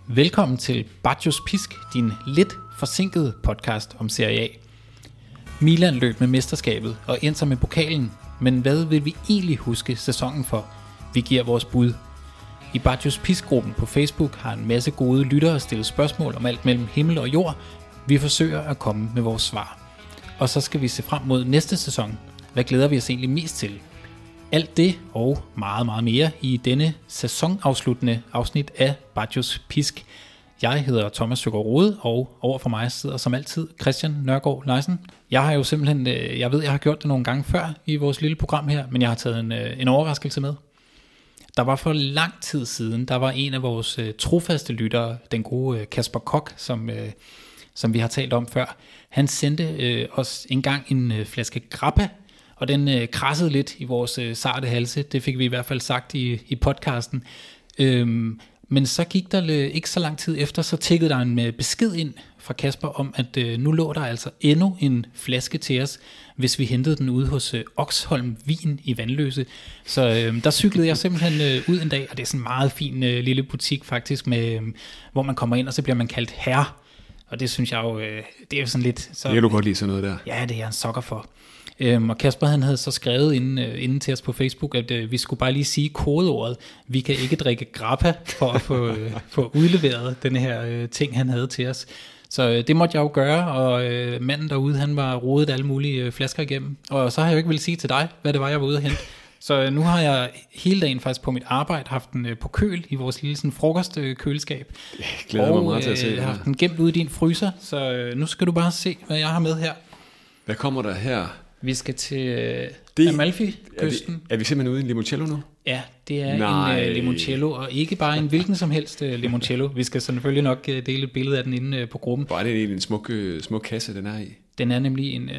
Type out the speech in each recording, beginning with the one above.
Velkommen til Bacchus Pisk, din lidt forsinkede podcast om Serie A. Milan løb med mesterskabet og Inter med pokalen, men hvad vil vi egentlig huske sæsonen for? Vi giver vores bud. I Bacchus Pisk-gruppen på Facebook har en masse gode lyttere stillet spørgsmål om alt mellem himmel og jord. Vi forsøger at komme med vores svar. Og så skal vi se frem mod næste sæson. Hvad glæder vi os egentlig mest til? Alt det og meget, meget mere i denne sæsonafsluttende afsnit af Bacchus Pisk. Jeg hedder Thomas Søgaard Rode, og overfor mig sidder som altid Christian Nørgaard Leisen. Jeg har jo simpelthen, jeg ved, jeg har gjort det nogle gange før i vores lille program her, men jeg har taget en overraskelse med. Der var for lang tid siden, der var en af vores trofaste lyttere, den gode Kasper Kok, som vi har talt om før. Han sendte os engang en flaske grappa, og den krassede lidt i vores sarte halse. Det fik vi i hvert fald sagt i podcasten. Men så gik der ikke så lang tid efter, så tikkede der en besked ind fra Kasper om, at nu lå der altså endnu en flaske til os, hvis vi hentede den ude hos Oxholm Vin i Vandløse. Så der cyklede jeg simpelthen ud en dag, og det er sådan en meget fin lille butik faktisk, hvor man kommer ind, og så bliver man kaldt herre. Og det synes jeg jo, det er jo sådan lidt... Så, det kan du godt lide sådan noget der. Ja, det er jeg en sokker for. Og Kasper han havde så skrevet inden til os på Facebook, at vi skulle bare lige sige kodeordet. Vi kan ikke drikke grappa for at få udleveret den her ting, han havde til os. Så det måtte jeg jo gøre, og manden derude, han var rodet alle mulige flasker igennem. Og så har jeg jo ikke ville sige til dig, hvad det var, jeg var ude at hente. Så nu har jeg hele dagen faktisk på mit arbejde haft den på køl i vores lille sådan, frokostkøleskab. Jeg glæder mig meget til at se. Og jeg har haft den gemt ude i din fryser, så nu skal du bare se, hvad jeg har med her. Hvad kommer der her? Vi skal til Amalfi-kysten. Er vi simpelthen ude i en limoncello nu? Ja, det er en limoncello, og ikke bare en hvilken som helst limoncello. Vi skal selvfølgelig nok dele et billede af den inde på gruppen. Hvor er det egentlig en smuk kasse, den er i? Den er nemlig en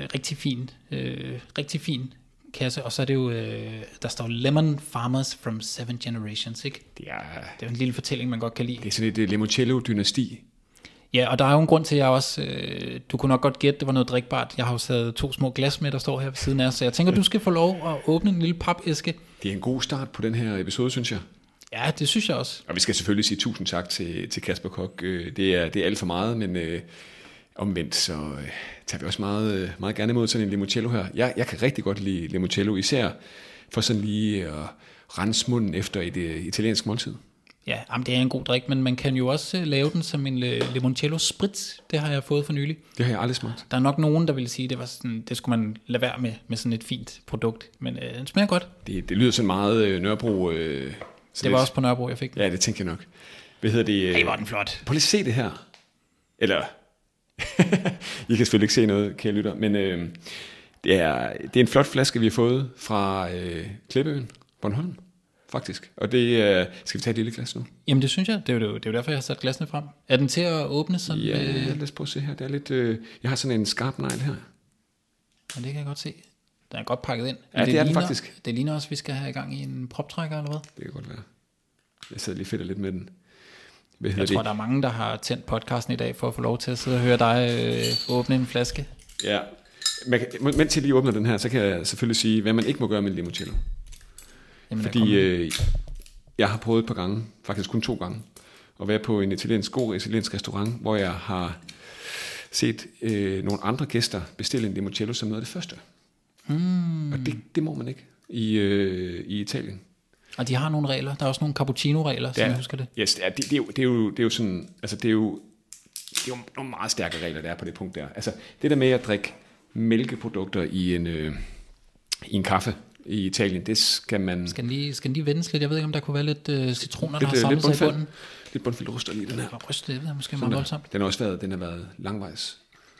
rigtig fin kasse, og så er det jo, der står Lemon Farmers from 7 Generations, ikke? Det er en lille fortælling, man godt kan lide. Det er sådan et limoncello-dynasti. Ja, og der er jo en grund til, at jeg også, du kunne nok godt gætte, det var noget drikbart. Jeg har jo taget 2 små glas med, der står her ved siden af, så jeg tænker, du skal få lov at åbne en lille papæske. Det er en god start på den her episode, synes jeg. Ja, det synes jeg også. Og vi skal selvfølgelig sige tusind tak til Kasper Kok. Det er alt for meget, men omvendt så tager vi også meget, meget gerne imod sådan en limoncello her. Jeg kan rigtig godt lide limoncello, især for sådan lige at rense munden efter et italiensk måltid. Ja, det er en god drik, men man kan jo også lave den som en limoncello spritz. Det har jeg fået for nylig. Det har jeg aldrig smagt. Der er nok nogen, der vil sige, at det var sådan, det skulle man lade være med sådan et fint produkt, men den smager godt. Det lyder sådan meget Nørrebro. Det var også på Nørrebro, jeg fik den. Ja, det tænker jeg nok. Hvad hedder det? Ej, var den flot. Prøv lige at se det her. Eller, I kan selvfølgelig ikke se noget, kære lytter, men det er en flot flaske, vi har fået fra Klippeøen, Bornholm. Faktisk. Og det skal vi tage et lille glas nu? Jamen det synes jeg. Det er jo derfor, jeg har sat glasene frem. Er den til at åbne sådan? Ja, lad os prøve at se her. Det er lidt, jeg har sådan en skarp negl her. Ja, det kan jeg godt se. Den er godt pakket ind. Ja, det er den faktisk. Det ligner også, at vi skal have i gang i en proptrækker eller hvad? Det kan godt være. Jeg sidder lige fedt lidt med den. Jeg tror, der er mange, der har tændt podcasten i dag for at få lov til at sidde og høre dig åbne en flaske. Ja, mens jeg lige åbner den her, så kan jeg selvfølgelig sige, hvad man ikke må gøre med limoncello. Jamen, fordi jeg har prøvet et par gange, faktisk kun 2 gange, at være på en god italiensk restaurant, hvor jeg har set nogle andre gæster bestille en limoncello som noget af det første. Og det må man ikke i Italien. Og de har nogle regler. Der er også nogle cappuccino-regler, som jeg husker det. Yes, det er jo sådan, altså det er jo nogle meget stærke regler, der er på det punkt der. Altså det der med at drikke mælkeprodukter i en kaffe i Italien, det skal man... Skal den lige vendes lidt? Jeg ved ikke, om der kunne være lidt citroner, der har samlet sig i bunden. Lidt bundfældt ryster lige den her. Det er måske meget voldsomt. Den har været langvejs.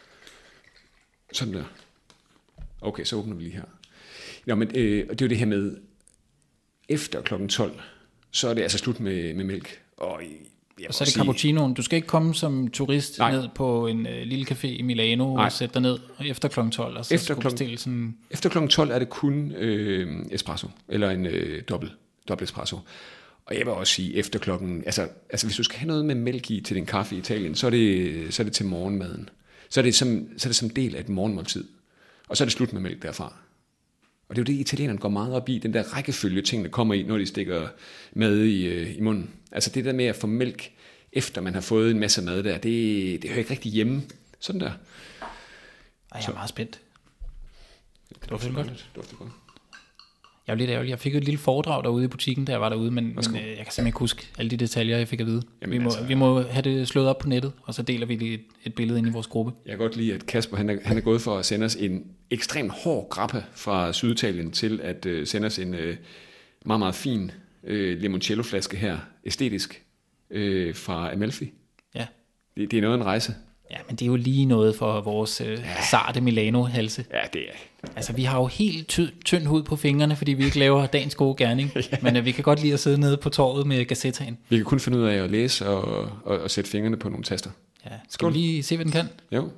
Sådan der. Okay, så åbner vi lige her. Ja, men det er jo det her med, efter klokken 12, så er det altså slut med mælk. Og så er det cappuccinoen. Du skal ikke komme som turist ned på en lille café i Milano og sætte dig ned efter klokken 12. Og så efter klokken 12 er det kun espresso, eller en dobbelt espresso. Og jeg vil også sige, efter klokken... Altså hvis du skal have noget med mælk i til din kaffe i Italien, så er det til morgenmaden. Så er det som del af et morgenmåltid. Og så er det slut med mælk derfra. Og det er jo det, italienerne går meget op i, den der rækkefølge ting, der kommer i, når de stikker mad i munden. Altså det der med at få mælk efter man har fået en masse mad der, det hører ikke rigtig hjemme. Sådan der. Ej, jeg er meget spændt. Det dufter godt. Jeg var lidt ærgerlig. Jeg fik et lille foredrag derude i butikken, da jeg var derude, men jeg kan simpelthen ikke huske alle de detaljer, jeg fik at vide. Jamen, vi må have det slået op på nettet, og så deler vi lige et billede ind i vores gruppe. Jeg kan godt lide, at Kasper han er gået for at sende os en ekstremt hård grappa fra Syditalien til at sende os en meget, meget fin limoncello-flaske her, æstetisk, fra Amalfi. Ja. Det er noget af en rejse. Ja, men det er jo lige noget for vores sarte Milano-halse. Ja, det er. Altså, vi har jo helt tynd hud på fingrene, fordi vi ikke laver dagens gode gerning. Ja. Men vi kan godt lide at sidde nede på torvet med gazettaen. Vi kan kun finde ud af at læse og sætte fingrene på nogle taster. Ja, skal vi lige se, hvad den kan? Jo.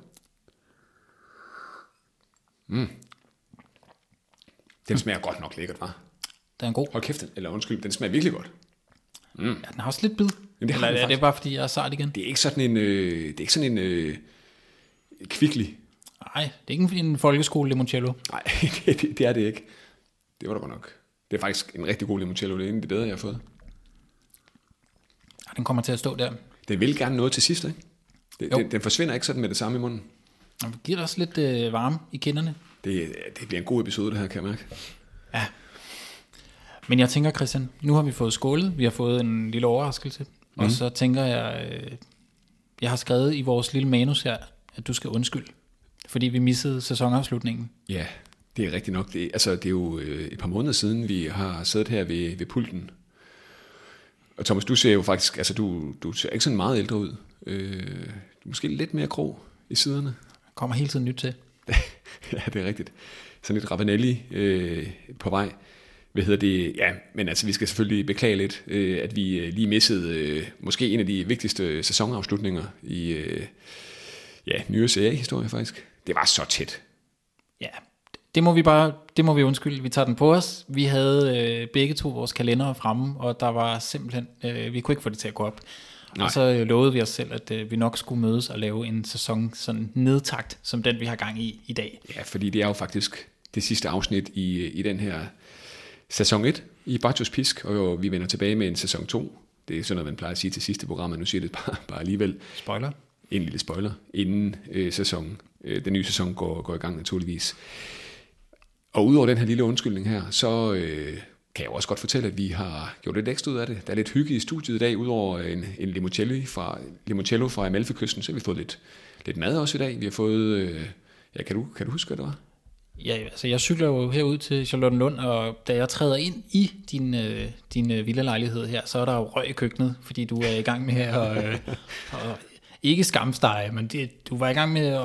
Den smager godt nok lækkert, hva'? Den er god. Hold kæft, den smager virkelig godt. Ja, den har også lidt bid. Eller er det bare, fordi jeg er sart igen? Det er ikke sådan en kvickly. Nej, det er ikke en folkeskole limoncello. Nej, det er det ikke. Det var da godt nok. Det er faktisk en rigtig god limoncello. Det er en af de bedre, jeg har fået. Ja, den kommer til at stå der. Den vil gerne noget til sidst, ikke? Den forsvinder ikke sådan med det samme i munden. Og det giver også lidt varme i kinderne. Det bliver en god episode, det her, kan jeg mærke. Ja. Men jeg tænker, Christian, nu har vi fået skålet. Vi har fået en lille overraskelse. Og så tænker jeg har skrevet i vores lille manus her, at du skal undskylde, fordi vi missede sæsonafslutningen. Ja, det er rigtigt nok. Det er jo et par måneder siden, vi har siddet her ved pulten. Og Thomas, du ser jo faktisk, altså du ser ikke sådan meget ældre ud. Du er måske lidt mere grå i siderne. Der kommer hele tiden nyt til. Ja, det er rigtigt. Sådan lidt Ravanelli på vej. Hvad hedder det? Ja, men altså vi skal selvfølgelig beklage lidt, at vi lige missede måske en af de vigtigste sæsonafslutninger i nyere CA-historie faktisk. Det var så tæt. Ja, det må vi undskylde. Vi tager den på os. Vi havde begge to vores kalendere fremme, og der var simpelthen, vi kunne ikke få det til at gå op. Nej. Og så lovede vi os selv, at vi nok skulle mødes og lave en sæson sådan nedtakt, som den vi har gang i dag. Ja, fordi det er jo faktisk det sidste afsnit i den her sæson 1 i Bacchus Pisk, og vi vender tilbage med en sæson 2. Det er sådan noget, man plejer at sige til sidste program, men nu siger det bare alligevel. Spoiler. En lille spoiler, inden den nye sæson går i gang naturligvis. Og udover den her lille undskyldning her, så kan jeg også godt fortælle, at vi har gjort lidt ekstra ud af det. Der er lidt hygge i studiet i dag, udover en limoncello fra Amalfi-kysten, så har vi fået lidt mad også i dag. Vi har fået, kan du huske, hvad det var? Ja, altså jeg cykler jo herud til Charlottenlund, og da jeg træder ind i din villalejlighed her, så er der jo røg i køkkenet, fordi du er i gang med at ikke skamstege, men du var i gang med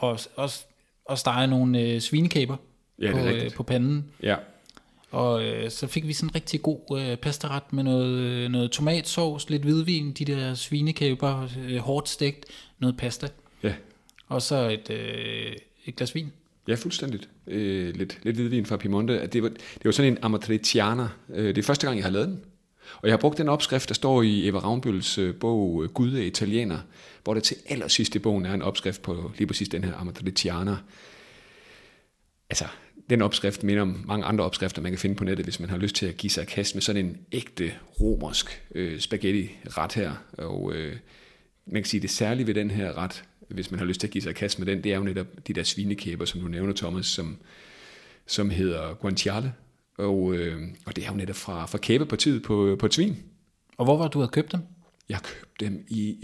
at stege nogle svinekæber på panden. Ja. Og så fik vi sådan en rigtig god pastaret med noget tomatsovs, lidt hvidvin, de der svinekæber, hårdt stegt, noget pasta. Ja. Og så et glas vin. Ja, fuldstændigt. Lidt hvidvin fra Piemonte. Det var sådan en Amatriciana. Det er første gang, jeg har lavet den. Og jeg har brugt den opskrift, der står i Eva Ravnbøls bog Gud er italiener, hvor der til allersidst i bogen er en opskrift på lige præcis den her Amatriciana. Altså, den opskrift minder om mange andre opskrifter, man kan finde på nettet, hvis man har lyst til at give sig kast med sådan en ægte romersk spaghetti-ret her. Og man kan sige, det særlige ved den her ret, hvis man har lyst til at give sig kast med den, det er jo netop de der svinekæber, som du nævner, Thomas, som hedder guanciale. Og det er jo netop fra kæbepartiet på et svin. Og hvor var du havde købt dem? Jeg har købt dem i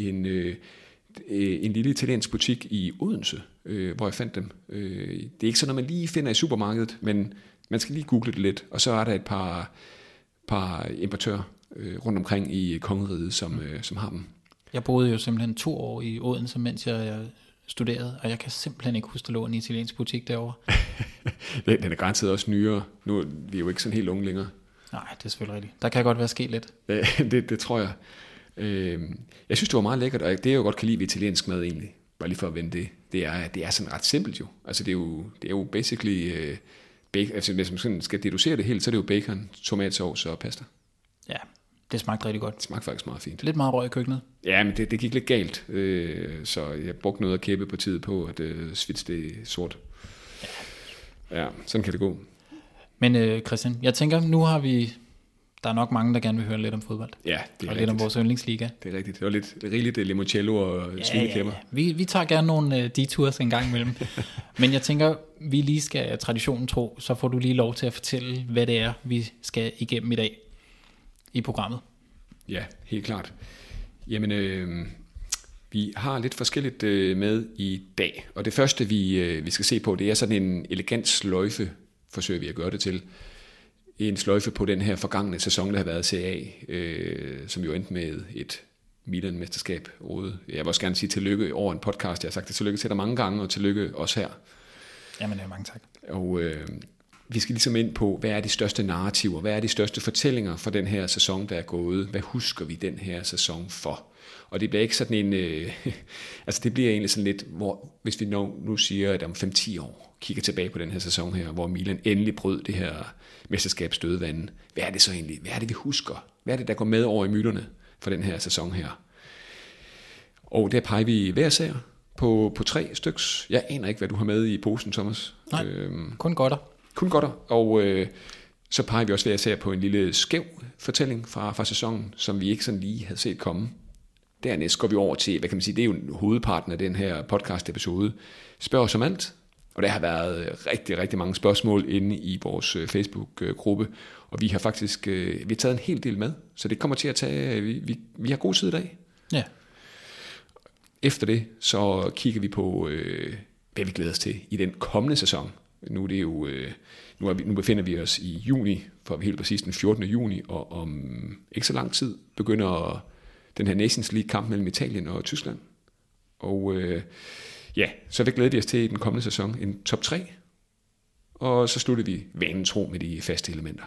en lille italiensk butik i Odense, hvor jeg fandt dem. Det er ikke sådan noget, man lige finder i supermarkedet, men man skal lige google det lidt. Og så er der et par importører rundt omkring i kongeriget, som har dem. Jeg boede jo simpelthen 2 år i Odense, mens jeg studerede, og jeg kan simpelthen ikke huske, at der lå en italiensk butik derovre. Den er garanteret også nyere. Nu er vi jo ikke sådan helt unge længere. Nej, det er selvfølgelig rigtigt. Der kan godt være sket lidt. Det tror jeg. Jeg synes, det var meget lækkert, og det er jo godt kan lide ved italiensk mad egentlig. Bare lige for at vende det. Det er sådan ret simpelt jo. Altså det er jo basically bacon. Altså hvis man sådan skal deducere det helt, så er det jo bacon, tomatsovs og pasta. Ja, det smagte rigtig godt. Det smagte faktisk meget fint. Lidt meget røg i køkkenet. Ja, men det gik lidt galt. Så jeg brugte noget af kæbepartiet på at switche det sort. Ja, sådan kan det gå. Men Christian, jeg tænker, nu har vi der er nok mange, der gerne vil høre lidt om fodbold. Ja, det er og rigtigt. lidt om vores yndlingsliga. Det er rigtigt. Det var lidt rigeligt limoncello og svineklemmer. Ja. Vi tager gerne nogle detours en gang imellem. Men jeg tænker, vi lige skal traditionen tro, så får du lige lov til at fortælle, hvad det er, vi skal igennem i dag i programmet. Ja, helt klart. Jamen, vi har lidt forskelligt med i dag. Og det første, vi skal se på, det er sådan en elegant sløjfe, forsøger vi at gøre det til. En sløjfe på den her forgangne sæson, der har været CA, som jo endte med et Milan-mesterskab. Jeg vil også gerne sige tillykke over en podcast. Jeg har sagt det tillykke til dig mange gange, og tillykke også her. Jamen, mange tak. Og vi skal ligesom ind på, hvad er de største narrativer, hvad er de største fortællinger for den her sæson, der er gået? Hvad husker vi den her sæson for? Og det bliver ikke sådan en, altså det bliver egentlig sådan lidt, hvor hvis vi nu siger, at om 5-10 år kigger tilbage på den her sæson her, hvor Milan endelig brød det her mesterskabsdødvande, hvad er det så egentlig? Hvad er det, vi husker? Hvad er det, der går med over i myterne for den her sæson her? Og der peger vi hver sær på 3 styks. Jeg aner ikke, hvad du har med i posen, Thomas. Nej, kun godter. Kun godter, og så peger vi også hver sær på en lille skæv fortælling fra sæsonen, som vi ikke sådan lige havde set komme. Dernæst går vi over til, hvad kan man sige, det er jo hovedparten af den her podcast-episode. Spørg os om alt, og der har været rigtig, rigtig mange spørgsmål inde i vores Facebook-gruppe, og vi har faktisk vi har taget en hel del med, så det kommer til at tage, vi har god tid i dag. Ja. Efter det, så kigger vi på, hvad vi glæder os til i den kommende sæson. Nu er det jo, nu befinder vi os i juni, for helt præcis den 14. juni, og om ikke så lang tid begynder den her Nations League-kamp mellem Italien og Tyskland. Og så vi glæder vi os til i den kommende sæson en top 3. Og så slutter vi vanen tro med de faste elementer.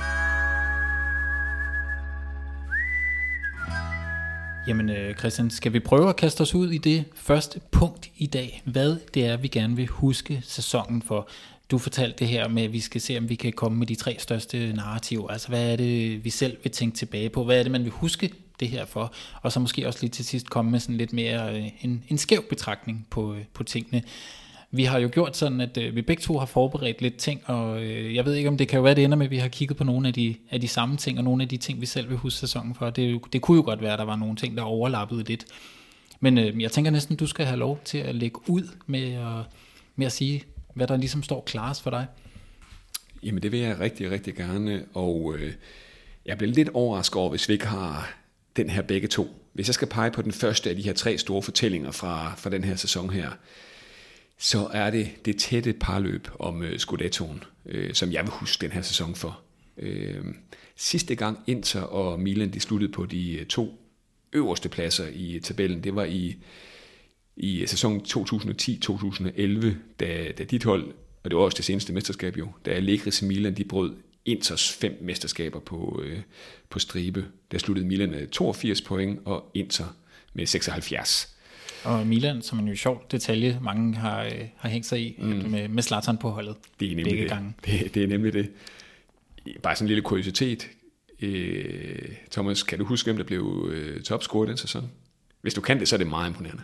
Jamen Christian, skal vi prøve at kaste os ud i det første punkt i dag? Hvad det er, vi gerne vil huske sæsonen for? Du fortalte det her med, at vi skal se, om vi kan komme med de 3 største narrativer. Altså, hvad er det, vi selv vil tænke tilbage på? Hvad er det, man vil huske det her for? Og så måske også lige til sidst komme med sådan lidt mere en skæv betragtning på tingene. Vi har jo gjort sådan, at vi begge to har forberedt lidt ting, og jeg ved ikke, om det kan jo være, det ender med, at vi har kigget på nogle af de samme ting, og nogle af de ting, vi selv vil huske sæsonen for. Det kunne jo godt være, at der var nogle ting, der overlappede lidt. Men jeg tænker næsten, du skal have lov til at lægge ud med at sige, hvad der ligesom står klarest for dig. Jamen det vil jeg rigtig, rigtig gerne, og jeg bliver lidt overrasket over, hvis vi ikke har den her begge to. Hvis jeg skal pege på den første af de her 3 store fortællinger fra den her sæson her, så er det tætte parløb om Scudettoen, som jeg vil huske den her sæson for. Sidste gang Inter og Milan de sluttede på de 2 øverste pladser i tabellen, det var i sæsonen 2010-2011, da dit hold, og det var også det seneste mesterskab jo, da Allegri's Milan de brød Inters 5 mesterskaber på stribe. Der sluttede Milan med 82 point, og Inter med 76. Og Milan, som en jo sjov detalje, mange har hængt sig i med Zlatan på holdet. Det er nemlig begge det. Gange. Det er nemlig det. Bare sådan en lille kuriositet. Thomas, kan du huske, hvem der blev topscorer den sæson? Hvis du kan det, så er det meget imponerende.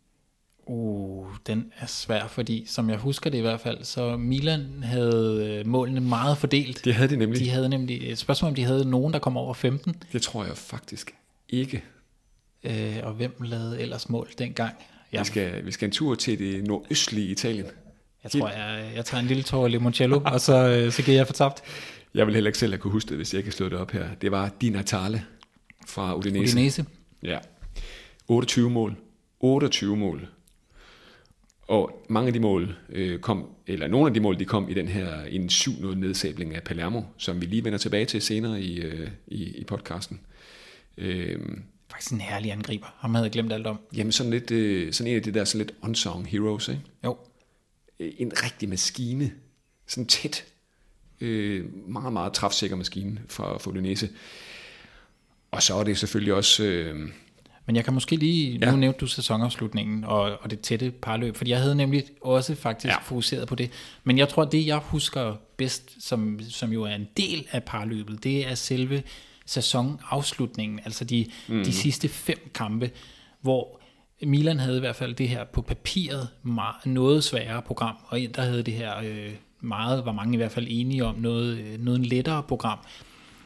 Den er svær, fordi som jeg husker det i hvert fald, så Milan havde målene meget fordelt. Det havde de nemlig. De havde nemlig et spørgsmål, om de havde nogen, der kom over 15. Det tror jeg faktisk ikke. Og hvem lavede ellers mål dengang? Vi skal en tur til det nordøstlige Italien. Jeg tror, jeg tager en lille tår limoncello, og så giver jeg for tabt. Jeg vil heller ikke selv have kunne huske det, hvis jeg ikke slået det op her. Det var Di Natale fra Udinese. Ja. 28 mål. 28 mål. Og mange af de mål nogle af de mål, de kom i den her en 7-0 nedsabling af Palermo, som vi lige vender tilbage til senere i podcasten. Faktisk en herlig angriber. Ham havde jeg glemt alt om. Jamen sådan en af de der sådan lidt unsung heroes, ikke? Jo. En rigtig maskine. Sådan tæt. Meget, meget træfsikker maskine fra Udinese. Og så er det selvfølgelig også... Men jeg kan måske lige, nu nævnte du sæsonafslutningen og det tætte parløb, fordi jeg havde nemlig også faktisk fokuseret på det. Men jeg tror, det jeg husker bedst, som jo er en del af parløbet, det er selve sæsonafslutningen, altså de sidste 5 kampe, hvor Milan havde i hvert fald det her på papiret noget sværere program, og der havde det her var mange i hvert fald enige om, noget lettere program.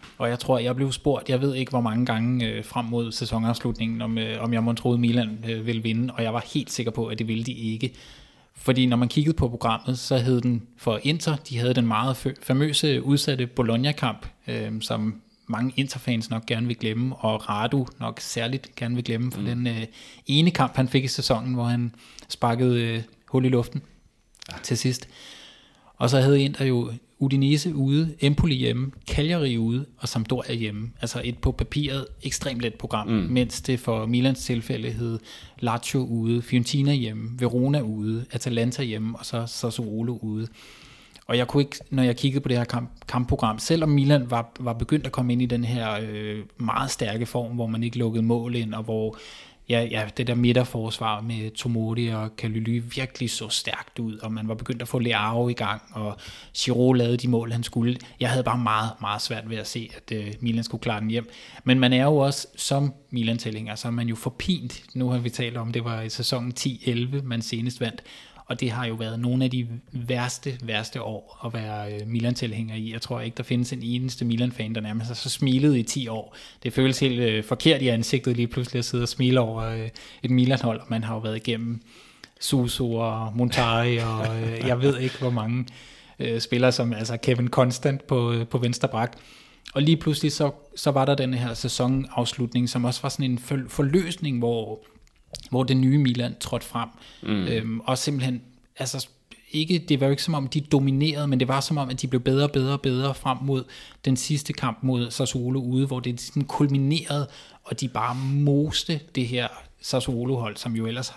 Og jeg tror, jeg blev spurgt, jeg ved ikke hvor mange gange frem mod sæsonafslutningen, om jeg måtte troede, Milan ville vinde, og jeg var helt sikker på, at det ville de ikke. Fordi når man kiggede på programmet, så hed den for Inter, de havde den meget famøse udsatte Bologna-kamp, som mange Inter-fans nok gerne vil glemme, og Radu nok særligt gerne vil glemme, for den ene kamp, han fik i sæsonen, hvor han sparkede hul i luften til sidst. Og så havde Inter jo Udinese ude, Empoli hjemme, Cagliari ude og Sampdoria hjemme. Altså et på papiret ekstremt let program, mens det for Milans tilfælde hed Lazio ude, Fiorentina hjemme, Verona ude, Atalanta hjemme og så Sassuolo ude. Og jeg kunne ikke, når jeg kiggede på det her kampprogram, selvom Milan var begyndt at komme ind i den her meget stærke form, hvor man ikke lukkede mål ind, og hvor det der midterforsvar med Tomori og Kalulu virkelig så stærkt ud, og man var begyndt at få Leao i gang, og Giroud lavede de mål, han skulle. Jeg havde bare meget, meget svært ved at se, at Milan skulle klare den hjem. Men man er jo også, som Milan-tilhænger, så er man jo forpint. Nu har vi talt om, det var i sæsonen 10-11, man senest vandt. Og det har jo været nogle af de værste år at være Milan-tilhænger i. Jeg tror ikke, der findes en eneste Milan-fan, der nærmest har så smilet i 10 år. Det føles helt forkert i ansigtet lige pludselig at sidde og smile over et Milan-hold. Man har jo været igennem Suso og Montari, og jeg ved ikke, hvor mange spillere, som altså Kevin Constant på venstre bak. Og lige pludselig så var der den her sæsonafslutning, som også var sådan en forløsning, hvor det nye Milan trådte frem. Og simpelthen, altså ikke, det var jo ikke som om, de dominerede, men det var som om, at de blev bedre og bedre frem mod den sidste kamp mod Sassuolo ude, hvor det sådan kulminerede, og de bare moste det her Sassuolo-hold, som jo ellers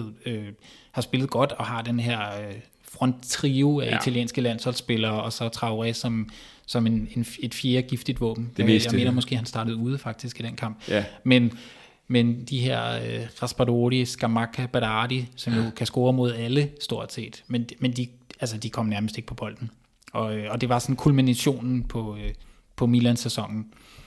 har spillet godt, og har den her fronttrio af italienske landsholdsspillere, og så Traoré som et fjerde giftigt våben. Jeg mener måske, han startede ude faktisk i den kamp. Ja. Men de her Raspadori, Scamacca, Berardi, som jo kan score mod alle stort set, men de kom nærmest ikke på bolden. Og det var sådan kulminationen på Milan-sæsonen.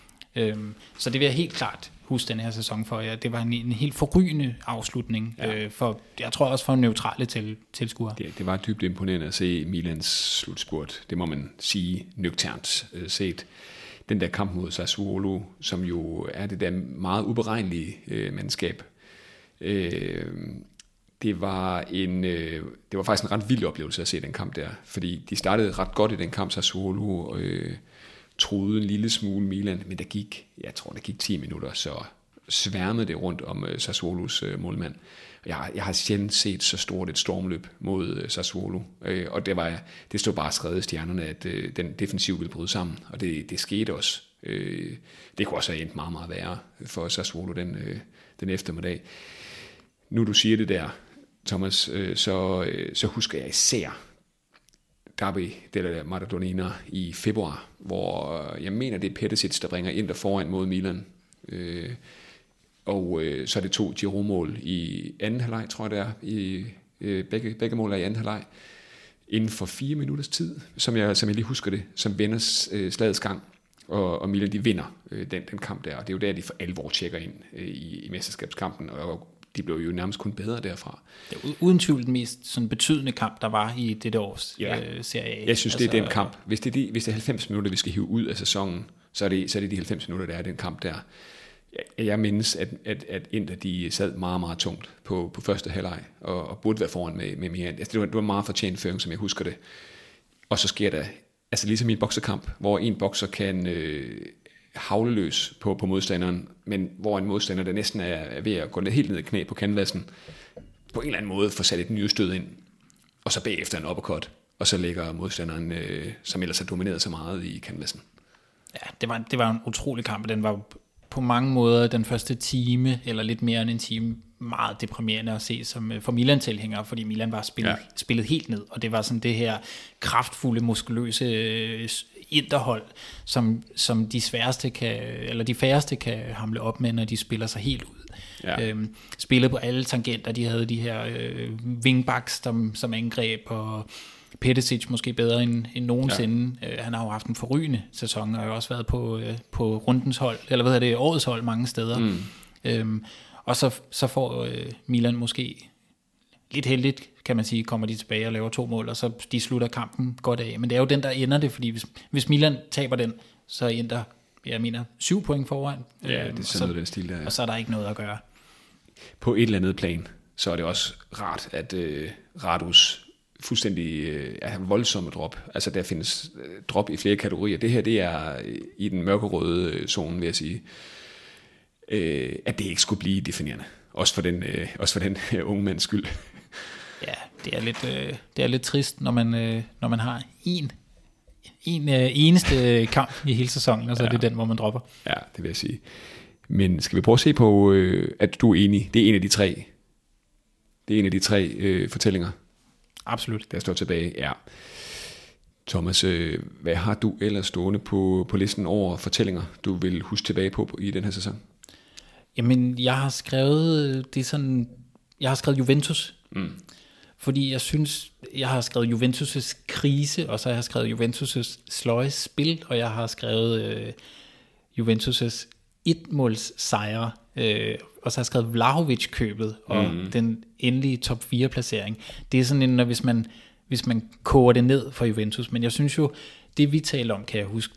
Så det vil jeg helt klart huske den her sæson for jer. Det var en helt forrygende afslutning, for jeg tror også for neutrale tilskuere. Det var dybt imponerende at se Milans slutspurt. Det må man sige nøgternt set. Den der kamp mod Sassuolo, som jo er det der meget uberegnelige mandskab. Det var faktisk en ret vild oplevelse at se den kamp der, fordi de startede ret godt i den kamp, Sassuolo, troede en lille smule Milan, men der gik 10 minutter, så sværmede det rundt om Sassuolos målmand. Jeg har sjældent set så stort et stormløb mod Sassuolo, og det stod bare skrevet i stjernerne, at den defensiv ville bryde sammen, og det skete også. Det kunne også have endt meget, meget værre for Sassuolo den eftermiddag. Nu du siger det der, Thomas, så husker jeg især Derby della Madonnina i februar, hvor jeg mener, det er Perisic, der bringer ind der foran mod Milan. Og så er det 2 Giroud-mål i anden halvleg, tror jeg det er. Begge mål er i anden halvleg. Inden for 4 minutters tid, som jeg lige husker det, som vender slagets gang. Og Milan, de vinder den kamp der. Og det er jo der, de for alvor tjekker ind i mesterskabskampen. Og de blev jo nærmest kun bedre derfra. Det er uden tvivl den mest sådan betydende kamp, der var i dette års serie. Jeg synes, det er den kamp. Hvis det er 90 minutter, vi skal hive ud af sæsonen, så er det de 90 minutter, der er den kamp der. Jeg mindes, at Inter, de sad meget, meget tungt på første halvleg, og burde være foran med mere. Altså, det var en meget fortjent føring, som jeg husker det. Og så sker der, altså ligesom i en boksekamp, hvor en bokser kan havle løs på modstanderen, men hvor en modstander, der næsten er ved at gå helt ned i knæ på canvasen, på en eller anden måde får sat et nyt stød ind, og så bagefter en uppercut, og så lægger modstanderen, som ellers har domineret så meget i canvasen. Ja, det var en utrolig kamp, den var på mange måder den første time, eller lidt mere end en time, meget deprimerende at se som for Milan-tilhængere, fordi Milan var spillet helt ned, og det var sådan det her kraftfulde, muskuløse interhold, som de færreste kan hamle op med, når de spiller sig helt ud. Ja. Spillede på alle tangenter, de havde de her wingbacks, som angreb, og Perisic måske bedre end nogensinde. Ja. Han har jo haft en forrygende sæson, og har jo også været på rundens hold, eller årets hold mange steder. Og så får Milan måske lidt heldigt, kan man sige, kommer de tilbage og laver 2 mål, og så de slutter kampen godt af. Men det er jo den, der ender det, fordi hvis Milan taber den, så er Inter jeg mener 7 point foran. Ja, det er sådan noget den stil der. Og så er der ikke noget at gøre. På et eller andet plan, så er det også rart, at Radus fuldstændig voldsomme drop. Altså der findes drop i flere kategorier. Det her, det er i den mørkerøde zone, vil jeg sige, at det ikke skulle blive definerende. Også for den unge mands skyld. Ja, det er lidt trist, når man har en eneste kamp i hele sæsonen, og så er det den, hvor man dropper. Ja, det vil jeg sige. Men skal vi prøve at se på, at du er enig? Det er en af de tre fortællinger. Absolut. Der står tilbage, ja. Thomas, hvad har du ellers stående på listen over fortællinger, du vil huske tilbage på i den her sæson? Jamen, jeg har skrevet Juventus. Fordi jeg synes, jeg har skrevet Juventus' krise, og så har jeg skrevet Juventus' sløje spil, og jeg har skrevet Juventus' etmåls sejre, og så har jeg skrevet Vlahovic-købet, og den endelige top 4 placering. Det er sådan en, hvis man koger det ned for Juventus, men jeg synes jo, det vi taler om, kan jeg huske,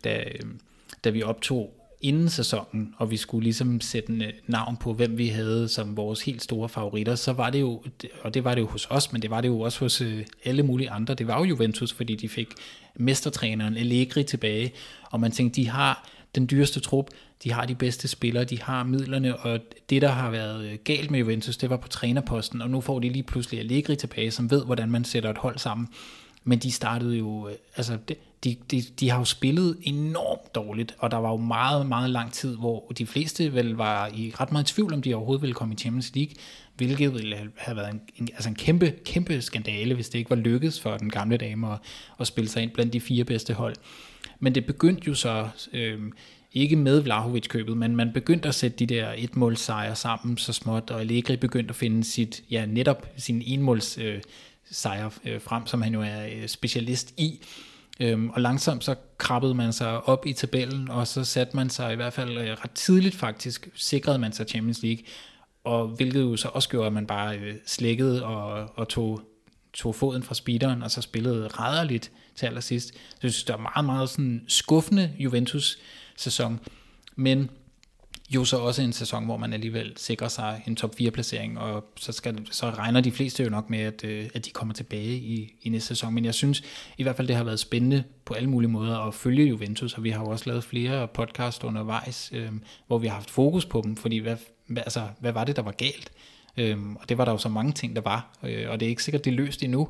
da vi optog inden sæsonen, og vi skulle ligesom sætte navn på, hvem vi havde som vores helt store favoritter, så var det jo, og det var det jo hos os, men det var det jo også hos alle mulige andre, det var jo Juventus, fordi de fik mestertræneren Allegri tilbage, og man tænkte, de har den dyreste trup, de har de bedste spillere, de har midlerne, og det, der har været galt med Juventus, det var på trænerposten, og nu får de lige pludselig Allegri tilbage, som ved, hvordan man sætter et hold sammen. Men de startede jo, altså de har jo spillet enormt dårligt, og der var jo meget, meget lang tid, hvor de fleste vel var i ret meget tvivl, om de overhovedet ville komme i Champions League, hvilket ville have været en kæmpe, kæmpe skandale, hvis det ikke var lykkedes for den gamle dame at spille sig ind blandt de 4 bedste hold. Men det begyndte jo så, ikke med Vlahovic-købet, men man begyndte at sætte de der etmålssejre sammen så småt, og Allegri begyndte at finde netop sin enmåls sejre frem, som han jo er specialist i. Og langsomt så krabbede man sig op i tabellen, og så satte man sig i hvert fald ret tidligt faktisk, sikrede man sig Champions League, og hvilket jo så også gjorde, at man bare slækkede og tog foden fra speederen, og så spillede rædderligt til allersidst. Så jeg synes, det var meget, meget sådan skuffende Juventus-sæson, men jo så også en sæson, hvor man alligevel sikrer sig en top 4 placering, og så regner de fleste jo nok med, at de kommer tilbage i næste sæson. Men jeg synes i hvert fald, det har været spændende på alle mulige måder at følge Juventus, og vi har jo også lavet flere podcast undervejs, hvor vi har haft fokus på dem, fordi hvad var det, der var galt? Og det var der jo så mange ting, der var, og det er ikke sikkert, det er løst endnu.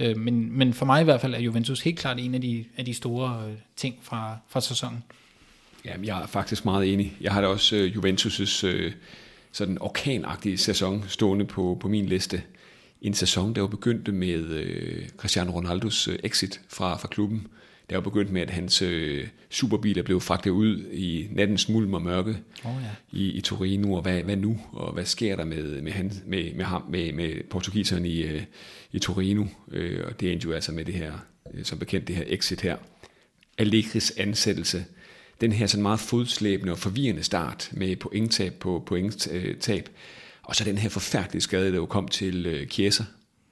Men for mig i hvert fald er Juventus helt klart en af de store ting fra sæsonen. Jamen, jeg er faktisk meget enig. Jeg har da også Juventus' sådan orkanagtige sæson stående på min liste. En sæson, der jo begyndte med Cristiano Ronaldos exit fra klubben. Der jo begyndt med, at hans superbiler blev fragtet ud i nattens mulm og mørke i Torino. Og hvad nu? Og hvad sker der med portugiseren i Torino? Og det endte jo altså med det her, som bekendt, det her exit her. Allegris ansættelse. Den her sådan meget fodslæbende og forvirrende start med pointtab på pointtab. Og så den her forfærdelige skade, der jo kom til Chiesa,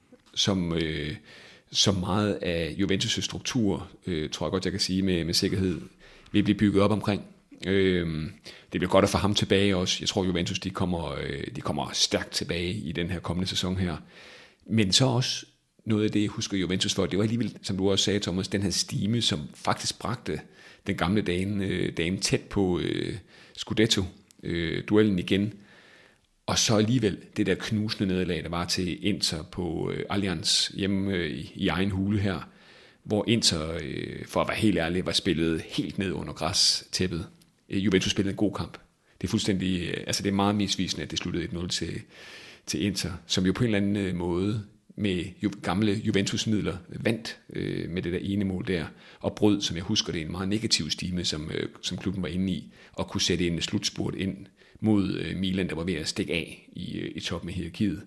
som meget af Juventus' struktur, tror jeg godt, jeg kan sige med sikkerhed, vil blive bygget op omkring. Det bliver godt at få ham tilbage også. Jeg tror, Juventus de kommer stærkt tilbage i den her kommende sæson her. Men så også noget af det, jeg husker Juventus for, det var alligevel, som du også sagde, Thomas, den her stime, som faktisk bragte den gamle dame tæt på Scudetto-duellen igen. Og så alligevel det der knusende nederlag, der var til Inter på Allianz hjemme i egen hule her, hvor Inter, for at være helt ærlig, var spillet helt ned under græstæppet. Juventus spillede en god kamp. Det er fuldstændig, altså det er meget misvisende, at det sluttede 1-0 til Inter, som jo på en eller anden måde med gamle Juventus-midler vandt med det der ene mål der, og brød, som jeg husker det, en meget negativ stime, som klubben var inde i, og kunne sætte en slutspurt ind mod Milan, der var ved at stikke af i toppen af hierarkiet.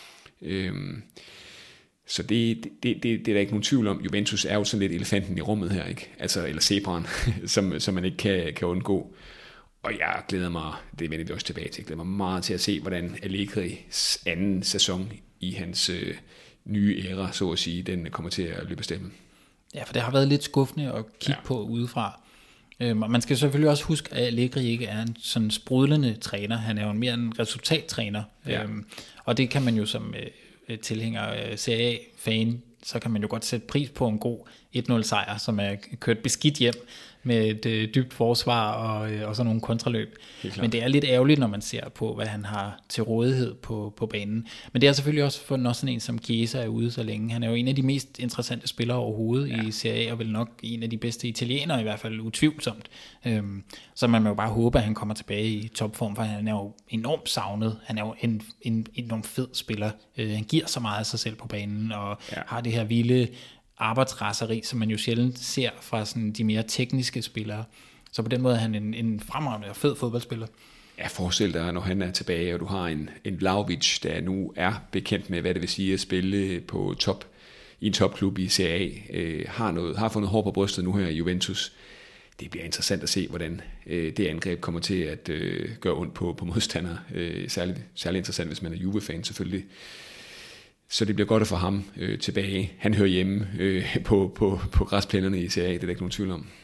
Så det er der ikke nogen tvivl om. Juventus er jo sådan lidt elefanten i rummet her, ikke? Altså, eller zebraen, som man ikke kan undgå. Og jeg glæder mig, det vender vi også tilbage til, jeg glæder mig meget til at se, hvordan Allegris anden sæson i hans nye æra, så at sige, den kommer til at løbe af stemmen. Ja, for det har været lidt skuffende at kigge på udefra. Og man skal selvfølgelig også huske, at Allegri ikke er en sådan sprudlende træner. Han er jo mere en resultattræner. Ja. Og det kan man jo som tilhænger Serie A-fan, så kan man jo godt sætte pris på en god 1-0 sejr, som er kørt beskidt hjem med et dybt forsvar og sådan nogle kontraløb. Men det er lidt ærgerligt, når man ser på, hvad han har til rådighed på banen. Men det er selvfølgelig også for når sådan en som Chiesa er ude så længe. Han er jo en af de mest interessante spillere overhovedet i Serie A, og vel nok en af de bedste italienere, i hvert fald utvivlsomt. Så man må jo bare håbe, at han kommer tilbage i topform, for han er jo enormt savnet. Han er jo en enormt fed spiller. Han giver så meget af sig selv på banen, og har det her vilde arbejdsraseri, som man jo sjældent ser fra sådan de mere tekniske spillere. Så på den måde er han en fremragende og fed fodboldspiller. Ja, forestil dig, når han er tilbage, og du har en Vlahovic, der nu er bekendt med, hvad det vil sige at spille på i en topklub i Serie A, har fundet hår på brystet nu her i Juventus. Det bliver interessant at se, hvordan det angreb kommer til at gøre ondt på modstandere. Særligt interessant, hvis man er Juve-fan selvfølgelig. Så det bliver godt at få ham tilbage. Han hører hjemme på græsplænerne i Serie A, det er der ikke nogen tvivl om.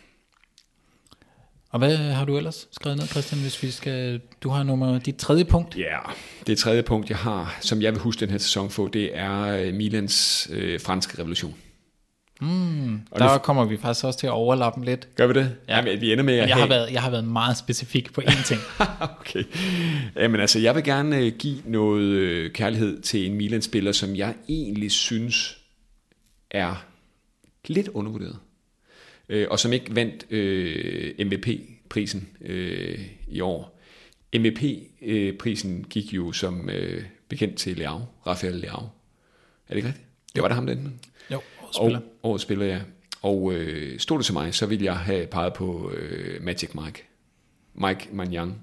Og hvad har du ellers skrevet ned, Christian, hvis vi skal... Du har dit tredje punkt. Ja, det tredje punkt, jeg har, som jeg vil huske den her sæson få, det er Milans franske revolution. Der kommer vi faktisk også til at overlappe lidt. Gør vi det? Ja. Jamen, vi ender med at jeg har været meget specifik på én ting. Okay. Jamen altså, jeg vil gerne give noget kærlighed til en Milan-spiller, som jeg egentlig synes er lidt undervurderet. Og som ikke vandt MVP-prisen i år. MVP-prisen gik jo som bekendt til Rafael Leao. Er det ikke rigtigt? Det var det ham, den? Jo, årets spiller, ja. Og stod det til mig, så ville jeg have peget på Magic Mike Maignan.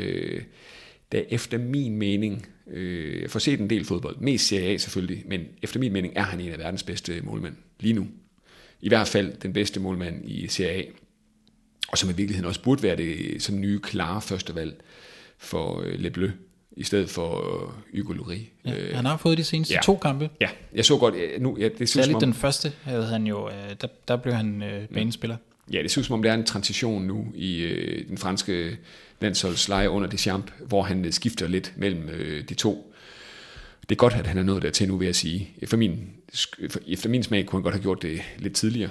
Der efter min mening, jeg får set en del fodbold, mest Serie A selvfølgelig, men efter min mening er han en af verdens bedste målmænd lige nu. I hvert fald den bedste målmand i Serie A, og som i virkeligheden også burde være det sådan nye, klare førstevalg for Le Bleu, i stedet for Hugo Lloris. Ja, han har fået de seneste 2 kampe. Ja, jeg så godt. Det særligt den første havde han jo, der blev han banespiller. Ja, det synes som om, det er en transition nu i den franske landsholdsleje under Deschamps, hvor han skifter lidt mellem de to. Det er godt, at han er nået dertil nu, vil jeg sige. Efter min smag kunne han godt have gjort det lidt tidligere.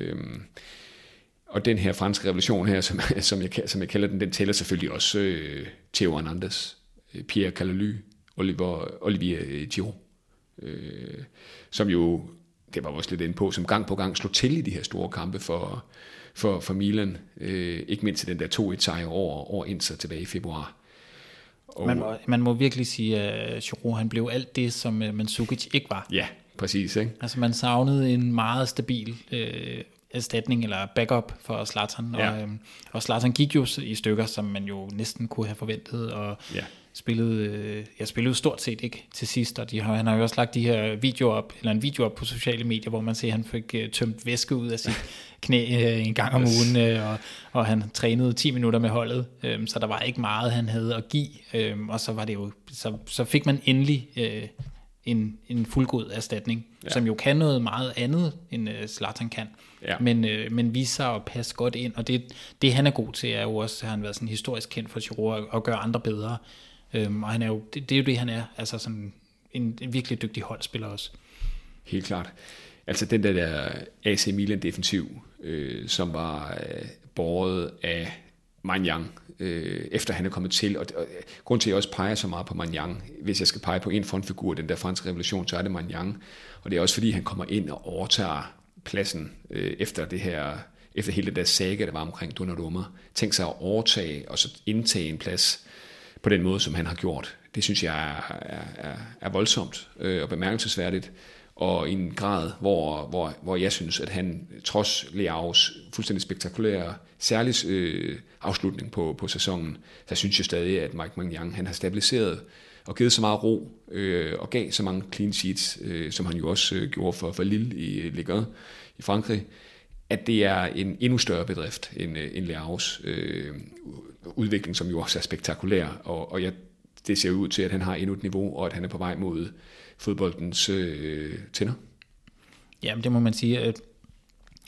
Og den her franske revolution her, som jeg kalder den tæller selvfølgelig også Theo Hernandez, Pierre Calulu, Olivier Giroud, som jo, det var også lidt inde på, som gang på gang slog til i de her store kampe for Milan, ikke mindst til den der 2-1 sejr over Inter tilbage i februar. Man må virkelig sige, at Giroud, han blev alt det, som Mandzukic ikke var. Ja, præcis. Ikke? Altså man savnede en meget stabil erstatning eller backup for Zlatan, og Zlatan gik jo i stykker, som man jo næsten kunne have forventet, og spillede stort set ikke til sidst, og han har jo også lagt de her en video op på sociale medier, hvor man ser, at han fik tømt væske ud af sit knæ en gang om ugen, og han trænede 10 minutter med holdet, så der var ikke meget, han havde at give, og så var det jo, så fik man endelig en fuldgod erstatning, som jo kan noget meget andet, end Zlatan kan, men viser at passe godt ind, og det han er god til, er jo også, at han har været sådan historisk kendt for Giroud at gøre andre bedre, og han er jo, det er jo det, han er, altså sådan en virkelig dygtig holdspiller også. Helt klart. Altså den der AC Milan defensiv, som var båret af Maignan, efter han er kommet til, og grund til, at jeg også peger så meget på Maignan, hvis jeg skal pege på en frontfigur, den der franske revolution, så er det Maignan, og det er også fordi, han kommer ind og overtager pladsen efter hele den der saga, der var omkring Donnarumma. Tænk sig at overtage, og så indtage en plads på den måde, som han har gjort. Det synes jeg er voldsomt og bemærkelsesværdigt, og i en grad, hvor jeg synes, at han, trods Leaos fuldstændig spektakulære, særlig afslutning på sæsonen, så synes jeg stadig, at Mike Maignan, han har stabiliseret og givet så meget ro, og gav så mange clean sheets, som han jo også gjorde for Lille i Ligue 1 i Frankrig, at det er en endnu større bedrift end Leaos udvikling, som jo også er spektakulær, og det ser ud til, at han har endnu et niveau, og at han er på vej mod fodboldens tænder. Jamen, det må man sige.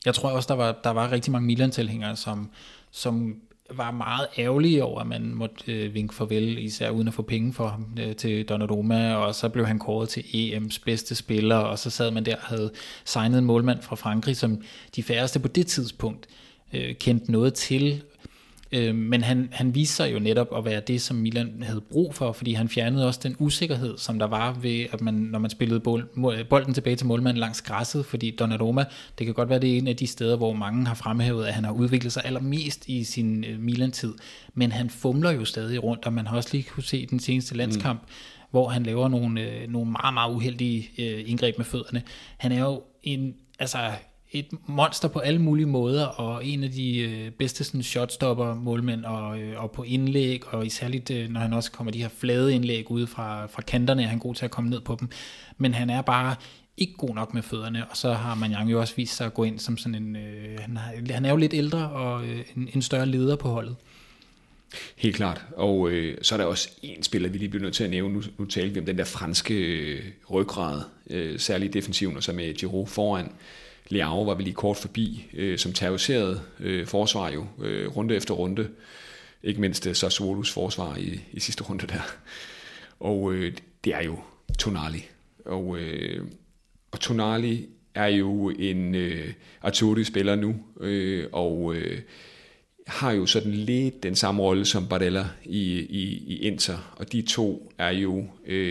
Jeg tror også, der var rigtig mange Milan-tilhængere, som var meget ærgerlige over, at man måtte vinke farvel, især uden at få penge for ham til Donnarumma, og så blev han kåret til EM's bedste spiller, og så sad man der og havde signet en målmand fra Frankrig, som de færreste på det tidspunkt kendte noget til. Men han viste sig jo netop at være det, som Milan havde brug for, fordi han fjernede også den usikkerhed, som der var ved, at når man spillede bolden tilbage til målmanden langs græsset, fordi Donnarumma, det kan godt være, det er en af de steder, hvor mange har fremhævet, at han har udviklet sig allermest i sin Milan-tid, men han fumler jo stadig rundt, og man har også lige kunne se den seneste landskamp, hvor han laver nogle meget, meget uheldige indgreb med fødderne. Han er jo et monster på alle mulige måder, og en af de bedste sådan, shotstopper målmænd, og på indlæg, og isærligt når han også kommer de her flade indlæg ude fra kanterne, er han god til at komme ned på dem. Men han er bare ikke god nok med fødderne, og så har Maignan jo også vist sig at gå ind som sådan en... han er jo lidt ældre, og en større leder på holdet. Helt klart, og så er der også en spiller, vi lige bliver nødt til at nævne. Nu talte vi om den der franske ryggrad, særligt defensiven, og så med Giroud foran. Leao var vi lige kort forbi, som terroriserede forsvar jo, runde efter runde. Ikke mindst Sassuolos forsvar i sidste runde der. Og det er jo Tonali. Og Tonali er jo en Azzurri-spiller nu, og har jo sådan lidt den samme rolle som Barella i Inter. Og de to er jo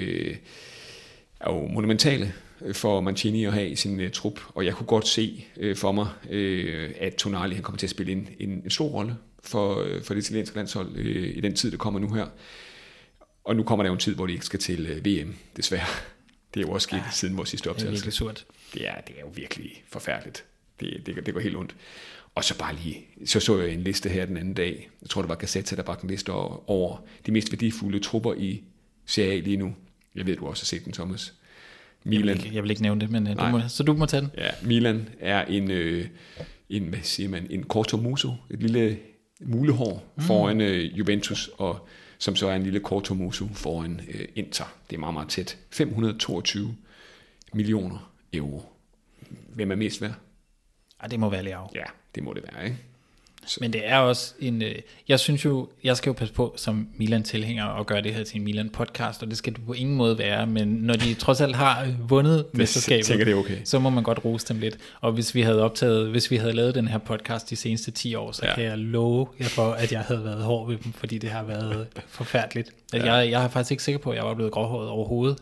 monumentale for Mancini at have i sin trup, og jeg kunne godt se for mig, at Tonali han kommer til at spille en stor rolle for det italienske landshold i den tid, der kommer nu her. Og nu kommer der jo en tid, hvor de ikke skal til VM, desværre. Det er jo også sket siden vores sidste optagelse. Det er virkelig surt. Det er jo virkelig forfærdeligt. Det går helt ondt. Og så bare lige, så jeg en liste her den anden dag. Jeg tror, det var Gazzetta, der bragte en liste over de mest værdifulde trupper i Serie A lige nu. Jeg ved, du også har set den, Thomas. Milan. Jeg vil ikke nævne det, men du må tage den. Ja, Milan er en cortomuso, et lille mulehår foran Juventus, og som så er en lille cortomuso foran Inter. Det er meget, meget tæt. 522 millioner euro. Hvem er mest værd? Det må være Leao. Ja, det må det være, ikke? Så. Men det er også jeg synes jo, jeg skal jo passe på som Milan-tilhænger og gøre det her til en Milan-podcast, og det skal det på ingen måde være, men når de trods alt har vundet mesterskabet, det okay. Så må man godt rose dem lidt. Og hvis vi havde lavet den her podcast de seneste 10 år, så kan jeg love jer for, at jeg havde været hård ved dem, fordi det har været forfærdeligt. Jeg er faktisk ikke sikker på, at jeg var blevet gråhåret overhovedet,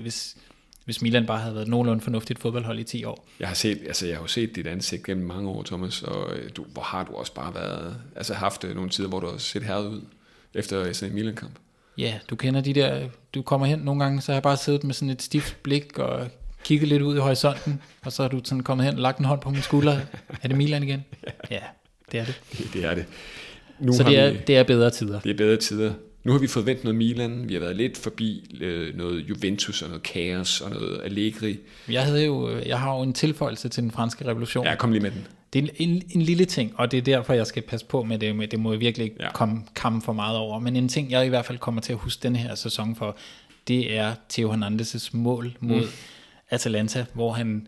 hvis Milan bare havde været nogenlunde fornuftigt fodboldhold i 10 år. Jeg har jo set dit ansigt gennem mange år, Thomas, og hvor har du også bare været, haft nogle tider, hvor du har set herret ud efter sådan en Milan-kamp. Ja, du kender de der, du kommer hen nogle gange, så har jeg bare siddet med sådan et stift blik og kigget lidt ud i horisonten, og så har du sådan kommet hen og lagt en hånd på min skulder. Er det Milan igen? Ja, det er det. Det er det. Så det er bedre tider. Det er bedre tider. Nu har vi fået vendt noget Milan, vi har været lidt forbi noget Juventus og noget kaos og noget Allegri. Jeg har jo en tilføjelse til den franske revolution. Ja, kom lige med den. Det er en lille ting, og det er derfor, jeg skal passe på med det. Det må virkelig ikke komme for meget over. Men en ting, jeg i hvert fald kommer til at huske den her sæson for, det er Theo Hernandez' mål mod Atalanta, hvor han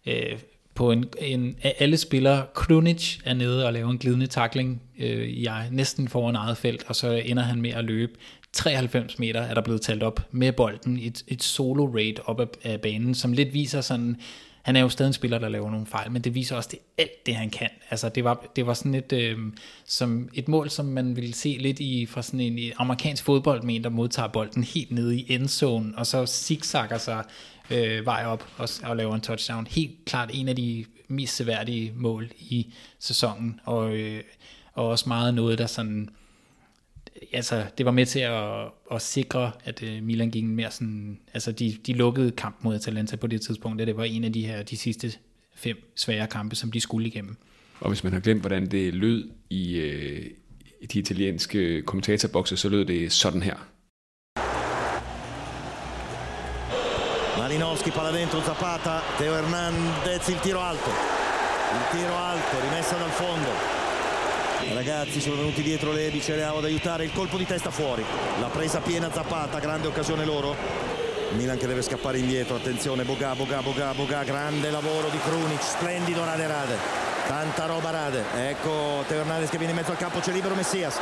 på en af alle spillere, Krunic, er nede og laver en glidende tackling næsten foran eget felt, og så ender han med at løbe 93 meter, er der blevet talt op med bolden, et solo raid op af banen, som lidt viser sådan, han er jo stadig en spiller, der laver nogle fejl, men det viser også alt det, han kan. Altså, det var sådan som et mål, som man ville se lidt fra sådan en amerikansk fodbold, med en, der modtager bolden helt nede i endzone, og så zigzagger sig vej op og laver en touchdown. Helt klart en af de mest seværdige mål i sæsonen, og også meget noget, der sådan, det var med til at sikre, at Milan gik mere sådan, de lukkede kamp mod Atalanta på det tidspunkt, det var en af de sidste 5 svære kampe, som de skulle igennem. Og hvis man har glemt, hvordan det lød i de italienske kommentatorbokser, så lød det sådan her. Malinowski, palla dentro, Zapata, Theo Hernandez, il tiro alto, rimessa dal fondo. Ragazzi sono venuti dietro Levice e Leao ad aiutare, il colpo di testa fuori, la presa piena Zapata, grande occasione loro. Milan che deve scappare indietro, attenzione, Boga, grande lavoro di Krunic, splendido Rade. tanta roba Rade, ecco Teo Hernandez che viene in mezzo al campo, c'è libero Messias,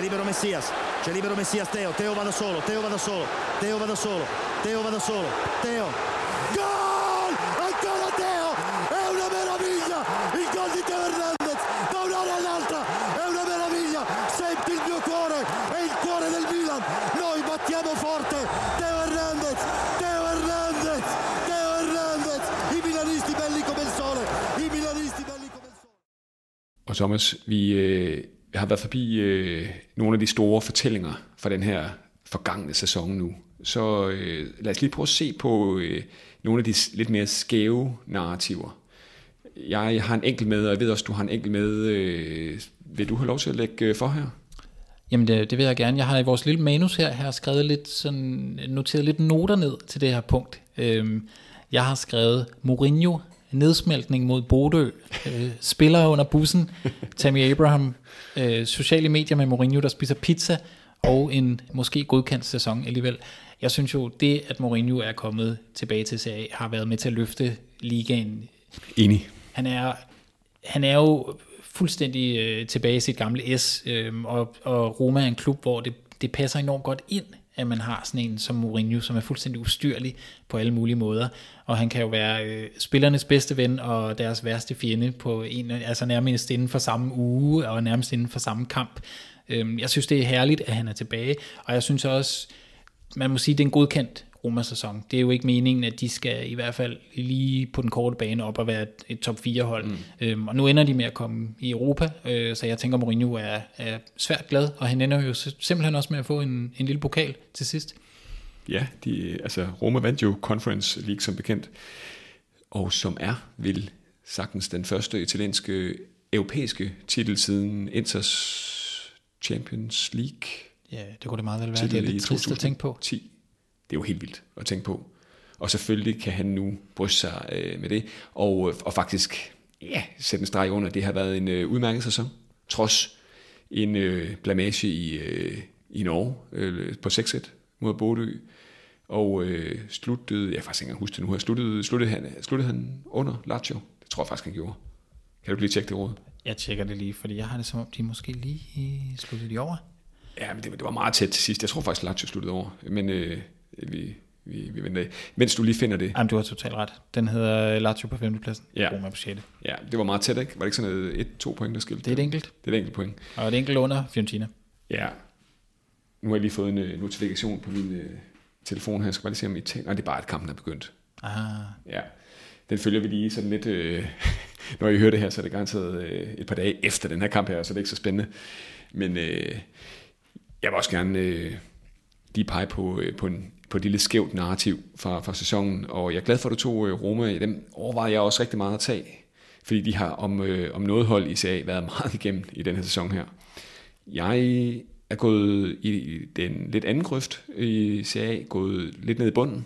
Teo va da solo, Teo gol, ancora Teo, è una meraviglia, il gol di Teo Hernandez da un'area all'altra, è una meraviglia, senti il mio cuore, è il cuore del Milan, noi battiamo forte, Teo Hernandez, i milanisti belli come il sole, Og Thomas, vi har været forbi nogle af de store fortællinger fra den her forgangne sæson nu. Så lad os lige prøve at se på nogle af de lidt mere skæve narrativer. Jeg har en enkelt med, og jeg ved også, du har en enkelt med. Vil du have lov til at lægge for her? Jamen det vil jeg gerne. Jeg har i vores lille manus her skrevet lidt sådan, noteret lidt noter ned til det her punkt. Jeg har skrevet Mourinho, nedsmeltning mod Bodø, spillere under bussen, Tammy Abraham, sociale medier med Mourinho, der spiser pizza, og en måske godkendt sæson alligevel. Jeg synes jo, det at Mourinho er kommet tilbage til Serie A, har været med til at løfte ligaen. Enig. Han er jo fuldstændig tilbage i sit gamle S, og Roma er en klub, hvor det passer enormt godt ind, at man har sådan en som Mourinho, som er fuldstændig ustyrlig på alle mulige måder, og han kan jo være spillernes bedste ven og deres værste fjende på altså nærmest inden for samme uge og nærmest inden for samme kamp. Jeg synes, det er herligt, at han er tilbage, og jeg synes også, man må sige, det er en godkendt Roma-sæson. Det er jo ikke meningen, at de skal i hvert fald lige på den korte bane op og være et top 4-hold. Og nu ender de med at komme i Europa, så jeg tænker, Mourinho er svært glad, og han ender jo simpelthen også med at få en lille pokal til sidst. Ja, Roma vandt jo Conference League som bekendt, og som er vel sagtens den første italienske europæiske titel siden Inters Champions League. Ja, det kunne det meget vel være. Det er lidt trist at tænke på. 10. Det er jo helt vildt at tænke på. Og selvfølgelig kan han nu bryste sig med det. Og faktisk sætte en streg under. Det har været en udmærket sæson. Trods en blamage i Norge på 6-1 mod Bodø. Og sluttede, jeg kan faktisk ikke engang huske det nu, sluttede han under Lazio? Det tror jeg faktisk, han gjorde. Kan du lige tjekke det råd? Jeg tjekker det lige, fordi jeg har det som om, de måske lige sluttede over. Ja, men det var meget tæt til sidst. Jeg tror faktisk, Lazio sluttede over. Men vi venter. Mens du lige finder det. Jamen, du har totalt ret. Den hedder Lazio på 5. pladsen. Ja. Roma på 6. Ja, det var meget tæt, ikke? Var det ikke sådan noget 1-2 point, der skilte? Det er et enkelt. Det er et enkelt point. Og et enkelt under Fiorentina. Ja. Nu har jeg lige fået en notifikation på min telefon her. Jeg skal bare lige se, om nej, det er bare, at kampen er begyndt. Ja. Den følger vi lige sådan lidt... når I hører det her, så er det garanteret et par dage efter den her kamp her, så det er ikke så spændende. Men jeg vil også gerne lige pege på et lille skævt narrativ fra sæsonen, og jeg er glad for, at du tog Roma. Dem overvejer jeg også rigtig meget at tage, fordi de har om noget hold i Serie A været meget igennem i den her sæson her. Jeg er gået i den lidt anden grøft i Serie A, gået lidt ned i bunden,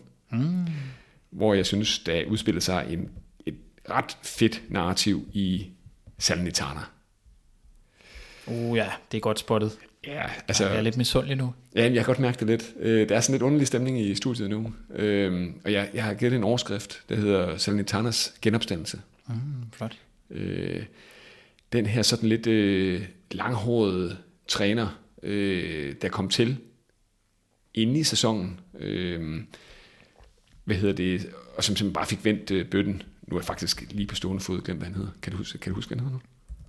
hvor jeg synes, der udspillede sig et ret fedt narrativ i Salernitana. Ja, det er godt spottet. Ja, altså, jeg er lidt misundelig nu. Ja, jeg har godt mærket det lidt. Der er sådan lidt underlig stemning i studiet nu. Og jeg har givet en overskrift, der hedder Salernitanas genopstandelse. Flot. Den her sådan lidt langhårede træner, der kom til inde i sæsonen, og som simpelthen bare fik vendt bøtten. Nu er jeg faktisk lige på stående fod glemt, hvad han hedder. Kan du huske, hvad han hedder nu?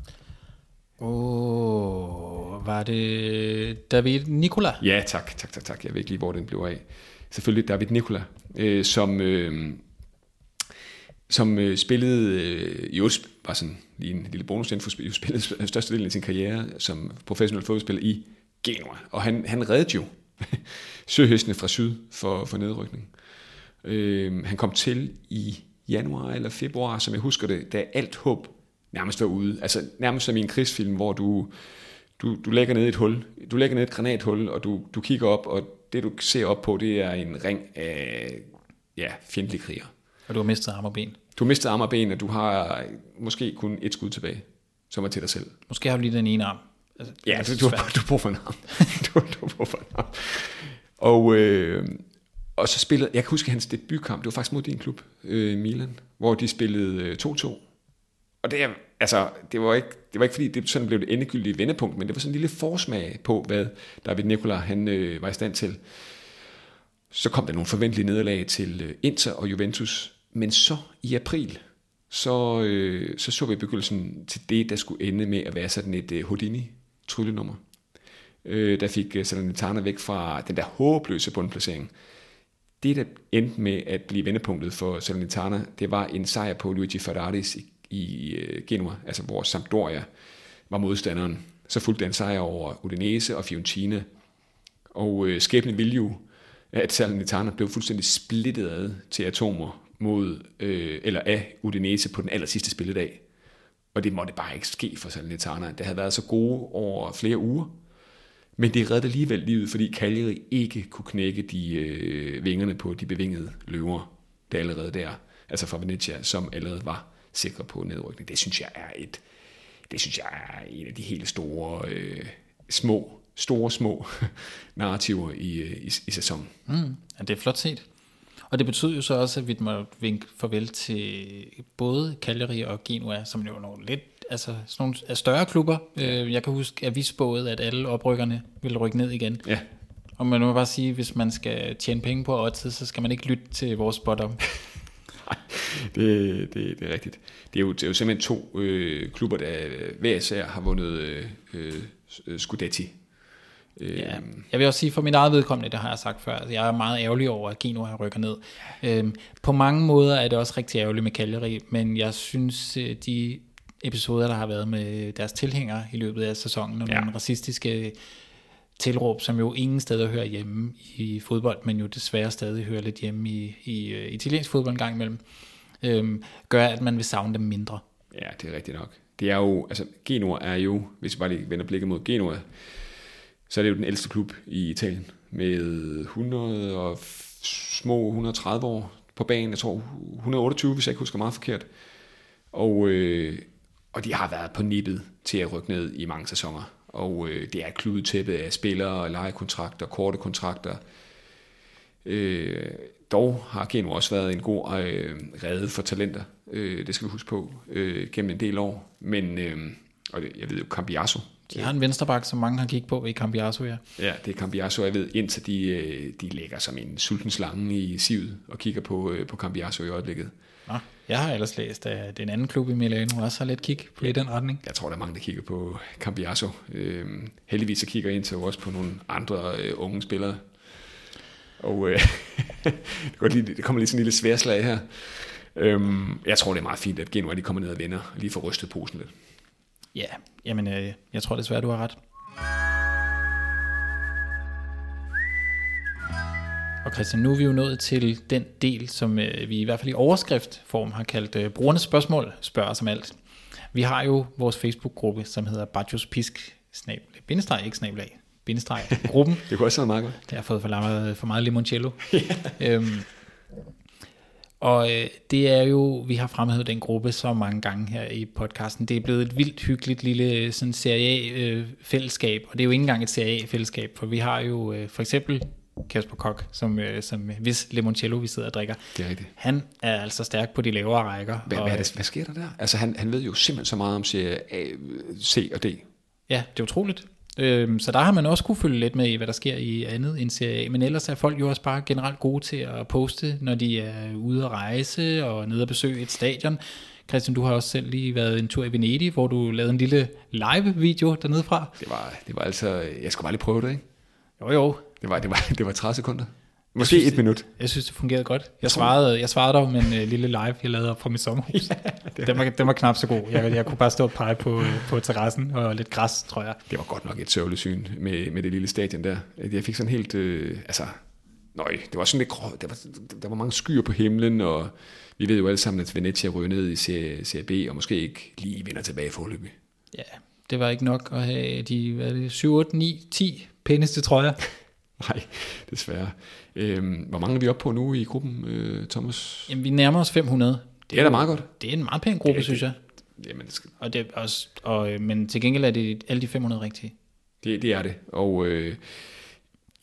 Var det David Nicola? Ja, tak. Jeg ved ikke lige, hvor den blev af. Selvfølgelig David Nicola, som spillede i Osp, var sådan lige en lille bonusinfo, spillede størstedelen af sin karriere som professionel fodboldspiller i Genua. Og han reddede jo søhestene fra syd for nedrykning. Han kom til i januar eller februar, som jeg husker det, da alt håb nærmest var ude. Altså nærmest som i en krigsfilm, hvor du lægger ned et hul. Du lægger ned et granathul, og du kigger op, og det du ser op på, det er en ring af fjendtlige kriger. Og du har mistet arm og ben. Du har mistet arm og ben, og du har måske kun et skud tilbage, som er til dig selv. Måske har du lige den ene arm. Altså, ja, du har brug for en arm. du har brug for en arm. Og så spillede, jeg kan huske hans debutkamp, det var faktisk mod din klub, Milan, hvor de spillede 2-2. Og det altså, det var ikke fordi, det sådan blev det endegyldige vendepunkt, men det var sådan en lille forsmag på, hvad David Nicola, han var i stand til. Så kom der nogle forventelige nederlag til Inter og Juventus, men så i april, så vi begyndelsen til det, der skulle ende med at være sådan et Houdini-tryllenummer. Der fik Salernitana væk fra den der håbløse bundplacering. Det, der endte med at blive vendepunktet for Salernitana, det var en sejr på Luigi Ferraris i Genua, altså hvor Sampdoria var modstanderen. Så fulgte der en sejr over Udinese og Fiorentina, og skæbnen ville jo, at Salernitana blev fuldstændig splittet ad til atomer af Udinese på den aller sidste spilledag. Og det måtte bare ikke ske for Salernitana. Det havde været så gode over flere uger, men det reddede alligevel livet, fordi Cagliari ikke kunne knække de vingerne på de bevingede løver, der allerede der, altså fra Venezia, som allerede var sikre på nedrykning. Det synes jeg er en af de helt store, små narrativer i sæsonen. Ja, det er flot set. Og det betyder jo så også, at vi må vinke farvel til både Cagliari og Genua, som jo er nogle lidt, altså sådan nogle større klubber. Jeg kan huske, at vi spåede, at alle oprykkerne ville rykke ned igen. Ja. Og man må bare sige, hvis man skal tjene penge på oddset, så skal man ikke lytte til vores spot om. Nej, det er rigtigt. Det er jo simpelthen to klubber, der hver især har vundet Scudetti. Ja, jeg vil også sige, for mit eget vedkommende, det har jeg sagt før, at jeg er meget ærgerlig over, at Genua har rykket ned. På mange måder er det også rigtig ærgerligt med Cagliari, men jeg synes, de episoder, der har været med deres tilhængere i løbet af sæsonen, og nogle racistiske tilråb, som jo ingen steder hører hjemme i fodbold, men jo desværre stadig hører lidt hjemme i italiensk fodbold en gang imellem, gør, at man vil savne dem mindre. Ja, det er rigtigt nok. Det er jo, altså Genua er jo, hvis vi bare lige vender blikket mod Genua, så er det jo den ældste klub i Italien, med 130 år på banen, jeg tror 128, hvis jeg ikke husker meget forkert. Og de har været på nippet til at rykke ned i mange sæsoner. Og det er et kludetæppe af spillere, lejekontrakter, korte kontrakter. Dog har Genua også været en god rede for talenter. Det skal vi huske på gennem en del år. Men jeg ved jo, Cambiaso. De har en venstreback, som mange har kigget på i Cambiaso, ja. Ja, det er Cambiaso. Jeg ved, indtil de ligger som en sulten slange i sivet og kigger på Cambiaso i øjeblikket. Nå, jeg har ellers læst, at den anden klub i Milano også har lidt kig på i den retning. Jeg tror, der er mange, der kigger på Cambiaso. Heldigvis så kigger Inter også på nogle andre unge spillere. Og det kommer lige sådan en lille sværslag her. Jeg tror, det er meget fint, at Genua de kommer ned og vinder, og lige får rystet posen lidt. Ja, jamen jeg tror desværre, du har ret. Og Christian, nu er vi jo nået til den del, som vi i hvert fald i overskriftform har kaldt brugernes spørgsmål, spørger os om alt. Vi har jo vores Facebook-gruppe, som hedder Baccios Pisk, gruppen. Det kunne også være meget godt. Det har fået for meget limoncello. Og det er jo, vi har fremhævet den gruppe så mange gange her i podcasten. Det er blevet et vildt hyggeligt lille sådan Serie A-fællesskab, og det er jo ikke engang et Serie A-fællesskab, for vi har jo for eksempel Kasper Koch, som hvis limoncello vi sidder og drikker. Det er rigtigt. Han er altså stærk på de lavere rækker. Hvad sker der der? Altså han ved jo simpelthen så meget om Serie A, C og D. Ja, det er utroligt. Så der har man også kunne følge lidt med i, hvad der sker i andet end Serie A. Men ellers er folk jo også bare generelt gode til at poste, når de er ude at rejse og nede at besøge et stadion. Christian, du har også selv lige været en tur i Venedig, hvor du lavede en lille live-video dernede fra. Det var altså, jeg skulle bare lige prøve det, ikke? Jo. Det var 30 sekunder. Måske et minut. Jeg synes, det fungerede godt. Jeg svarede dog med en lille live, jeg lavede op fra mit sommerhus. Den var knap så god. Jeg kunne bare stå og pege på terrassen og lidt græs, tror jeg. Det var godt nok et sørgeligt syn med det lille stadion der. Jeg fik sådan helt... det var sådan lidt grå. Der var mange skyer på himlen, og vi ved jo alle sammen, at Venezia ryger ned i Serie B, og måske ikke lige vender tilbage forløbig. Ja, det var ikke nok at have de 7, 8, 9, 10 pæneste trøjer. Nej, desværre. Hvor mange er vi oppe på nu i gruppen, Thomas? Jamen, vi nærmer os 500. Det er da meget godt. Det er en meget pæn gruppe, synes jeg. Jamen, og det er også, men til gengæld er det alle de 500 rigtige. Det er det. Og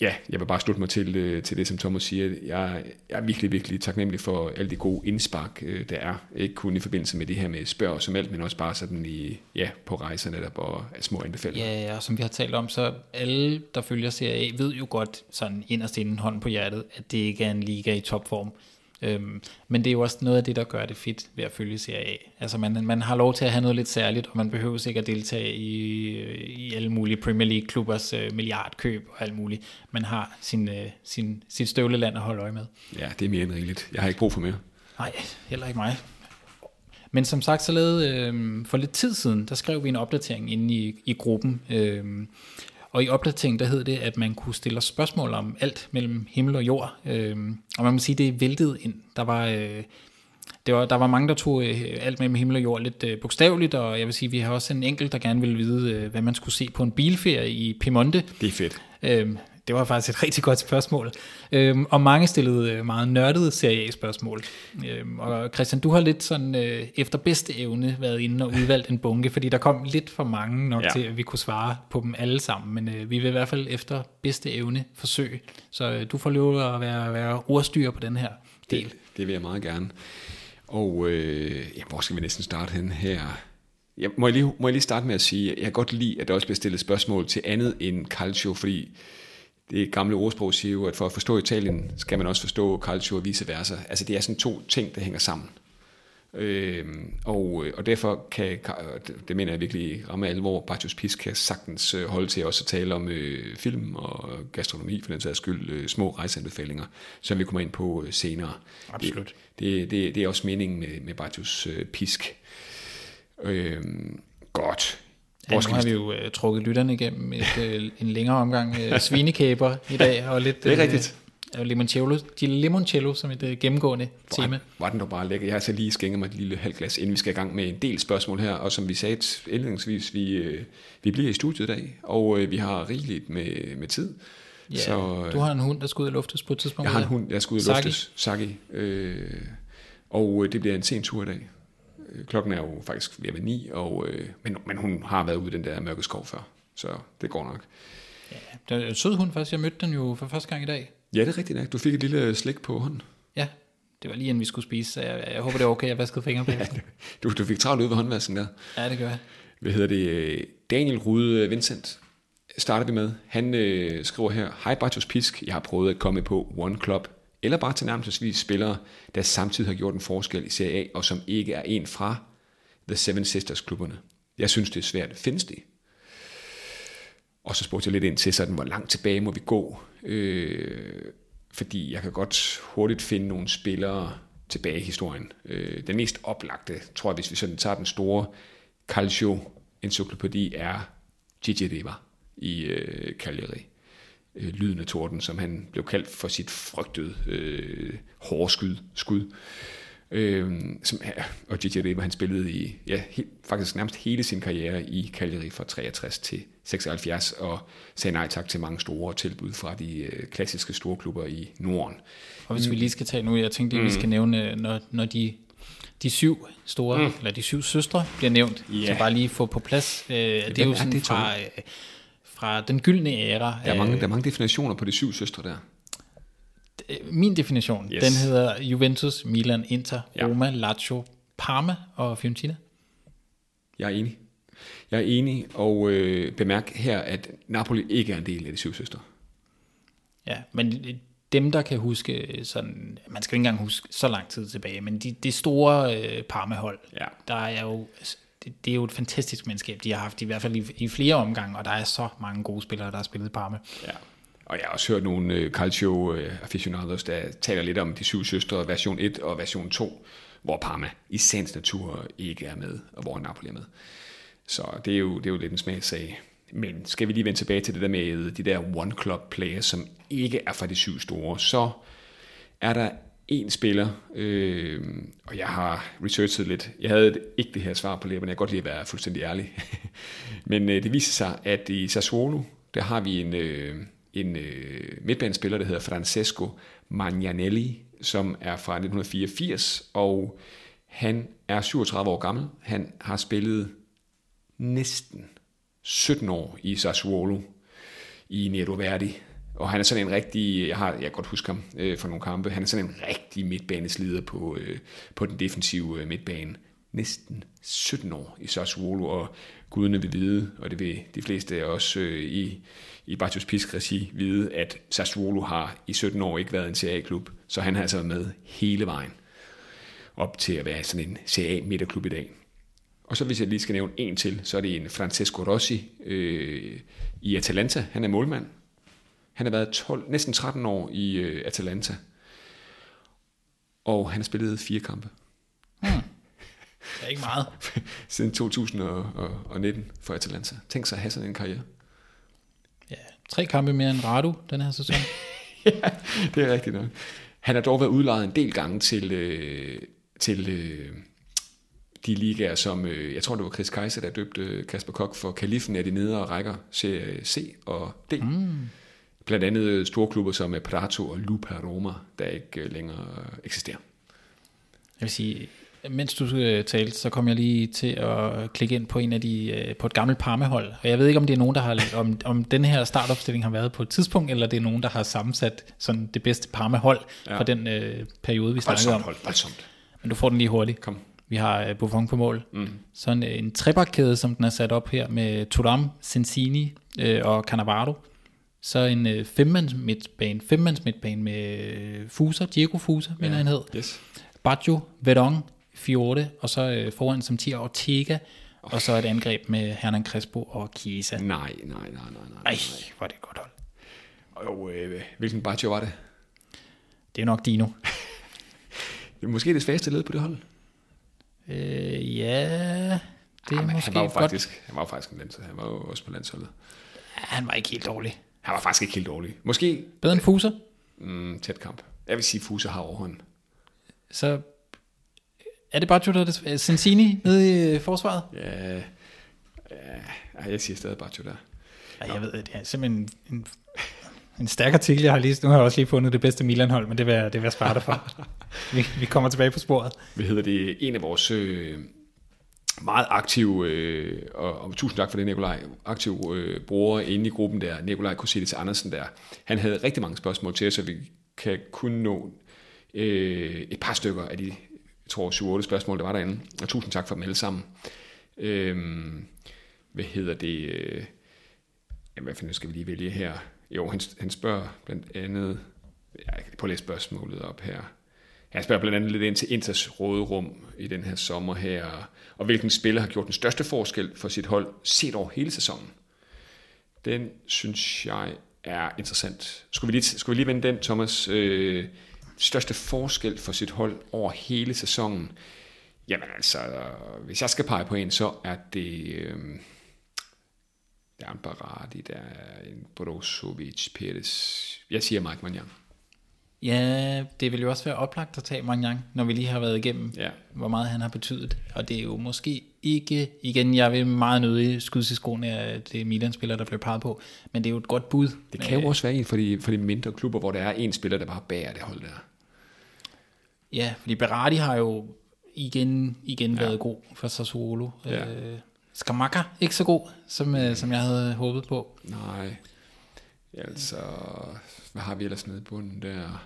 Ja, jeg vil bare slutte mig til det, som Thomas siger. Jeg er virkelig, virkelig taknemmelig for alle de gode indspark, der er. Ikke kun i forbindelse med det her med spørg som alt, men også bare sådan på rejserne der og små anbefalinger. Ja, og som vi har talt om, så alle, der følger Serie A, ved jo godt sådan inderst inden hånd på hjertet, at det ikke er en liga i topform. Men det er jo også noget af det, der gør det fedt ved at følge Serie A. Altså man har lov til at have noget lidt særligt, og man behøver sikkert at deltage i alle mulige Premier League-klubbers milliardkøb og alt muligt. Man har sit støvleland at holde øje med. Ja, det er mere end rigeligt. Jeg har ikke brug for mere. Nej, heller ikke mig. Men som sagt, så lavede for lidt tid siden, der skrev vi en opdatering inde i gruppen. Og i opdateringen, der hed det, at man kunne stille os spørgsmål om alt mellem himmel og jord. Og man må sige, det er væltet ind. Der var mange, der tog alt mellem himmel og jord lidt bogstaveligt, og jeg vil sige, vi har også en enkelt, der gerne ville vide, hvad man skulle se på en bilferie i Piemonte. Det er fedt. Det var faktisk et rigtig godt spørgsmål. Og mange stillede meget nørdede Serie A-spørgsmål. Og Christian, du har lidt sådan efter bedste evne været inde og udvalgt en bunke, fordi der kom lidt for mange nok til, at vi kunne svare på dem alle sammen. Men vi vil i hvert fald efter bedste evne forsøge. Så du får lov at være ordstyrer på den her del. Det vil jeg meget gerne. Og hvor skal vi næsten starte hen her? Må jeg lige starte med at sige, at jeg kan godt lide, at der også bliver stillet spørgsmål til andet end calcio, fordi det gamle ordsprog siger jo, at for at forstå Italien, skal man også forstå calcio og vice versa. Altså det er sådan to ting, der hænger sammen. Og derfor kan, det mener jeg virkelig ramme alvor, Bartosz Pisk kan sagtens holde til også at tale om film og gastronomi, for den sags skyld, små rejseanbefalinger, som vi kommer ind på senere. Absolut. Det er også meningen med Bartosz Pisk. Godt. Ja, nu har vi jo trukket lytterne igennem en længere omgang svinekæber i dag, og lidt det er rigtigt. Limoncello som et gennemgående tema. Var den dog bare lækker. Jeg har så lige skænket mig et lille halvt glas, inden vi skal i gang med en del spørgsmål her, og som vi sagde indledningsvis, vi bliver i studiet i dag, og vi har rigeligt med tid. Ja, så, du har en hund, der skal ud og luftes på et tidspunkt. Jeg har en hund, der skal ud og luftes, Saki, og det bliver en sen tur i dag. Klokken er jo faktisk ved at være 9, men hun har været ude i den der mørke skov før, så det går nok. Ja, det er en sød hund faktisk. Jeg mødte den jo for første gang i dag. Ja, det er rigtigt nok. Du fik et lille slik på hånden. Ja, det var lige inden vi skulle spise, så jeg håber det er okay, jeg vaskede fingre på. Ja, du fik travlt ud ved håndvasken der. Ja, det gør jeg. Hvad hedder det? Daniel Rude Vincent starter vi med. Han skriver her: Hej Bartosz Pisk, jeg har prøvet at komme på One Club, eller bare tilnærmelsesvis spillere, der samtidig har gjort en forskel i Serie A, og som ikke er en fra The Seven Sisters-klubberne. Jeg synes, det er svært. Findes det? Og så spurgte jeg lidt ind til, sådan, hvor langt tilbage må vi gå? Fordi jeg kan godt hurtigt finde nogle spillere tilbage i historien. Den mest oplagte, tror jeg, hvis vi sådan tager den store calcio-encyklopædi, er Gigi Riva i Cagliari. Lyden af torden, som han blev kaldt for sit frygtede hårde skud. Og Gigi Riva, han spillede i faktisk nærmest hele sin karriere i Cagliari fra 63 til 76, og sagde nej tak til mange store tilbud fra de klassiske store klubber i Norden. Og hvis vi lige skal tage nu, jeg tænkte, at vi skal nævne, når de 7 store, eller de 7 søstre bliver nævnt, så bare lige få på plads. Det er jo sådan fra den gyldne æra. Der er mange definitioner på de 7 søstre der. Min definition, den hedder Juventus, Milan, Inter, Roma, Lazio, Parma og Fiorentina. Jeg er enig, og bemærk her, at Napoli ikke er en del af de 7 søstre. Ja, men dem, der kan huske sådan, man skal ikke engang huske så lang tid tilbage, men de store Parma-hold, der er jo, det er jo et fantastisk mandskab, de har haft i hvert fald i flere omgange, og der er så mange gode spillere, der har spillet i Parma. Ja. Og jeg har også hørt nogle calcio-aficionados, der taler lidt om de 7 søstre, version 1 og version 2, hvor Parma i sagens natur ikke er med, og hvor Napoli er med. Så det er jo lidt en smagssag. Men skal vi lige vende tilbage til det der med de der one-club-players, som ikke er fra de 7 store, så er der en spiller, og jeg har researchet lidt. Jeg havde ikke det her svar på læben, jeg kan godt lide at være fuldstændig ærlig. Men det viser sig, at i Sassuolo, der har vi en midtbanespiller, der hedder Francesco Magnanelli, som er fra 1984, og han er 37 år gammel. Han har spillet næsten 17 år i Sassuolo i Nero Verdi, Og han er sådan en rigtig, jeg kan godt huske ham fra nogle kampe, han er sådan en rigtig midtbaneslider på den defensive midtbane. Næsten 17 år i Sassuolo, og gudene vil vide, og det vil de fleste af os i Bartosz Pisk-regi vide, at Sassuolo har i 17 år ikke været en Serie A-klub, så han har altså været med hele vejen op til at være sådan en Serie A-midterklub i dag. Og så hvis jeg lige skal nævne en til, så er det en Francesco Rossi i Atalanta. Han er målmand. Han har været næsten 13 år i Atalanta, og han har spillet 4 kampe. Det er ikke meget. Siden 2019 for Atalanta. Tænk sig at have sådan en karriere. Ja, 3 kampe mere end Radu den her sæson. Ja, det er rigtigt nok. Han har dog været udlejet en del gange til de ligaer, som jeg tror det var Chris Kaiser, der døbte Kasper Koch for kalifen af de nedre rækker C og D. Blandt andet store klubber som Prato og Lupa Roma, der ikke længere eksisterer. Jeg vil sige, mens du talte, så kom jeg lige til at klikke ind på på et gammelt Parma-hold. Og jeg ved ikke, om det er nogen, der har om den her startopstilling har været på et tidspunkt, eller det er nogen, der har sammensat sådan det bedste Parma-hold fra den periode, vi snakkede om. Voldsomt. Men du får den lige hurtigt. Kom. Vi har Buffon på mål. Sådan en trebakkæde, som den er sat op her med Thuram, Sensini og Cannavaro. Så en femmands midtbane med Fusa, Diego Fusa, mener han hed. Yes. Baggio, Veron, Fiore, og så foran som 10 Ortega, og så et angreb med Hernan Crespo og Chiesa. Nej. Ej, hvor er det et godt hold. Og hvilken Baggio var det? Det er nok Dino. Det er måske det svageste led på det hold. Ja, det er måske han var jo faktisk en landshold. Han var jo også på landsholdet. Ja, han var ikke helt dårlig. Han var faktisk ikke helt dårlig. Måske bedre end Fusa? Tæt kamp. Jeg vil sige, Fusa har overhånden. Så er det Baggio, der er Sensini nede i forsvaret? Ja, jeg siger stadig Baggio der. Ja, jeg ved, det er simpelthen en stærk artikel, jeg har lige. Nu har jeg også lige fundet det bedste Milan-hold, men det vil jeg spare dig for. Vi kommer tilbage på sporet. En af vores meget aktive, og tusind tak for det, Nikolaj, aktive brugere inde i gruppen der, Nikolaj Kosilic Andersen der, han havde rigtig mange spørgsmål til os, så vi kan kun nå et par stykker af de, jeg tror 7-8 spørgsmål, der var derinde, og tusind tak for dem alle sammen. Hvad fanden skal vi lige vælge her? Jo, han spørger blandt andet, jeg kan prøve at læse spørgsmålet op her. Han spørger blandt andet lidt ind til Inters råderum i den her sommer her, og hvilken spiller har gjort den største forskel for sit hold set over hele sæsonen. Den synes jeg er interessant. Skulle vi lige vende den, Thomas? Største forskel for sit hold over hele sæsonen? Jamen altså, hvis jeg skal pege på en, så er det... der er en Berardi, der er en Brozovic, Perez. Jeg siger Mike Maignan. Ja, det vil jo også være oplagt at tage Maignan, når vi lige har været igennem, hvor meget han har betydet. Og det er jo måske ikke, igen, jeg vil meget nødig skydes i skoene af det Milan-spiller, der bliver peget på, men det er jo et godt bud. Det kan jo også være en for de mindre klubber, hvor der er en spiller, der bare bærer det hold der. Ja, fordi Berardi har jo igen været god for Sassuolo. Ja. Scamacca ikke så god, som jeg havde håbet på. Nej, altså, hvad har vi ellers nede i bunden der?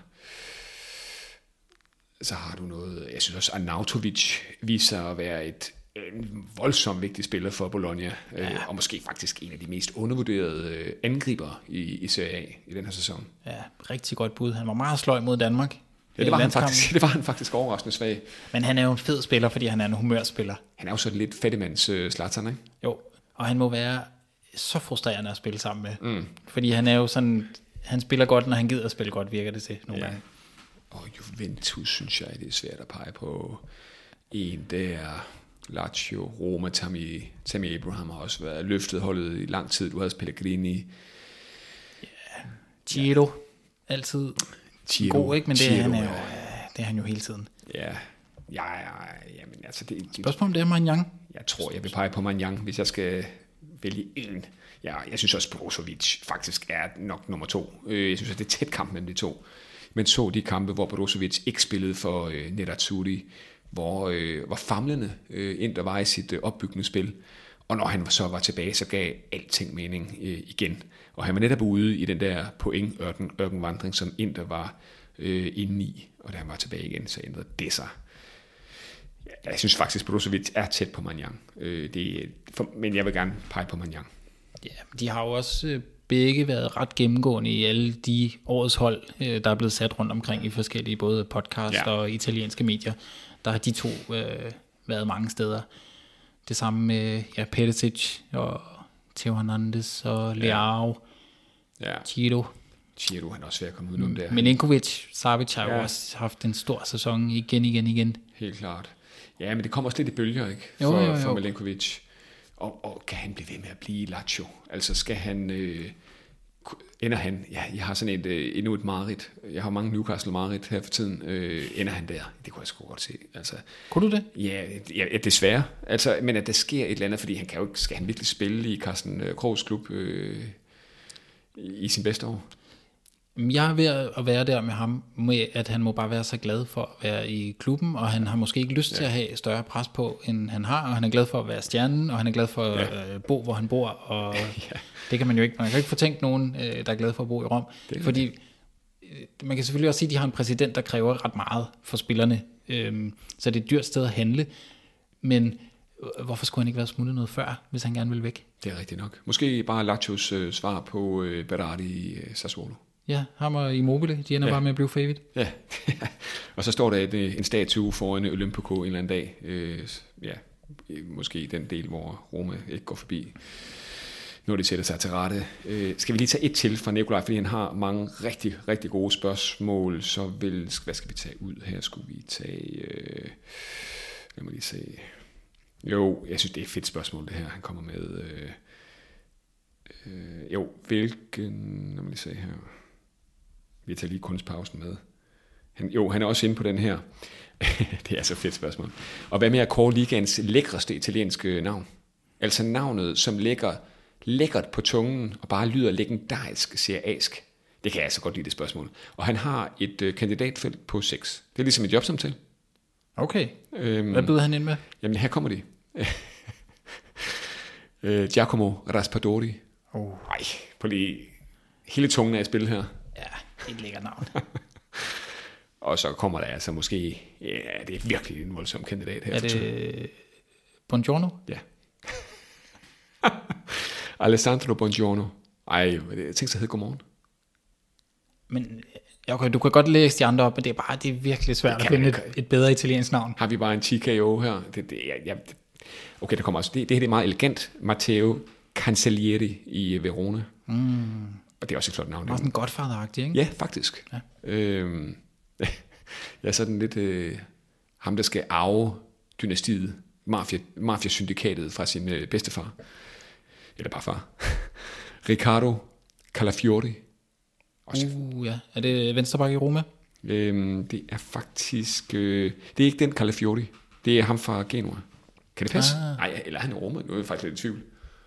Så har du noget, jeg synes også, Arnautovic viser at være en voldsomt vigtig spiller for Bologna, og måske faktisk en af de mest undervurderede angriber i Serie A i den her sæson. Ja, rigtig godt bud. Han var meget sløj mod Danmark. Ja, det var han faktisk overraskende svag. Men han er jo en fed spiller, fordi han er en humørspiller. Han er jo sådan lidt fattigmands Zlatan, ikke? Jo, og han må være så frustrerende at spille sammen med. Fordi han er jo sådan, han spiller godt, når han gider at spille godt, virker det til nogle gange. Og Juventus, synes jeg, det er svært at pege på. En der, Lazio, Roma, Tammy Abraham har også været løftet holdet i lang tid. Du havde Pellegrini. Ja, Giro, altid god, ikke? Men det er han jo hele tiden. Ja, jamen altså det... Spørgsmål om det er Maignan? Jeg tror, jeg vil pege på Maignan, hvis jeg skal vælge en. Ja, jeg synes også, Brozovic faktisk er nok nummer 2. Jeg synes, at det er tæt kamp mellem de to. Men så de kampe, hvor Brozovic ikke spillede for Nerazzurri, hvor famlende Inter var i sit opbyggende spil. Og når han så var tilbage, så gav alting mening igen. Og han var netop ude i den der ørkenvandring, som Inter var inde i. Og da han var tilbage igen, så ændrede det sig. Jeg synes faktisk, Brozovic er tæt på Maignan. Men jeg vil gerne pege på Maignan. Ja, de har jo også begge været ret gennemgående i alle de årets hold, der er blevet sat rundt omkring i forskellige både podcast og italienske medier. Der har de to været mange steder. Det samme med Perisic og Theo Hernandez og Leao, Ciro, han er også ved at komme udenom der. Milinkovic, Savic har jo også haft en stor sæson igen. Helt klart. Ja, men det kommer også lidt i bølger, ikke? For Milinkovic. Og kan han blive ved med at blive Lazio? Altså skal han... ender han... Ja, jeg har sådan endnu et mareridt. Jeg har mange Newcastle-mareridt her for tiden. Ender han der? Det kunne jeg sgu godt se. Altså, kunne du det? Ja, desværre. Altså, men at der sker et eller andet, fordi han kan jo ikke... Skal han virkelig spille i Carsten Krogs klub i sin bedste år? Jeg er ved at være der med ham, med at han må bare være så glad for at være i klubben, og han har måske ikke lyst til at have større pres på, end han har, og han er glad for at være stjernen, og han er glad for at bo, hvor han bor, og det kan man jo ikke. Man kan ikke fortænke nogen, der er glad for at bo i Rom, fordi man kan selvfølgelig også sige, at de har en præsident, der kræver ret meget for spillerne, så det er et dyrt sted at handle, men hvorfor skulle han ikke være smuttet noget før, hvis han gerne vil væk? Det er rigtigt nok. Måske bare Lazios svar på Berardi i Sassuolo. Ja, ham og Immobile, de ender bare med at blive favorite. Ja, og så står der en statue foran Olympico en eller anden dag. Måske den del, hvor Roma ikke går forbi, når de sætter sig til rette. Skal vi lige tage et til fra Nikolaj, fordi han har mange rigtig, rigtig gode spørgsmål. Så hvad skal vi tage ud her? Skulle vi tage... lad mig lige se... Jo, jeg synes, det er et fedt spørgsmål, det her, han kommer med. Hvilken... Lad mig lige se her... Vi tager lige kunstpausen med. Han er også inde på den her. Det er så fedt spørgsmål. Og hvad med at kåre ligaens lækreste italienske navn? Altså navnet, som ligger lækkert på tungen, og bare lyder legendarisk serie-ask. Det kan jeg så godt lide, det spørgsmål. Og han har et kandidatfelt på 6. Det er ligesom et jobsamtale. Okay. Hvad byder han ind med? Jamen, her kommer de. Giacomo Raspadori. Nej, på lige hele tungen af spil her. Ja, et lækkert navn. Og så kommer der altså måske... Ja, det er virkelig en voldsom kandidat her. Er det Buongiorno? Ja. Alessandro Buongiorno. Ej, jeg tænkte, så hed godmorgen. Men okay, du kan godt læse de andre op, men det er virkelig svært at finde et bedre italiensk navn. Har vi bare en TKO her? Okay, der kommer også... Det her er meget elegant. Matteo Cancellieri i Verona. Og det er også et flot navn. Det er sådan Godfather-agtigt, ikke? Ja, faktisk. Ja. Jeg er sådan lidt ham, der skal arve dynastiet, mafia-syndikatet fra sin bedstefar. Eller bare far. Riccardo Calafiori. Ja. Er det venstreback i Roma? Det er faktisk... det er ikke den Calafiori. Det er ham fra Genua. Kan det passe? Nej, eller han er Roma. Nu er jeg faktisk lidt i tvivl.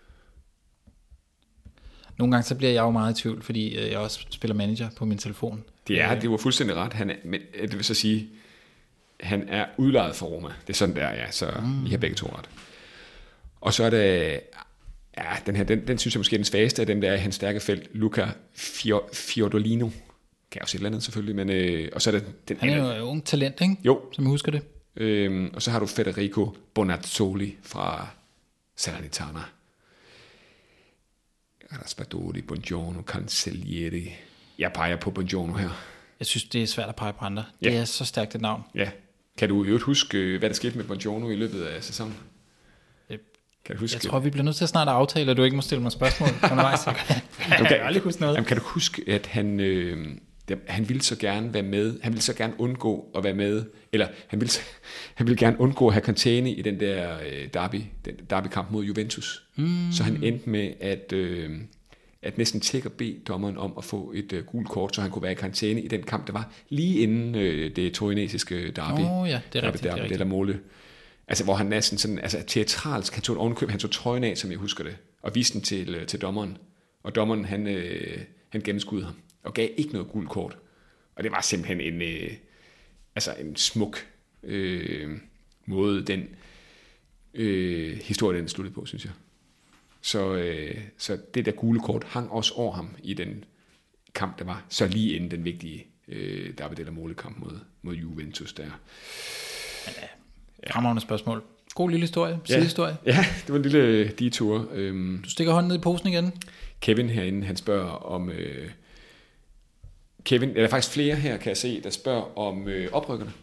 Nogle gange så bliver jeg jo meget i tvivl, fordi jeg også spiller manager på min telefon. Det var fuldstændig ret. Men det vil så sige, han er udlejet for Roma. Det er sådan der, ja. Så I har begge to ret. Og så er det... Ja, den synes jeg måske er den svageste af dem, der er i hans stærke felt. Luca Fiordolino. Kan jeg også et eller andet selvfølgelig, men... og så er det den han er jo ung talent, ikke? Jo. Som jeg husker det. Og så har du Federico Bonazzoli fra Salernitana. Raspadori, Buongiorno, Cancellieri. Jeg peger på Buongiorno her. Jeg synes, det er svært at pege på andre. Det er så stærkt et navn. Ja. Kan du i øvrigt huske, hvad der skete med Buongiorno i løbet af sæsonen? Kan du huske? Jeg tror, vi bliver nødt til at snart aftale, at du ikke må stille mig spørgsmål undervejs. Jeg kan aldrig huske noget. Jamen, kan du huske, at han ville så gerne være med, han ville så gerne undgå at være med, eller han ville gerne undgå at have karantæne i den der derbykamp mod Juventus. Så han endte med at næsten tække og bede dommeren om at få et gult kort, så han kunne være i karantæne i den kamp, der var lige inden det torinesiske derby. Ja, det er rigtigt. Det der måle. Altså, hvor han næsten sådan, altså teatralsk, han tog trøjen af, som jeg husker det, og viste den til dommeren. Og dommeren, han gennemskudde ham, og gav ikke noget gult kort. Og det var simpelthen en smuk måde, den historie, den sluttede på, synes jeg. Så det der gule kort hang også over ham i den kamp, der var så lige inden den vigtige derby eller målekamp mod Juventus der. Fremragende spørgsmål. God lille historie, sidehistorie. Ja, det var en lille detur. Du stikker hånden ned i posen igen. Kevin herinde, han spørger om... Kevin, der er faktisk flere her, kan jeg se, der spørger om oprykkerne.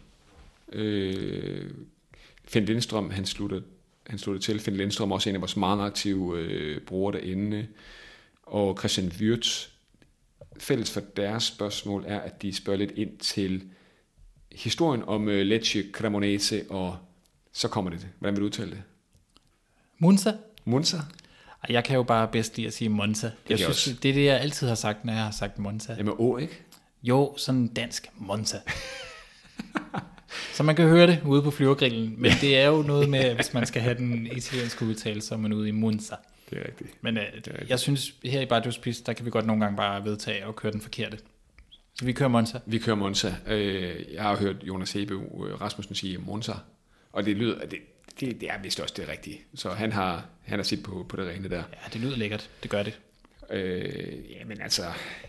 Finn Lindstrøm, han slutter til. Finn Lindstrøm er også en af vores meget aktive brugere derinde. Og Christian Wirtz. Fælles for deres spørgsmål er, at de spørger lidt ind til historien om Lecce, Cremonese, og så kommer det. Hvordan vil du udtale det? Monza? Jeg kan jo bare bedst lide at sige Monza. Jeg synes, det er det, jeg altid har sagt, når jeg har sagt Monza. Ja, med O, ikke? Jo, sådan dansk Monza. Så man kan høre det ude på flyvergrillen, men det er jo noget med, hvis man skal have den italienske udtale, så er man ude i Monza. Det er rigtigt. Men jeg synes, her i Badios Pis, der kan vi godt nogle gange bare vedtage og køre den forkerte. Så vi kører Monza. Jeg har hørt Jonas Hebe Rasmussen sige Monza, og det lyder, det er vist også det rigtige. Så han har set på det rene der. Ja, det lyder lækkert. Det gør det. Men altså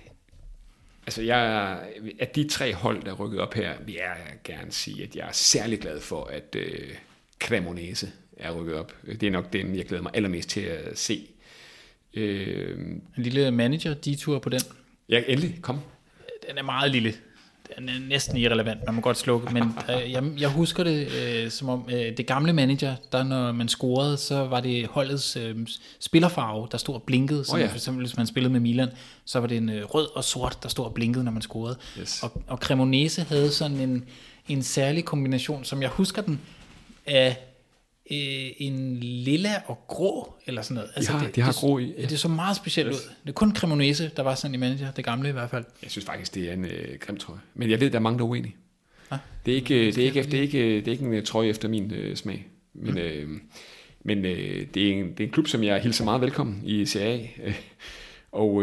jeg, at de 3 hold, der er rykket op her, vil jeg gerne sige, at jeg er særlig glad for, at Cremonese er rykket op. Det er nok den, jeg glæder mig allermest til at se. En lille manager-detur på den. Ja, endelig. Kom. Den er meget lille. Den er næsten irrelevant, man må godt slukke, men jeg husker det som om det gamle manager, der når man scorede, så var det holdets spillerfarve, der stod og blinkede, så for eksempel hvis man spillede med Milan, så var det en rød og sort, der stod og blinkede, når man scorede. Yes. Og Cremonese havde sådan en særlig kombination, som jeg husker den, af en lilla og grå, eller sådan noget. Altså de har grå i. Ja. Det så meget specielt ud. Det er kun Cremonese, der var sådan i manager, det gamle i hvert fald. Jeg synes faktisk, det er en grim trøje. Men jeg ved, der er mange, der er uenige. Det er ikke en trøje efter min smag. Men det er en klub, som jeg hilser meget velkommen i CA. Og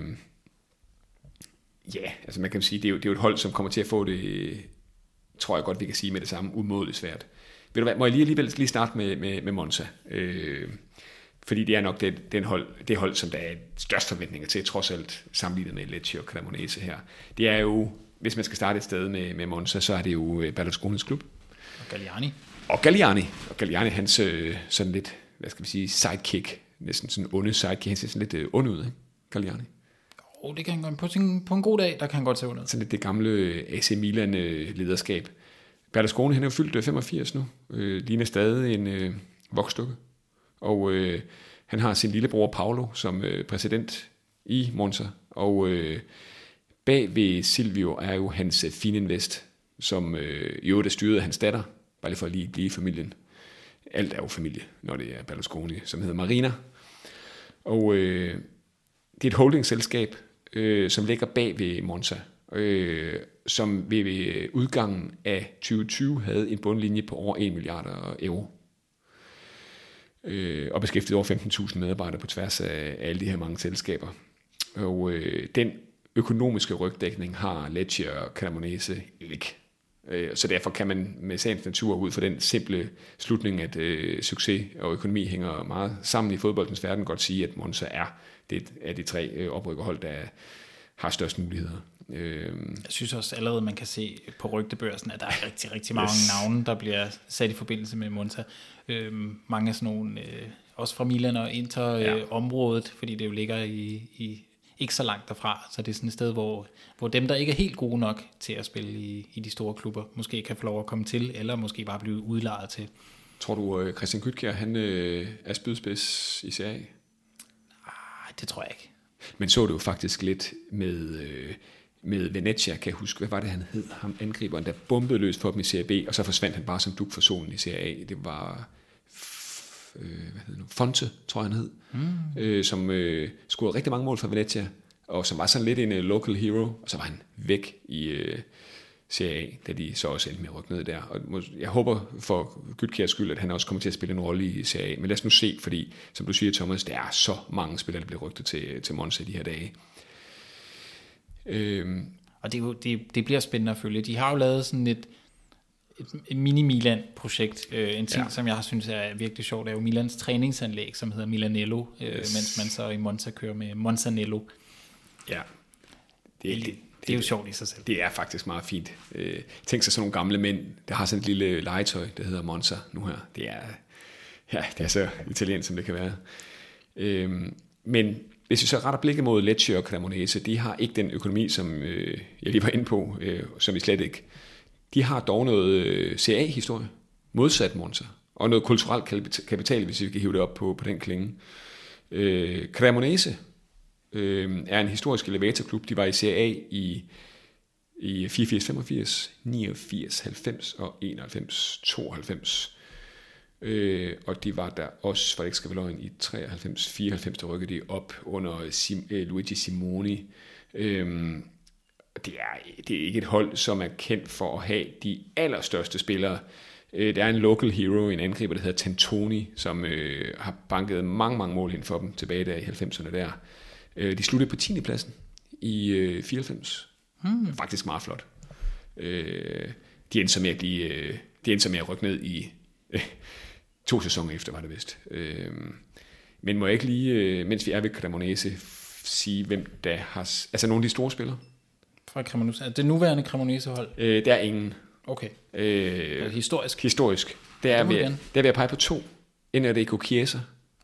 altså man kan sige, det er jo et hold, som kommer til at få det, tror jeg godt, vi kan sige med det samme, umådeligt svært. Ved du hvad, må jeg alligevel lige starte med Monza? Fordi det er nok det hold, som der er størst forventninger til, trods alt sammenlignet med Lecce og Cremonese her. Det er jo, hvis man skal starte et sted med Monza, så er det jo Berlusconis klub. Og Galliani, hans sådan lidt, hvad skal vi sige, sidekick, næsten sådan onde sidekick, han ser sådan lidt ond ud, ikke? Galliani. Det kan han godt på en god dag, der kan han godt se ud. Sådan lidt det gamle AC Milan lederskab. Berlusconi, han er jo fyldt 85 nu, ligner stadig en voksdukke, og han har sin lillebror Paolo som præsident i Monza, og bag ved Silvio er jo hans Fininvest, som i øvrigt er styret af hans datter, bare lige for at lige blive i familien. Alt er jo familie, når det er Berlusconi, som hedder Marina, og det er et holdingselskab, som ligger bag ved Monza, som ved udgangen af 2020 havde en bundlinje på over 1 milliard euro. Og beskæftigede over 15.000 medarbejdere på tværs af alle de her mange selskaber. Og den økonomiske rygdækning har Lecce og Cremonese ikke. Så derfor kan man med sagens natur ud fra den simple slutning, at succes og økonomi hænger meget sammen i fodboldens verden, godt sige, at Monza er det af de 3 oprykkerhold, der har størst muligheder. Jeg synes også allerede, man kan se på rygtebørsen, at der er rigtig, rigtig mange navne, der bliver sat i forbindelse med Monza. Mange af sådan nogle, også fra Milan og Inter-området, fordi det jo ligger i ikke så langt derfra, så det er sådan et sted, hvor dem, der ikke er helt gode nok til at spille i de store klubber, måske kan få lov at komme til, eller måske bare blive udlejet til. Tror du, Christian Kytkjær, han er spydspids i CA? Nej, det tror jeg ikke. Men så det jo faktisk lidt med Venezia, kan jeg huske, hvad var det, han hed? Ham angriberen, der bombede løs for dem i Serie B, og så forsvandt han bare som dug for solen i Serie A. Det var Fonte, tror jeg han hed, som scorede rigtig mange mål for Venezia, og som var sådan lidt en local hero, og så var han væk i Serie A, da de så også endte med at rykke ned der. Og jeg håber for Gytkjærs skyld, at han også kommer til at spille en rolle i Serie A, men lad os nu se, fordi som du siger, Thomas, der er så mange spillere, der bliver rygtet til Monza de her dage. Og det bliver spændende at følge. De har jo lavet sådan et mini-Milan-projekt. En ting, som jeg synes er virkelig sjovt, er jo Milans træningsanlæg, som hedder Milanello, mens man så i Monza kører med Monzanello. Ja. Det er jo sjovt i sig selv. Det er faktisk meget fint. Tænk sig sådan nogle gamle mænd, der har sådan et lille legetøj, der hedder Monza nu her. Det er så italiensk, som det kan være. Men hvis vi så retter blikket mod Lecce og Cremonese, de har ikke den økonomi, som jeg lige var inde på, som vi slet ikke. De har dog noget CA-historie, modsat Monza, og noget kulturel kapital, hvis vi kan hive det op på den klinge. Cremonese er en historisk elevatorklub. De var i CA i 84, 85, 89, 90 og 91, 92. Og de var der også, for det ikke skal være løgn, i 93, 94, der rykkede de op under Luigi Simoni. Det er ikke et hold, som er kendt for at have de allerstørste spillere. Der er en local hero, en angriber, der hedder Tantoni, som har banket mange mål ind for dem tilbage der i 90'erne der. De sluttede på 10. pladsen i 94. Faktisk meget flot. De endte så med at rykke ned i 2 sæsoner efter, var det vist. Men må jeg ikke lige, mens vi er ved Cremonese, sige, hvem der har... Altså nogle af de store spillere? Fra Cremonese. Det nuværende Cremonese-hold? Der er ingen. Okay. Historisk? Historisk. Der vil jeg pege på 2. Enrico Chiesa.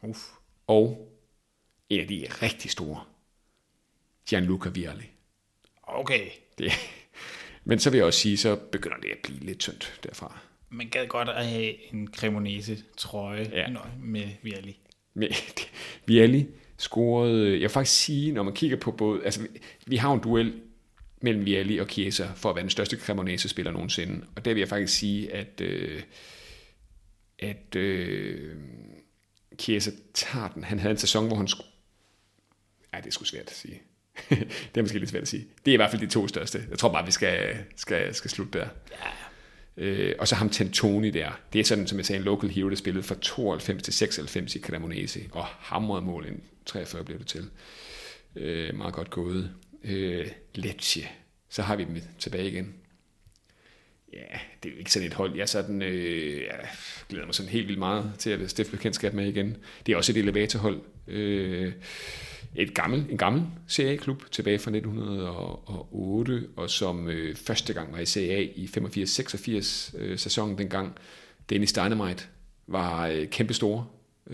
Og en af de rigtig store. Gianluca Vialli. Okay. Men så vil jeg også sige, så begynder det at blive lidt tyndt derfra. Man gad godt at have en Cremonese-trøje med Vialli. Vialli scorede, jeg vil faktisk sige, når man kigger på både, altså vi har en duel mellem Vialli og Chiesa for at være den største Cremonese-spiller nogensinde, og der vil jeg faktisk sige, at Chiesa tager den. Han havde en sæson, hvor han skulle... det er sgu svært at sige. Det er måske lidt svært at sige. Det er i hvert fald de 2 største. Jeg tror bare, vi skal slutte der. Ja. Og så ham Tantoni der. Det er sådan, som jeg sagde, en local hero, der spillede fra 92 til 96 i Cremonese. Og hamrede mål ind. 43 blev det til. Meget godt gået. Lecce. Så har vi dem tilbage igen. Ja, det er jo ikke sådan et hold. Jeg glæder mig sådan helt vildt meget til at stifte bekendtskab med igen. Det er også et elevatorhold. En gammel CA-klub tilbage fra 1908, og som første gang var i CA i 85-86 sæsonen dengang. Dennis Dynamite var kæmpe store.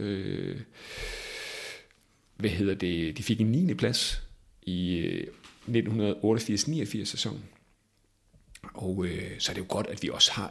De fik en 9. plads i 1988-89 sæsonen. Og så er det jo godt, at vi også har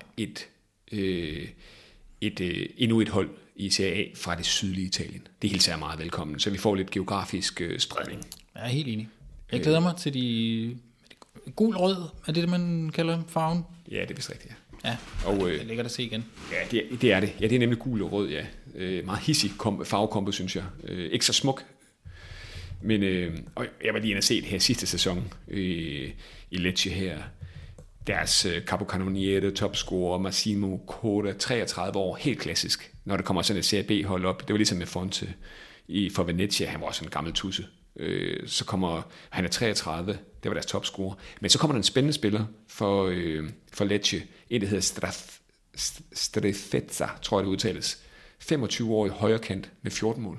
endnu et hold i CA fra det sydlige Italien. Det hilser jeg meget velkommen, så vi får lidt geografisk spredning. Jeg er helt enig. Jeg glæder mig til de gul-rød, er det man kalder farven? Ja, det er vist rigtigt, ja. Og det er lækkert at se igen. Ja, det er det. Ja, det er nemlig gul og rød, ja. Meget hissig farvekombo, synes jeg. Ikke så smuk. Men og jeg var lige inde og se det her sidste sæson i Lecce her. Deres capocannoniere, topscorer, Massimo Coda, 33 år, helt klassisk. Når der kommer sådan et CAB-hold op, det var ligesom med Fonte for Venezia, han var også en gammel tusse. Så kommer, han er 33, det var deres topscorer. Men så kommer der en spændende spiller for Lecce, en der hedder Strefezza, tror jeg det udtales. 25-årig højrekant med 14 mål.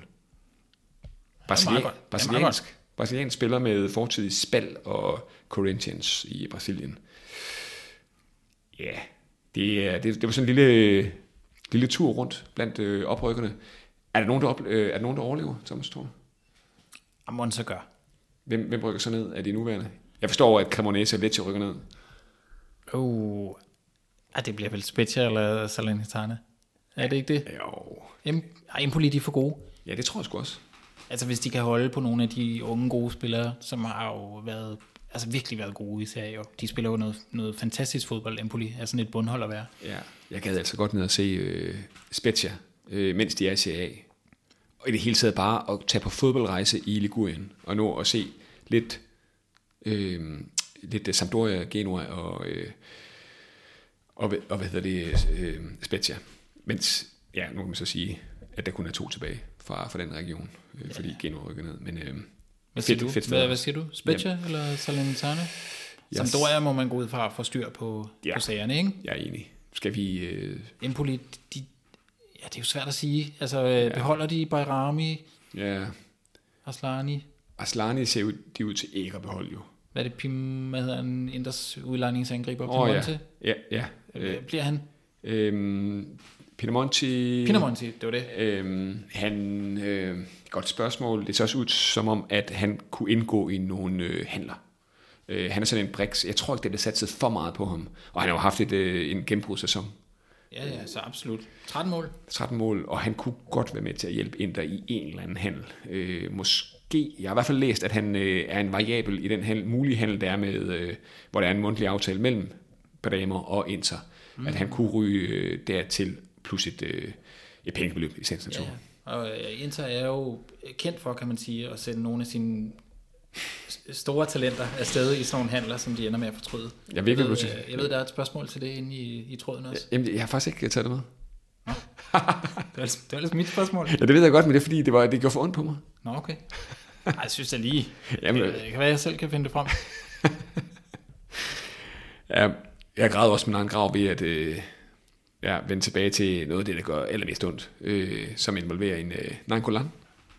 Brasiliansk spiller med fortid i Spal og Corinthians i Brasilien. Ja, det var sådan en lille tur rundt blandt oprykkerne. Er der nogen, der overlever, Thomas Thor? Monza gør. Hvem rykker så ned af de nuværende? Jeg forstår, at Cremonese og Lecce rykker ned. Det bliver vel Spezia eller Salernitana. Er det ikke det? Jo. Empoli, de er for gode. Ja, det tror jeg sgu også. Altså hvis de kan holde på nogle af de unge gode spillere, som har jo virkelig været gode i serien. De spiller jo noget fantastisk fodbold. Empoli er sådan et bundhold at være. Ja, jeg gad altså godt ned og se Spezia, mens de er i CA. Og i det hele taget bare at tage på fodboldrejse i Ligurien, og nå at se lidt Sampdoria, Genoa og hvad hedder det, Spezia. Mens, nu kan man så sige, at der kun er 2 tilbage fra den region, fordi Genoa rykker ned. Men hvad siger du? Spezia eller Salernitana? Sampdoria må man gå ud fra at få styr på sagerne, ikke? Jeg er enig. skal vi... Empoli, det er jo svært at sige. Altså, beholder de Bayrami? Ja. Aslani ser de ud til ikke at beholde, jo. Hvad er det, hvad hedder han, Inders udlejningsangriber? Pinamonti? Ja. Bliver han? Pinamonti, det var det. Godt spørgsmål. Det ser også ud som om, at han kunne indgå i nogle handler. Han er sådan en briks. Jeg tror ikke, det blev satset for meget på ham. Og han har jo haft en gennembrudssæson. Ja, så absolut. 13 mål, og han kunne godt være med til at hjælpe Inter i en eller anden handel. Måske, jeg har i hvert fald læst, at han er en variabel i den mulige handel, der er med, hvor der er en mundtlig aftale mellem Bremer og Inter. At han kunne ryge dertil, plus et pengebeløb i sagens natur. Ja. Og Inter er jo kendt for, kan man sige, at sende nogle af sine store talenter afsted i sådan nogle handler, som de ender med at fortryde. Jeg ved, der er et spørgsmål til det inde i tråden også. Jamen, jeg har faktisk ikke taget det med. Nå. Det var altså mit spørgsmål. Ja, det ved jeg godt, men det er fordi, det gjorde for ondt på mig. Nå, okay. Ej, jeg synes da lige. Jamen, det kan være, jeg selv kan finde det frem. Ja, jeg græder også min egen grav ved at vende tilbage til noget af det, der gør allermest ondt, som involverer en Nainggolan.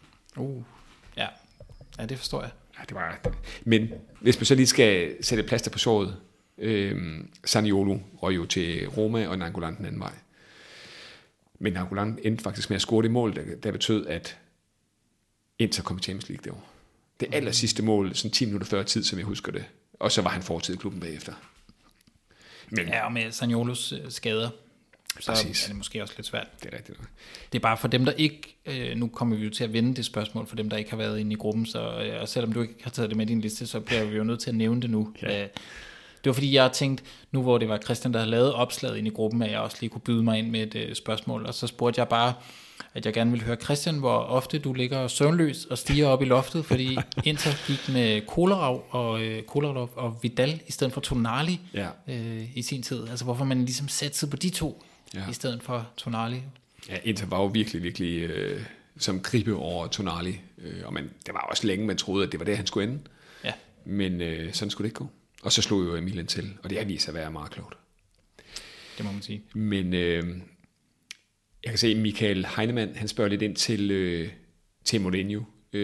Ja, det forstår jeg. Ja, det var. Men hvis man så lige skal sætte plaster på såret, Zaniolo røg jo til Roma og Nainggolan den anden vej. Men Nainggolan endte faktisk med at score det mål, der betød, at Inter kom i Champions League det år. Det aller sidste mål, sådan 10 minutter før tid, som jeg husker det. Og så var han fortid i klubben bagefter. Men, og med Zaniolos skader, så præcis. Er det måske også lidt svært. Det er rigtigt. Det er bare for dem, der ikke... nu kommer vi jo til at vende det spørgsmål for dem, der ikke har været inde i gruppen, så og selvom du ikke har taget det med i din liste, så bliver vi jo nødt til at nævne det nu. Ja. Det var fordi, jeg har tænkt, nu hvor det var Christian, der havde lavet opslaget ind i gruppen, at jeg også lige kunne byde mig ind med et spørgsmål, og så spurgte jeg bare, at jeg gerne ville høre, Christian, hvor ofte du ligger søvnløs og stiger op i loftet, fordi Inter gik med Kolarov og Vidal i stedet for Tonali i sin tid. Altså hvorfor man ligesom satsede på de to i stedet for Tonali. Ja, Inter var jo virkelig som gribe over Tonali, og det var også længe, man troede, at det var det, han skulle ende. Ja. Men sådan skulle det ikke gå. Og så slog jo Emilen til, og det har vist sig at være meget klogt. Det må man sige. Men jeg kan se, Michael Heinemann, han spørger lidt ind til Mourinho.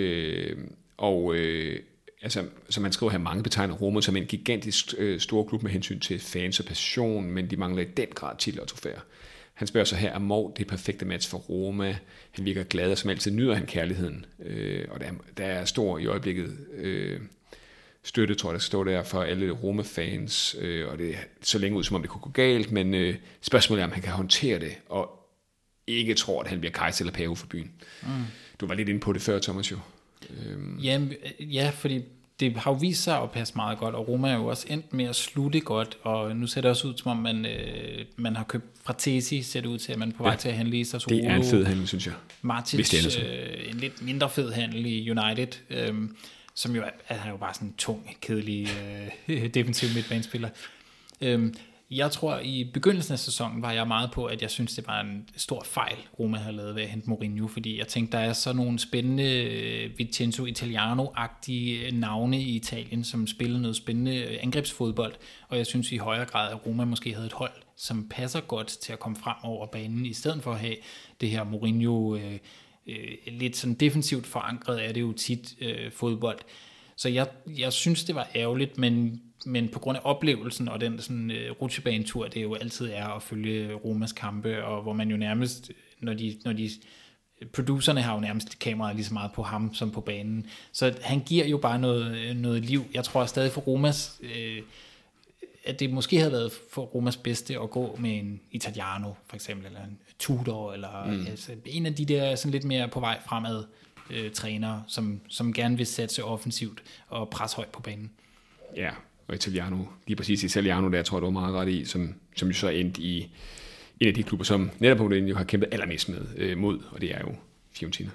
Altså, som han skriver her, mange betegner Roma som en gigantisk stor klub med hensyn til fans og passion, men de mangler i den grad titler og trofæer. Han spørger så her, er Mou det perfekte match for Roma? Han virker glad, og som altid nyder han kærligheden. Og der er stor i øjeblikket støtte, tror jeg, der står der for alle Roma-fans, og det er så længe ud, som om det kunne gå galt, men spørgsmålet er, om han kan håndtere det, og ikke tror, at han bliver kejser eller pave for byen. Du var lidt inde på det før, Thomas, jo. Ja, fordi det har jo vist sig at passe meget godt, og Roma er jo også endt med at slutte godt, og nu ser det også ud, som om man har købt Fratesi, ser det ud til, at man er på vej til at handle i Sassuolo. Det er en fed handel, synes jeg. Martins, en lidt mindre fed handel i United, som jo han er jo bare sådan en tung, kedelig defensiv midtbanespiller. Jeg tror, i begyndelsen af sæsonen var jeg meget på, at jeg synes, det var en stor fejl, Roma havde lavet ved at hente Mourinho, fordi jeg tænkte, der er så nogle spændende Vincenzo Italiano-agtige navne i Italien, som spiller noget spændende angrebsfodbold, og jeg synes i højere grad, at Roma måske havde et hold, som passer godt til at komme frem over banen, i stedet for at have det her Mourinho lidt sådan defensivt forankret er det jo tit fodbold. Så jeg synes, det var ærgerligt, men på grund af oplevelsen og den sådan rutsjebanetur, det jo altid er at følge Romas kampe, og hvor man jo nærmest, når de producerne har jo nærmest kameraet lige så meget på ham som på banen, så han giver jo bare noget liv. Jeg tror stadig for Romas, at det måske havde været for Romas bedste at gå med en Italiano for eksempel, eller en Tudor, eller altså, en af de der sådan lidt mere på vej fremad trænere, som gerne vil satse offensivt og presse højt på banen. Ja, og lige præcis Italiano, der tror jeg, du var meget ret i, som jo så endte i en af de klubber, som netop på den jo har kæmpet allermest mod, og det er jo Fiorentina.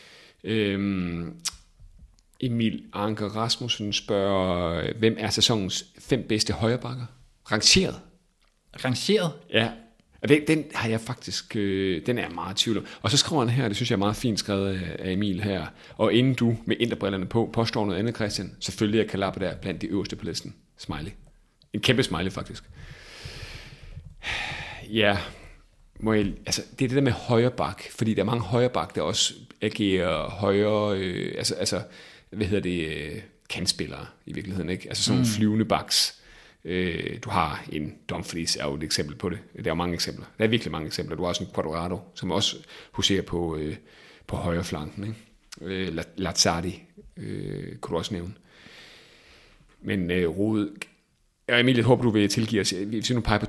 Emil Anker Rasmussen spørger, hvem er sæsonens 5 bedste højrebacker? Rangeret? Ja, og den har jeg faktisk, den er jeg meget tvivl om. Og så skriver han her, det synes jeg er meget fint skrevet af Emil her, og inden du med interbrillerne på påstår noget andet, Christian, selvfølgelig er Calabria der blandt de øverste på listen. Smiley. En kæmpe smiley, faktisk. Ja, altså det er det der med højre bak, fordi der er mange højre bak, der også agerer højre, kantspillere i virkeligheden, ikke? Altså sådan nogle flyvende baks. Du har en Dumfries, er jo et eksempel på det. Der er mange eksempler. Der er virkelig mange eksempler. Du har også en Cuadrado, som også huserer på højre flanken, ikke? Lazzardi kunne du også nævne. Men Rode, Emil, jeg håber, du vil tilgive os. Vi nu peger på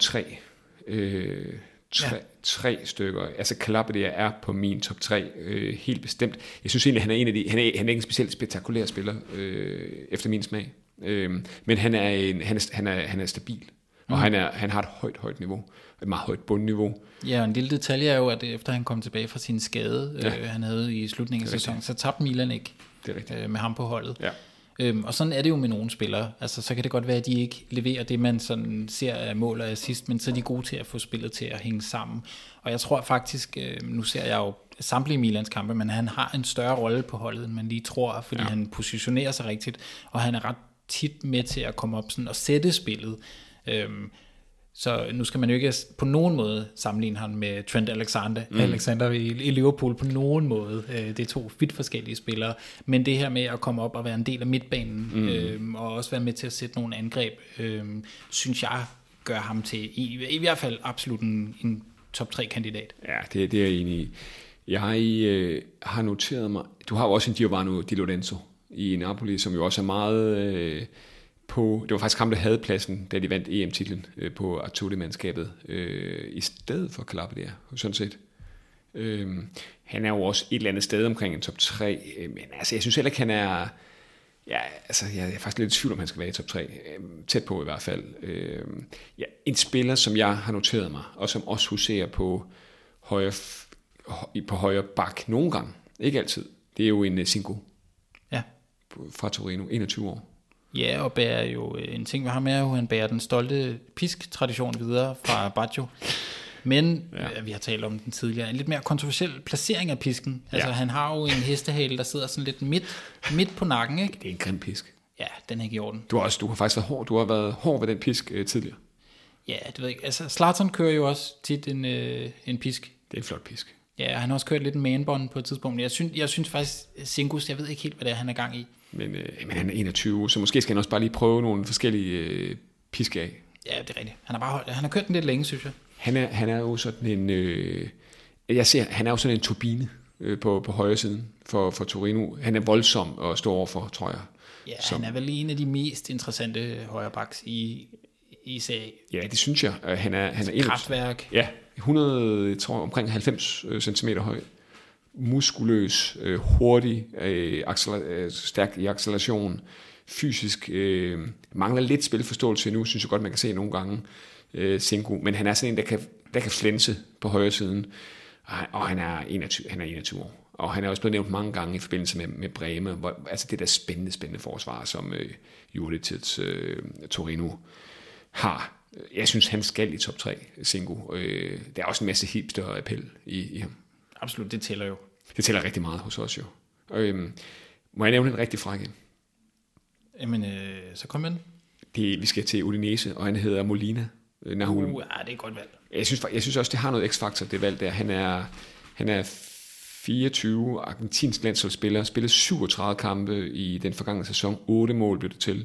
tre stykker. Altså Calabria er på min top 3 helt bestemt. Jeg synes egentlig, han er en af de. Han er ikke en specielt spektakulær spiller efter min smag. Men han er stabil. Og han har et højt niveau. Et meget højt bundniveau. Ja, og en lille detalje er jo, at efter han kom tilbage fra sin skade, han havde i slutningen af sæsonen, så tabte Milan ikke med ham på holdet. Ja. Og sådan er det jo med nogle spillere. Altså, så kan det godt være, at de ikke leverer det, man sådan ser af mål og assist, men så er de gode til at få spillet til at hænge sammen. Og jeg tror faktisk, nu ser jeg jo samtlige Milans kampe, men han har en større rolle på holdet, end man lige tror, fordi han positionerer sig rigtigt, og han er ret tit med til at komme op sådan og sætte spillet. Så nu skal man jo ikke på nogen måde sammenligne ham med Trent Alexander i Liverpool på nogen måde. Det er to vidt forskellige spillere. Men det her med at komme op og være en del af midtbanen, og også være med til at sætte nogle angreb, synes jeg gør ham til i hvert fald absolut en top 3 kandidat. Ja, det er jeg enig i. Jeg har noteret mig, du har jo også en Giovanni Di Lorenzo i Napoli, som jo også er meget... det var faktisk ham, der havde pladsen, da de vandt EM-titlen på Arturi-mandskabet, i stedet for Calabria, sådan set. Han er jo også et eller andet sted omkring en top 3, men altså, jeg synes heller ikke, han er... Ja, altså, jeg er faktisk lidt i tvivl, om han skal være i top 3. Tæt på i hvert fald. En spiller, som jeg har noteret mig, og som også huserer på højre bak nogle gange, ikke altid, det er jo en Singo. Ja. Fra Torino, 21 år. Ja, og bærer jo en ting ved ham er jo, han bærer den stolte pisk-tradition videre fra Baggio. Men, vi har talt om den tidligere, en lidt mere kontroversiel placering af pisken. Altså, han har jo en hestehale, der sidder sådan lidt midt på nakken, ikke? Det er en grim pisk. Ja, den er ikke i orden. Du har faktisk været hård. Du har været hård ved den pisk tidligere. Ja, det ved jeg ikke. Altså, Zlatan kører jo også tit en pisk. Det er en flot pisk. Ja, han har også kørt lidt en manbånd på et tidspunkt. Jeg synes faktisk, Singus, jeg ved ikke helt, hvad det er, han er gang i. Men han er 21, så måske skal han også bare lige prøve nogle forskellige piske af. Ja, det er rigtigt. Han har kørt den lidt længe, synes jeg. Han er jo sådan en... han er jo sådan en turbine på højre siden for Torino. Han er voldsom at stå overfor, tror jeg. Ja, han er vel en af de mest interessante højrebacks i serie. Ja, det synes jeg. Han er kraftværk. Ja, 100, tror jeg, omkring 90 cm høj. Muskuløs, hurtig, stærk i acceleration, fysisk, mangler lidt spilforståelse nu, synes jeg godt, man kan se nogle gange, Singo, men han er sådan en, der kan flænse på højre siden, og han er 21 år, og han er også blevet nævnt mange gange i forbindelse med Bremen, altså det der spændende forsvar, som Juric's Torino har. Jeg synes, han skal i top 3, Singo. Der er også en masse hipster-appel i ham. Absolut, det tæller jo. Det tæller rigtig meget hos os jo. Må jeg nævne en rigtig frække? Jamen, så kom med den. Vi skal til Udinese, og han hedder Molina. Ja, det er et godt valg. Jeg synes også, det har noget x-faktor, det valg der. Han er 24 argentinsk landsholdsspiller, spillet 37 kampe i den forgangne sæson. 8 mål blev det til.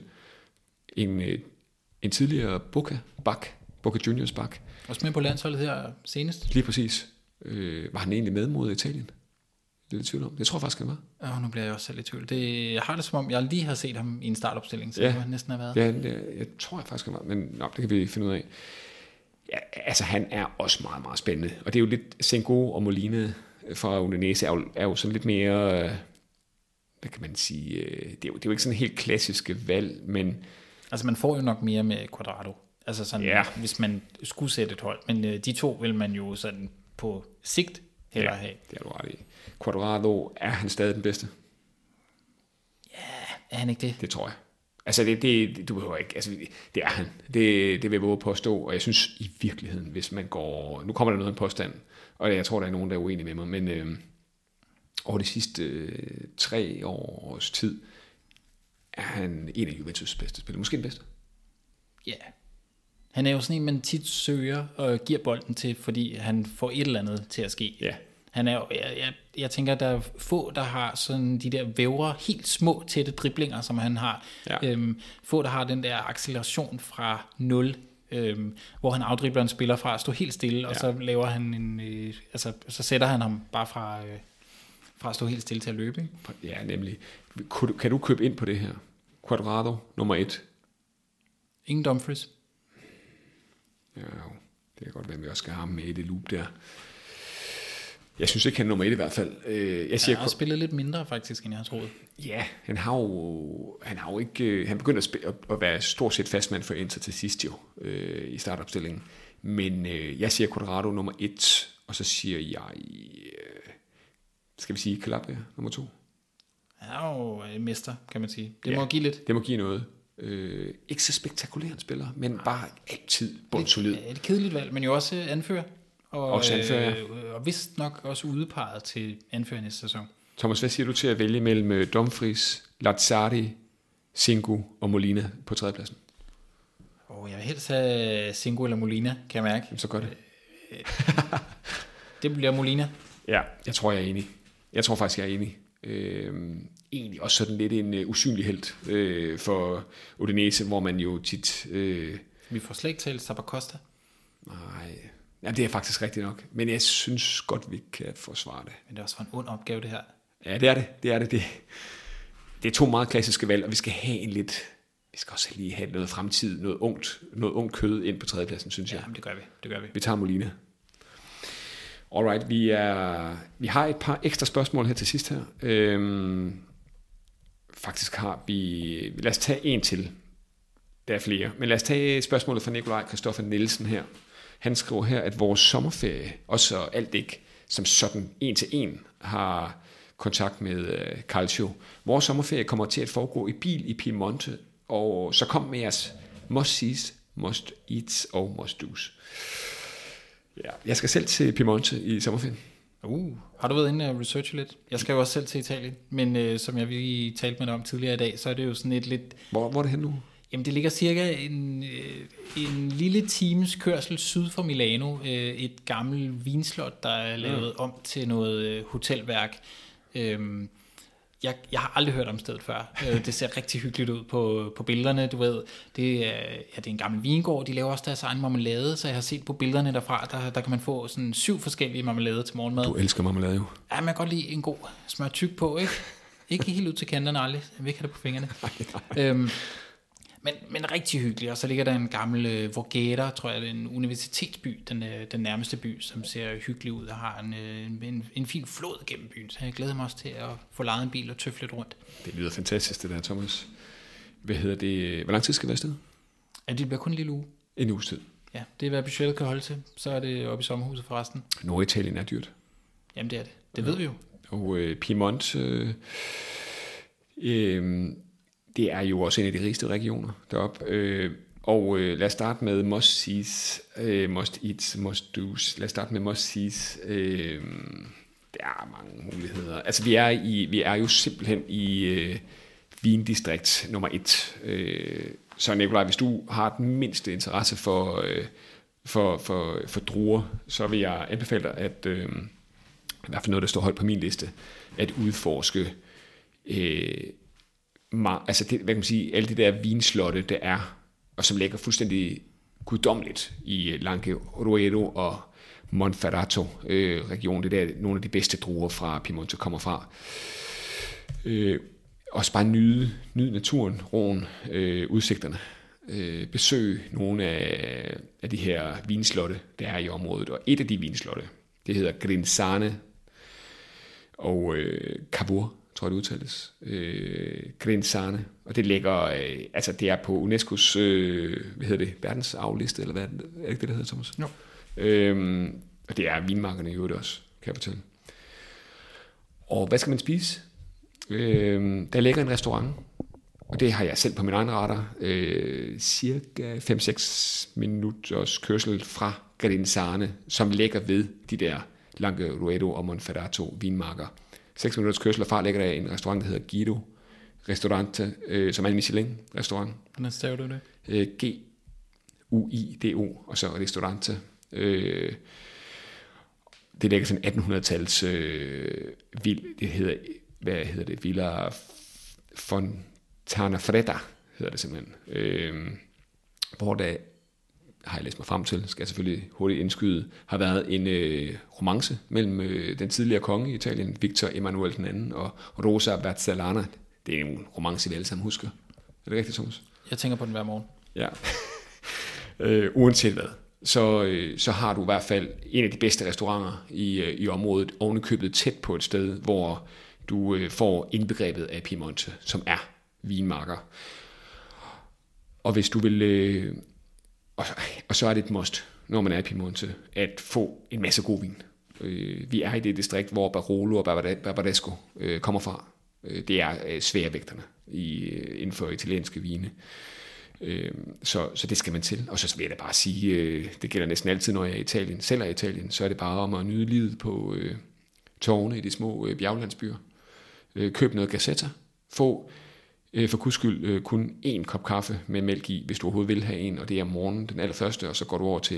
En tidligere Boca Juniors bak. Også med på landsholdet her senest. Lige præcis. Var han egentlig med mod Italien? Det er lidt tvivl om. Det tror jeg faktisk, han var. Nu bliver jeg også selv i tvivl. Jeg har det som om, jeg lige har set ham i en startopstilling, så det han næsten har været. Ja, jeg tror jeg faktisk, han var. Men det kan vi finde ud af. Ja, altså, han er også meget, meget spændende. Og det er jo lidt Sengo og Molina fra Udinese er jo sådan lidt mere, hvad kan man sige, det er jo ikke sådan helt klassiske valg, men... Altså, man får jo nok mere med Cuadrado. Altså sådan, hvis man skulle sætte et hold. Men de to vil man jo sådan på sigt hellere have. Det er du ret i. Cuadrado, er han stadig den bedste? Ja, er han ikke det? Det tror jeg. Altså, du behøver ikke, altså, det er han. Det vil jeg våge påstå, og jeg synes i virkeligheden, hvis man går... Nu kommer der noget en påstand, og jeg tror, der er nogen, der er uenige med mig, men over de sidste 3 års tid, er han en af Juventus' bedste spillere. Måske den bedste. Ja. Han er jo sådan en, man tit søger og giver bolden til, fordi han får et eller andet til at ske. Ja. Han er jo, jeg tænker, der er få, der har sådan de der vævre, helt små, tætte driblinger, som han har. Ja. Få, der har den der acceleration fra 0, hvor han afdribler en spiller fra at stå helt stille, og så laver han så sætter han ham bare fra at stå helt stille til at løbe. Ikke? Ja, nemlig. Kan du købe ind på det her? Cuadrado, nummer 1. Ingen Dumfries. Ja, det kan godt være, at vi også skal have ham med i det loop der. Jeg synes ikke, han er nummer 1 i hvert fald. Han har spillet lidt mindre faktisk, end jeg har troet. Ja, han har jo ikke... Han begyndte at være stort set fastmand for Inter til sidst jo, i startopstillingen. Men jeg siger Cuadrado nummer 1, og så siger jeg... skal vi sige Calabria nummer 2? Han er jo mester, kan man sige. Det må give lidt. Det må give noget. Ikke så spektakulær en spiller, men bare altid bundsolid. Det er et kedeligt valg, men jo også anfører. Og vist nok også udepeget til anfører næste sæson. Thomas, hvad siger du til at vælge mellem Dumfries, Lazzari, Singo og Molina på tredjepladsen? Jeg vil helst have Singo eller Molina, kan jeg mærke. Så gør det. Det bliver Molina. Ja, jeg tror, jeg er enig. Jeg tror faktisk, jeg er enig. Egentlig også sådan lidt en usynlig helt for Udinese, hvor man jo tit... Vi får slet ikke talt Zappacosta. Nej, ja, det er faktisk rigtigt nok. Men jeg synes godt, vi kan forsvare det. Men det er også en ond opgave, det her. Ja, det er det. Det er 2 meget klassiske valg, og vi skal have en lidt... Vi skal også lige have noget fremtid, noget ungt kød ind på tredjepladsen, synes jeg. Jamen, det gør vi. Vi tager Molina. Alright, vi har et par ekstra spørgsmål her til sidst her. Faktisk har vi... Lad os tage en til. Der er flere. Men lad os tage spørgsmålet fra Nikolaj Christoffer Nielsen her. Han skriver her, at vores sommerferie, også alt ikke som sådan en til en, har kontakt med Calcio. Vores sommerferie kommer til at foregå i bil i Piemonte, og så kom med jeres must sees, must eats og must do's. Ja, jeg skal selv til Piemonte i sommerferien. Har du været inde og researche lidt? Jeg skal jo også selv til Italien, men som jeg lige talte med dig om tidligere i dag, så er det jo sådan et lidt... Hvor er det hen nu? Jamen det ligger cirka en lille times kørsel syd for Milano. Et gammelt vinslot, der er lavet om til noget hotelværk. Jeg har aldrig hørt om stedet før. Det ser rigtig hyggeligt ud på billederne, du ved. Det er en gammel vingård. De laver også deres egen marmelade, så jeg har set på billederne derfra, der kan man få sådan 7 forskellige marmelade til morgenmad. Du elsker marmelade jo. Ja, man kan godt lide en god smør tyk på, ikke? Ikke helt ud til kanterne aldrig. Jeg vil ikke have det på fingrene. Men rigtig hyggelig, og så ligger der en gammel Voghera, tror jeg, det er en universitetsby, den nærmeste by, som ser hyggelig ud og har en fin flod gennem byen, så jeg glæder mig også til at få lejet en bil og tøffe lidt rundt. Det lyder fantastisk det der, Thomas. Hvor lang tid skal det være afsted? Ja, det bliver kun en lille uge. En uges tid? Ja, det er hvad budgettet kan holde til, så er det oppe i sommerhuset forresten. Norditalien er dyrt. Jamen det er det, det ved vi jo. Og Piemonte... det er jo også en af de rigeste regioner deroppe. Og lad os starte med must sees, must eats, must do's. Lad os starte med must sees. Der er mange muligheder. Altså vi er jo simpelthen i vindistrikt nummer 1. Så Nikolaj, hvis du har den mindste interesse for druer, så vil jeg anbefale dig, at i hvert fald noget, der står højt på min liste, at udforske altså det, hvad kan man sige, alle de der vinslotte, der er, og som ligger fuldstændig guddommeligt i Languedoc og Monferrato-regionen. Det er nogle af de bedste druer fra Piemonte kommer fra. Også bare nyde naturen, roen, udsigterne. Besøg nogle af de her vinslotte, der er i området. Og et af de vinslotte, det hedder Grinsane og Cavour, tror jeg det udtales. Grinsane. Og det ligger, altså det er på UNESCO's, verdensarvliste, eller hvad er det ikke det, der hedder, Thomas? Jo. Og det er vinmarkerne i øvrigt også, kan jeg fortælle. Og hvad skal man spise? Der ligger en restaurant, og det har jeg selv på min egen radar, cirka 5-6 minutters kørsel fra Grinsane, som ligger ved de der Languedoc og Monferrato vinmarker. 6 minutters kørsel fra ligger der en restaurant, der hedder Guido Restaurante, som er en Michelin-restaurant. Hvordan staver du det? UIDO, og så Ristorante. Det ligger sådan 1800-tals Villa Fontana Fredda, hedder det simpelthen. Hvor der, har jeg læst mig frem til, skal jeg selvfølgelig hurtigt indskyde, har været en romance mellem den tidligere konge i Italien, Victor Emmanuel II, og Rosa Vazzalana. Det er en romance, vi alle sammen husker. Er det rigtigt, Thomas? Jeg tænker på den hver morgen. Ja. Uanset hvad, så har du i hvert fald en af de bedste restauranter i området, ovenikøbet tæt på et sted, hvor du får indbegrebet af Piemonte, som er vinmarker. Og hvis du vil, og så er det et must, når man er i Piemonte, at få en masse god vin. Vi er i det distrikt, hvor Barolo og Barbadesco kommer fra. Det er sværvægterne inden for italienske vine. Så det skal man til. Og så vil jeg da bare sige, det gælder næsten altid, når jeg er i Italien. Selv er i Italien, så er det bare om at nyde livet på tårne i de små bjerglandsbyer. Køb noget gazzetta. Få for guds skyld kun 1 kop kaffe med mælk i, hvis du overhovedet vil have en, og det er om morgenen, den allerførste, og så går du over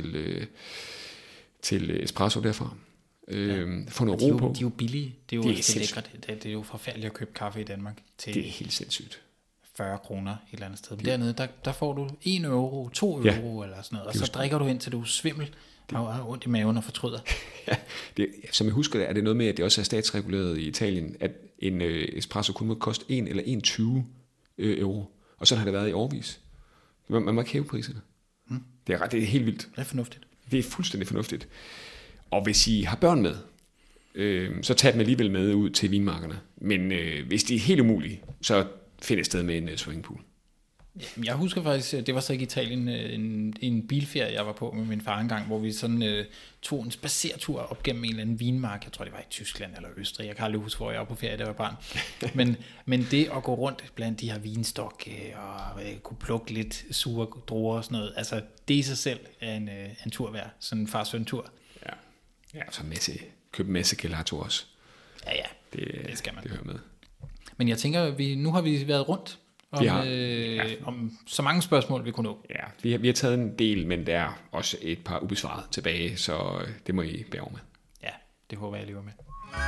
til espresso derfra. Få noget ro på. De er jo billige. Det er jo lækkert. Det er jo forfærdeligt at købe kaffe i Danmark. Det er helt sindssygt. 40 kroner et eller andet sted. Dernede, der får du 1 euro, 2 euro eller sådan noget, og så drikker du ind til du er svimmel og har ondt i maven og fortryder. Ja, som jeg husker det, er det noget med, at det også er statsreguleret i Italien, at en espresso kun må koste 1 eller 1,20 euro. Og så har det været i årevis. Man må ikke hæve priserne. Det er helt vildt. Det er fornuftigt. Det er fuldstændig fornuftigt. Og hvis I har børn med, så tag dem alligevel med ud til vinmarkerne. Men hvis det er helt umuligt, så find et sted med en swimmingpool. Jeg husker faktisk, det var så ikke i Italien, en bilferie, jeg var på med min far engang, hvor vi sådan tog en spacertur op gennem en eller anden vinmark. Jeg tror, det var i Tyskland eller Østrig. Jeg kan aldrig huske, hvor jeg var på ferie, da jeg var barn. Men det at gå rundt blandt de her vinstokke og kunne plukke lidt sure druer og sådan noget, altså det i sig selv er en tur værd. Sådan en far-søn-tur. Ja, så køb en masse gelato også. Ja, det skal man. Det hører med. Men jeg tænker, nu har vi været rundt om så mange spørgsmål, vi kunne nå. Ja, vi har taget en del, men der er også et par ubesvaret tilbage, så det må I bære med. Ja, det håber jeg lever med.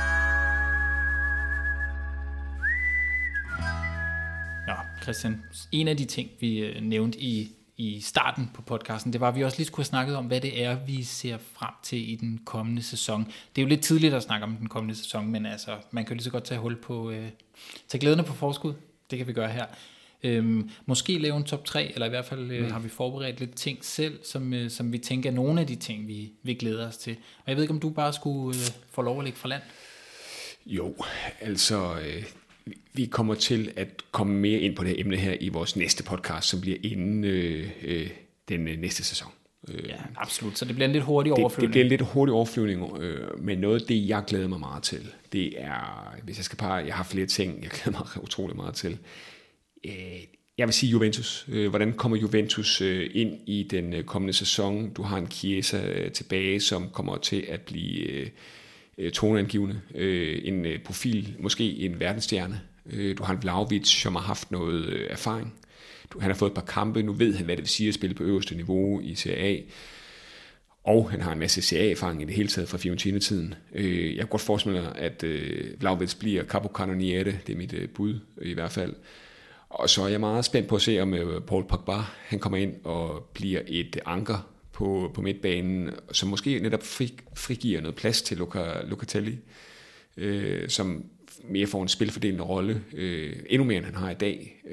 Nå, Christian, en af de ting, vi nævnte i starten på podcasten, det var, at vi også lige skulle have snakket om, hvad det er, vi ser frem til i den kommende sæson. Det er jo lidt tidligt at snakke om den kommende sæson, men altså, man kan jo lige så godt tage hul på, tage glæderne på forskud. Det kan vi gøre her. Måske lave en top 3, eller i hvert fald har vi forberedt lidt ting selv, som vi tænker er nogle af de ting, vi glæder os til. Og jeg ved ikke, om du bare skulle få lov at lægge fra land? Jo, altså vi kommer til at komme mere ind på det emne her i vores næste podcast, som bliver inden den næste sæson. Ja, absolut. Så det bliver en lidt hurtig overflyvning. Det bliver en lidt hurtig overflyvning, men noget af det, jeg glæder mig meget til, det er, hvis jeg skal jeg har flere ting, jeg glæder mig utrolig meget til. Jeg vil sige Juventus. Hvordan kommer Juventus ind i den kommende sæson? Du har en Chiesa tilbage, som kommer til at blive toneangivende. En profil, måske en verdensstjerne. Du har en Vlahovic, som har haft noget erfaring. Han har fået et par kampe, nu ved han, hvad det vil sige at spille på øverste niveau i Serie A. Og han har en masse Serie A-erfaring i det hele taget fra Fiorentina-tiden. Jeg kan godt forestille mig, at Vlahovic bliver capocannoniere, det er mit bud i hvert fald. Og så er jeg meget spændt på at se, om Paul Pogba han kommer ind og bliver et anker på midtbanen, som måske netop frigiver noget plads til Locatelli, som mere får en spilfordelende rolle, endnu mere end han har i dag.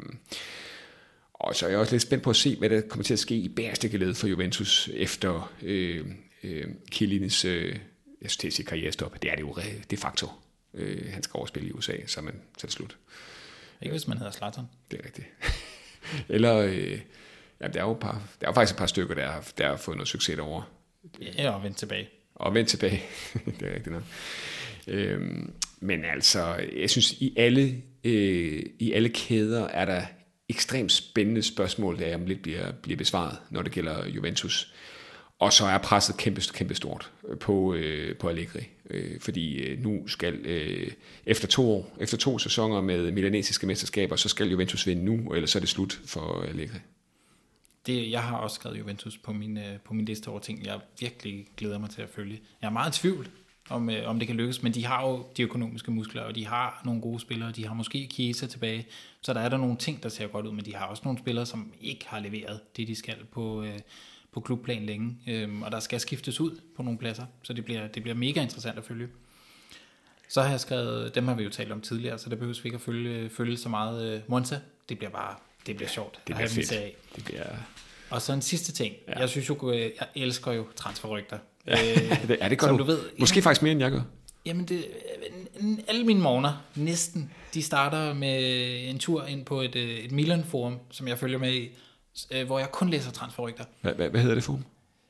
Og så er jeg også lidt spændt på at se, hvad der kommer til at ske i bagerste geled for Juventus efter Chiellines karrierestop. Det er det jo de facto. Han skal overspille i USA, så er det slut. Ikke hvis man hedder Zlatan. Det er rigtigt. Eller, der er jo faktisk et par stykker, der har fået noget succes derovre. Ja, og vendt tilbage. Det er rigtigt nok. Men altså, jeg synes, i alle kæder er der ekstremt spændende spørgsmål, der om lidt bliver besvaret, når det gælder Juventus. Og så er presset kæmpe stort på Allegri, fordi nu skal efter 2 sæsoner med milanesiske mesterskaber, så skal Juventus vinde nu, og ellers er det slut for Allegri. Jeg har også skrevet Juventus på min liste over ting, jeg virkelig glæder mig til at følge. Jeg er meget i tvivl om det kan lykkes, men de har jo de økonomiske muskler, og de har nogle gode spillere, de har måske Chiesa tilbage, så der er nogle ting, der ser godt ud, men de har også nogle spillere, som ikke har leveret det, de skal på klubplan længe, og der skal skiftes ud på nogle pladser, så det bliver mega interessant at følge. Så har jeg skrevet, dem har vi jo talt om tidligere, så der behøves vi ikke at følge så meget Monza. Det bliver sjovt. Det bliver fedt. Det bliver... Og så en sidste ting. Ja. Jeg synes jo, jeg elsker jo transferrygter. Det er godt. Du ved, måske faktisk mere, end jeg gør. Jamen, alle mine morgener, næsten, de starter med en tur ind på et Milan-forum, som jeg følger med i, hvor jeg kun læser transferrygter. Hvad hedder det forum?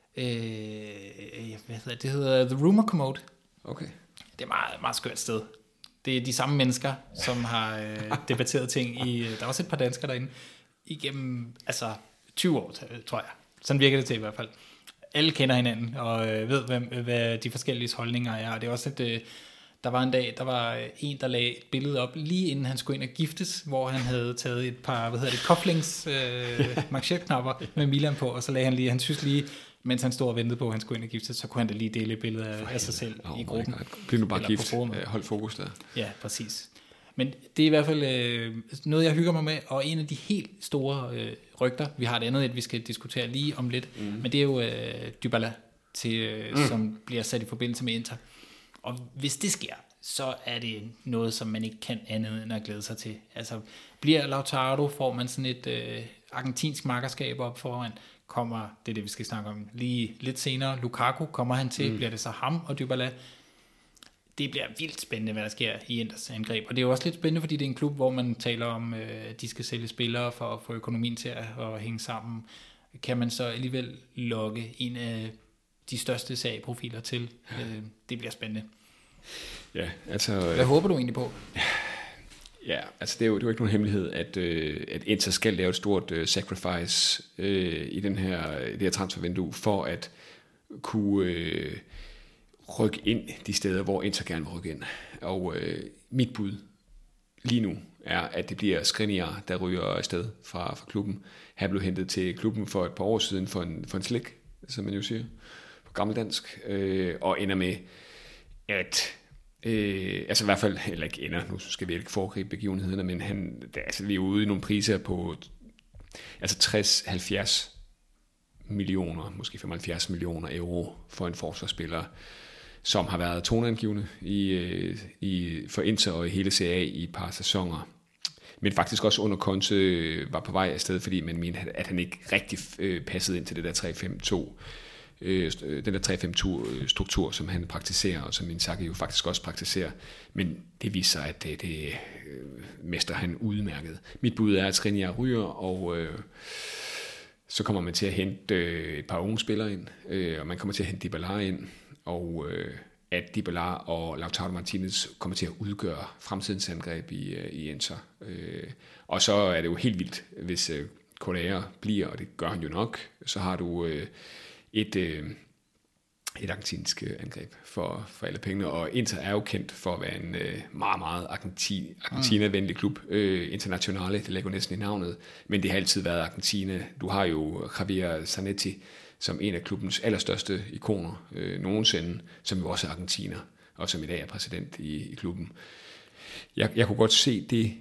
Det hedder The Rumor Commode. Okay. Det er meget, meget skørt sted. Det er de samme mennesker, som har debatteret ting i... Der er også et par danskere derinde. Igennem 20 år, tror jeg. Sådan virker det til i hvert fald. Alle kender hinanden og ved, hvad de forskellige holdninger er. Og det er også der var en dag, der var en, der lagde et billede op, lige inden han skulle ind og giftes, hvor han havde taget et par, cufflinks, manchetknapper med Milan på, og så lagde han synes lige, mens han stod og ventede på, at han skulle ind og giftes, så kunne han da lige dele et billede af sig selv i gruppen. Bliv nu bare gift. Hold fokus der. Ja, præcis. Men det er i hvert fald noget, jeg hygger mig med, og en af de helt store rygter, vi har et andet, vi skal diskutere lige om lidt, men det er jo Dybala, som bliver sat i forbindelse med Inter. Og hvis det sker, så er det noget, som man ikke kan andet end at glæde sig til. Altså, bliver Lautaro, får man sådan et argentinsk makkerskab op foran, kommer, det er det, vi skal snakke om lige lidt senere, Lukaku, kommer han til, bliver det så ham og Dybala? Det bliver vildt spændende, hvad der sker i Inters angreb. Og det er jo også lidt spændende, fordi det er en klub, hvor man taler om, at de skal sælge spillere for at få økonomien til at hænge sammen. Kan man så alligevel lokke en af de største sag-profiler til? Det bliver spændende. Ja, altså... Hvad håber du egentlig på? Ja, altså det er jo ikke nogen hemmelighed, at Inter skal lave et stort sacrifice i det her transfervindue, for at kunne rykke ind de steder, hvor Inter gerne vil rykke ind. Og mit bud lige nu er, at det bliver Skriniar, der ryger afsted fra klubben. Han blev hentet til klubben for et par år siden for en slik, som man jo siger på gammeldansk, og ender med, at altså i hvert fald, eller ikke ender, nu skal vi ikke foregribe begivenhederne, men vi er ude i nogle priser på 60-70 millioner, måske 75 millioner euro for en forsvarsspiller, som har været toneangivende for Inter og i hele Serie A i et par sæsoner. Men faktisk også under Conte var på vej afsted, fordi man mente, at han ikke rigtig passede ind til det der 3-5-2. Den der 3-5-2-struktur, som han praktiserer, og som Inzaghi jo faktisk også praktiserer. Men det viser sig, at det mester han udmærket. Mit bud er, at Skriniar ryger, og så kommer man til at hente et par unge spillere ind, og man kommer til at hente Dybala ind, og at Dybala og Lautaro Martinez kommer til at udgøre fremtidens angreb i Inter. Og så er det jo helt vildt, hvis Correa bliver, og det gør han jo nok, så har du et argentinsk angreb for alle pengene, og Inter er jo kendt for at være en meget, meget Argentina-venlig klub. Internationale, det ligger næsten i navnet, men det har altid været Argentina. Du har jo Javier Zanetti som en af klubbens allerstørste ikoner nogensinde, som jo også er argentiner, og som i dag er præsident i klubben. Jeg kunne godt se det,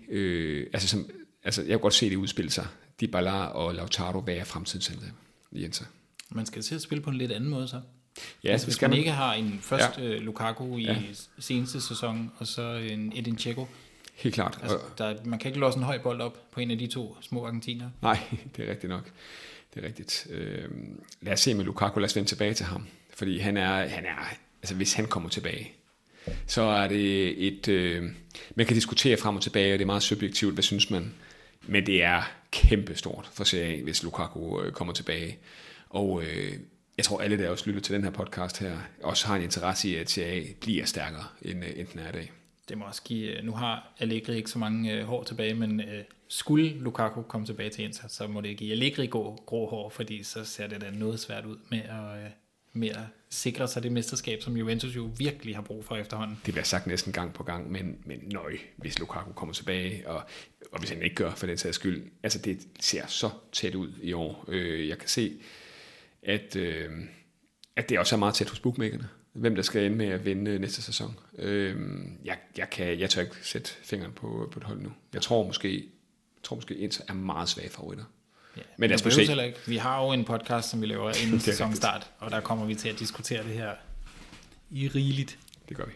jeg kunne godt se det udspille sig. Dybala og Lautaro være fremtidens angreb i Inter. Man skal til at spille på en lidt anden måde så. Ja, altså, hvis man ikke har en først Lukaku i seneste sæson, og så en Edin Dzeko. Helt klart. Altså, man kan ikke låse en høj bold op på en af de to små argentiner. Nej, det er rigtigt nok. Det er rigtigt. Lad os se med Lukaku, lad os vende tilbage til ham. Fordi han er altså hvis han kommer tilbage, så er det man kan diskutere frem og tilbage, og det er meget subjektivt, hvad synes man? Men det er kæmpestort for Serie A, hvis Lukaku kommer tilbage. Og jeg tror, alle, der også lytter til den her podcast her, også har en interesse i, at Serie A bliver stærkere, end den er i dag. Det må også give... Nu har Allegri ikke så mange hår tilbage, men skulle Lukaku komme tilbage til Inter, så må det give Allegri grå hår, fordi så ser det da noget svært ud med med at sikre sig det mesterskab, som Juventus jo virkelig har brug for efterhånden. Det bliver sagt næsten gang på gang, men nøj, hvis Lukaku kommer tilbage, og hvis han ikke gør for den sags skyld. Altså det ser så tæt ud i år. Jeg kan se, at det også er meget tæt hos bookmakerne, hvem der skal ende med at vinde næste sæson. Jeg tør ikke sætte fingeren på et hold nu. Jeg tror måske Inter er meget svage favoritter. Ja, men lad os se. Ikke. Vi har jo en podcast, som vi laver inden sæsonstart, og der kommer vi til at diskutere det her i rigeligt. Det gør vi.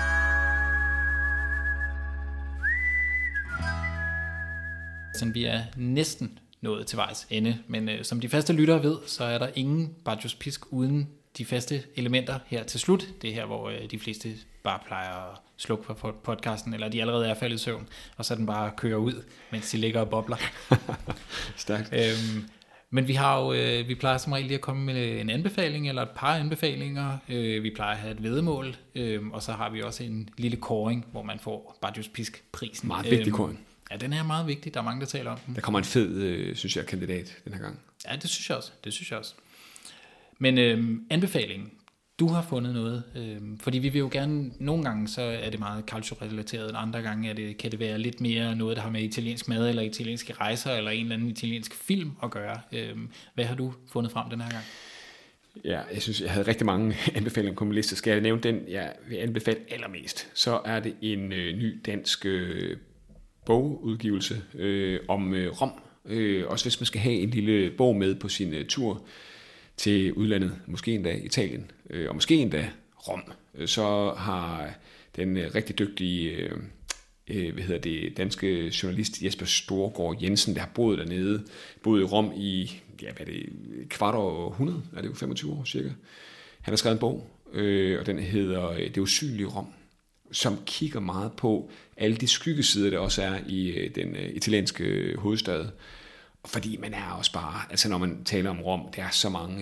Så vi er næsten nået til vejs ende, men som de faste lyttere ved, så er der ingen Bartjos Pisk uden de faste elementer her til slut. Det er her, hvor de fleste bare plejer at slukke for podcasten, eller de allerede er faldet i søvn, og så den bare kører ud, mens de ligger og bobler. Stærkt. Men vi plejer som regel lige at komme med en anbefaling, eller et par anbefalinger. Vi plejer at have et væddemål, og så har vi også en lille kåring, hvor man får Bartjos Pisk-prisen. Meget vigtig kåring. Ja, den er meget vigtig. Der er mange, der taler om den. Der kommer en fed, synes jeg, kandidat den her gang. Ja, det synes jeg også. Men anbefalingen. Du har fundet noget, fordi vi vil jo gerne, nogle gange så er det meget calcio-relateret, andre gange kan det være lidt mere noget, der har med italiensk mad, eller italienske rejser, eller en eller anden italiensk film at gøre. Hvad har du fundet frem den her gang? Ja, jeg synes, jeg havde rigtig mange anbefalinger på min liste. Skal jeg nævne den, jeg vil anbefale allermest, så er det en ny dansk bogudgivelse om Rom. Også hvis man skal have en lille bog med på sin tur til udlandet, måske endda Italien, og måske endda Rom, så har den rigtig dygtige danske journalist Jesper Storgård Jensen, der har boet dernede, boet i Rom i, kvart år 100, er det jo 25 år cirka. Han har skrevet en bog, og den hedder Det usynlige Rom, som kigger meget på alle de skyggesider, der også er i den italienske hovedstad. Fordi man er også bare, altså når man taler om Rom, der er så mange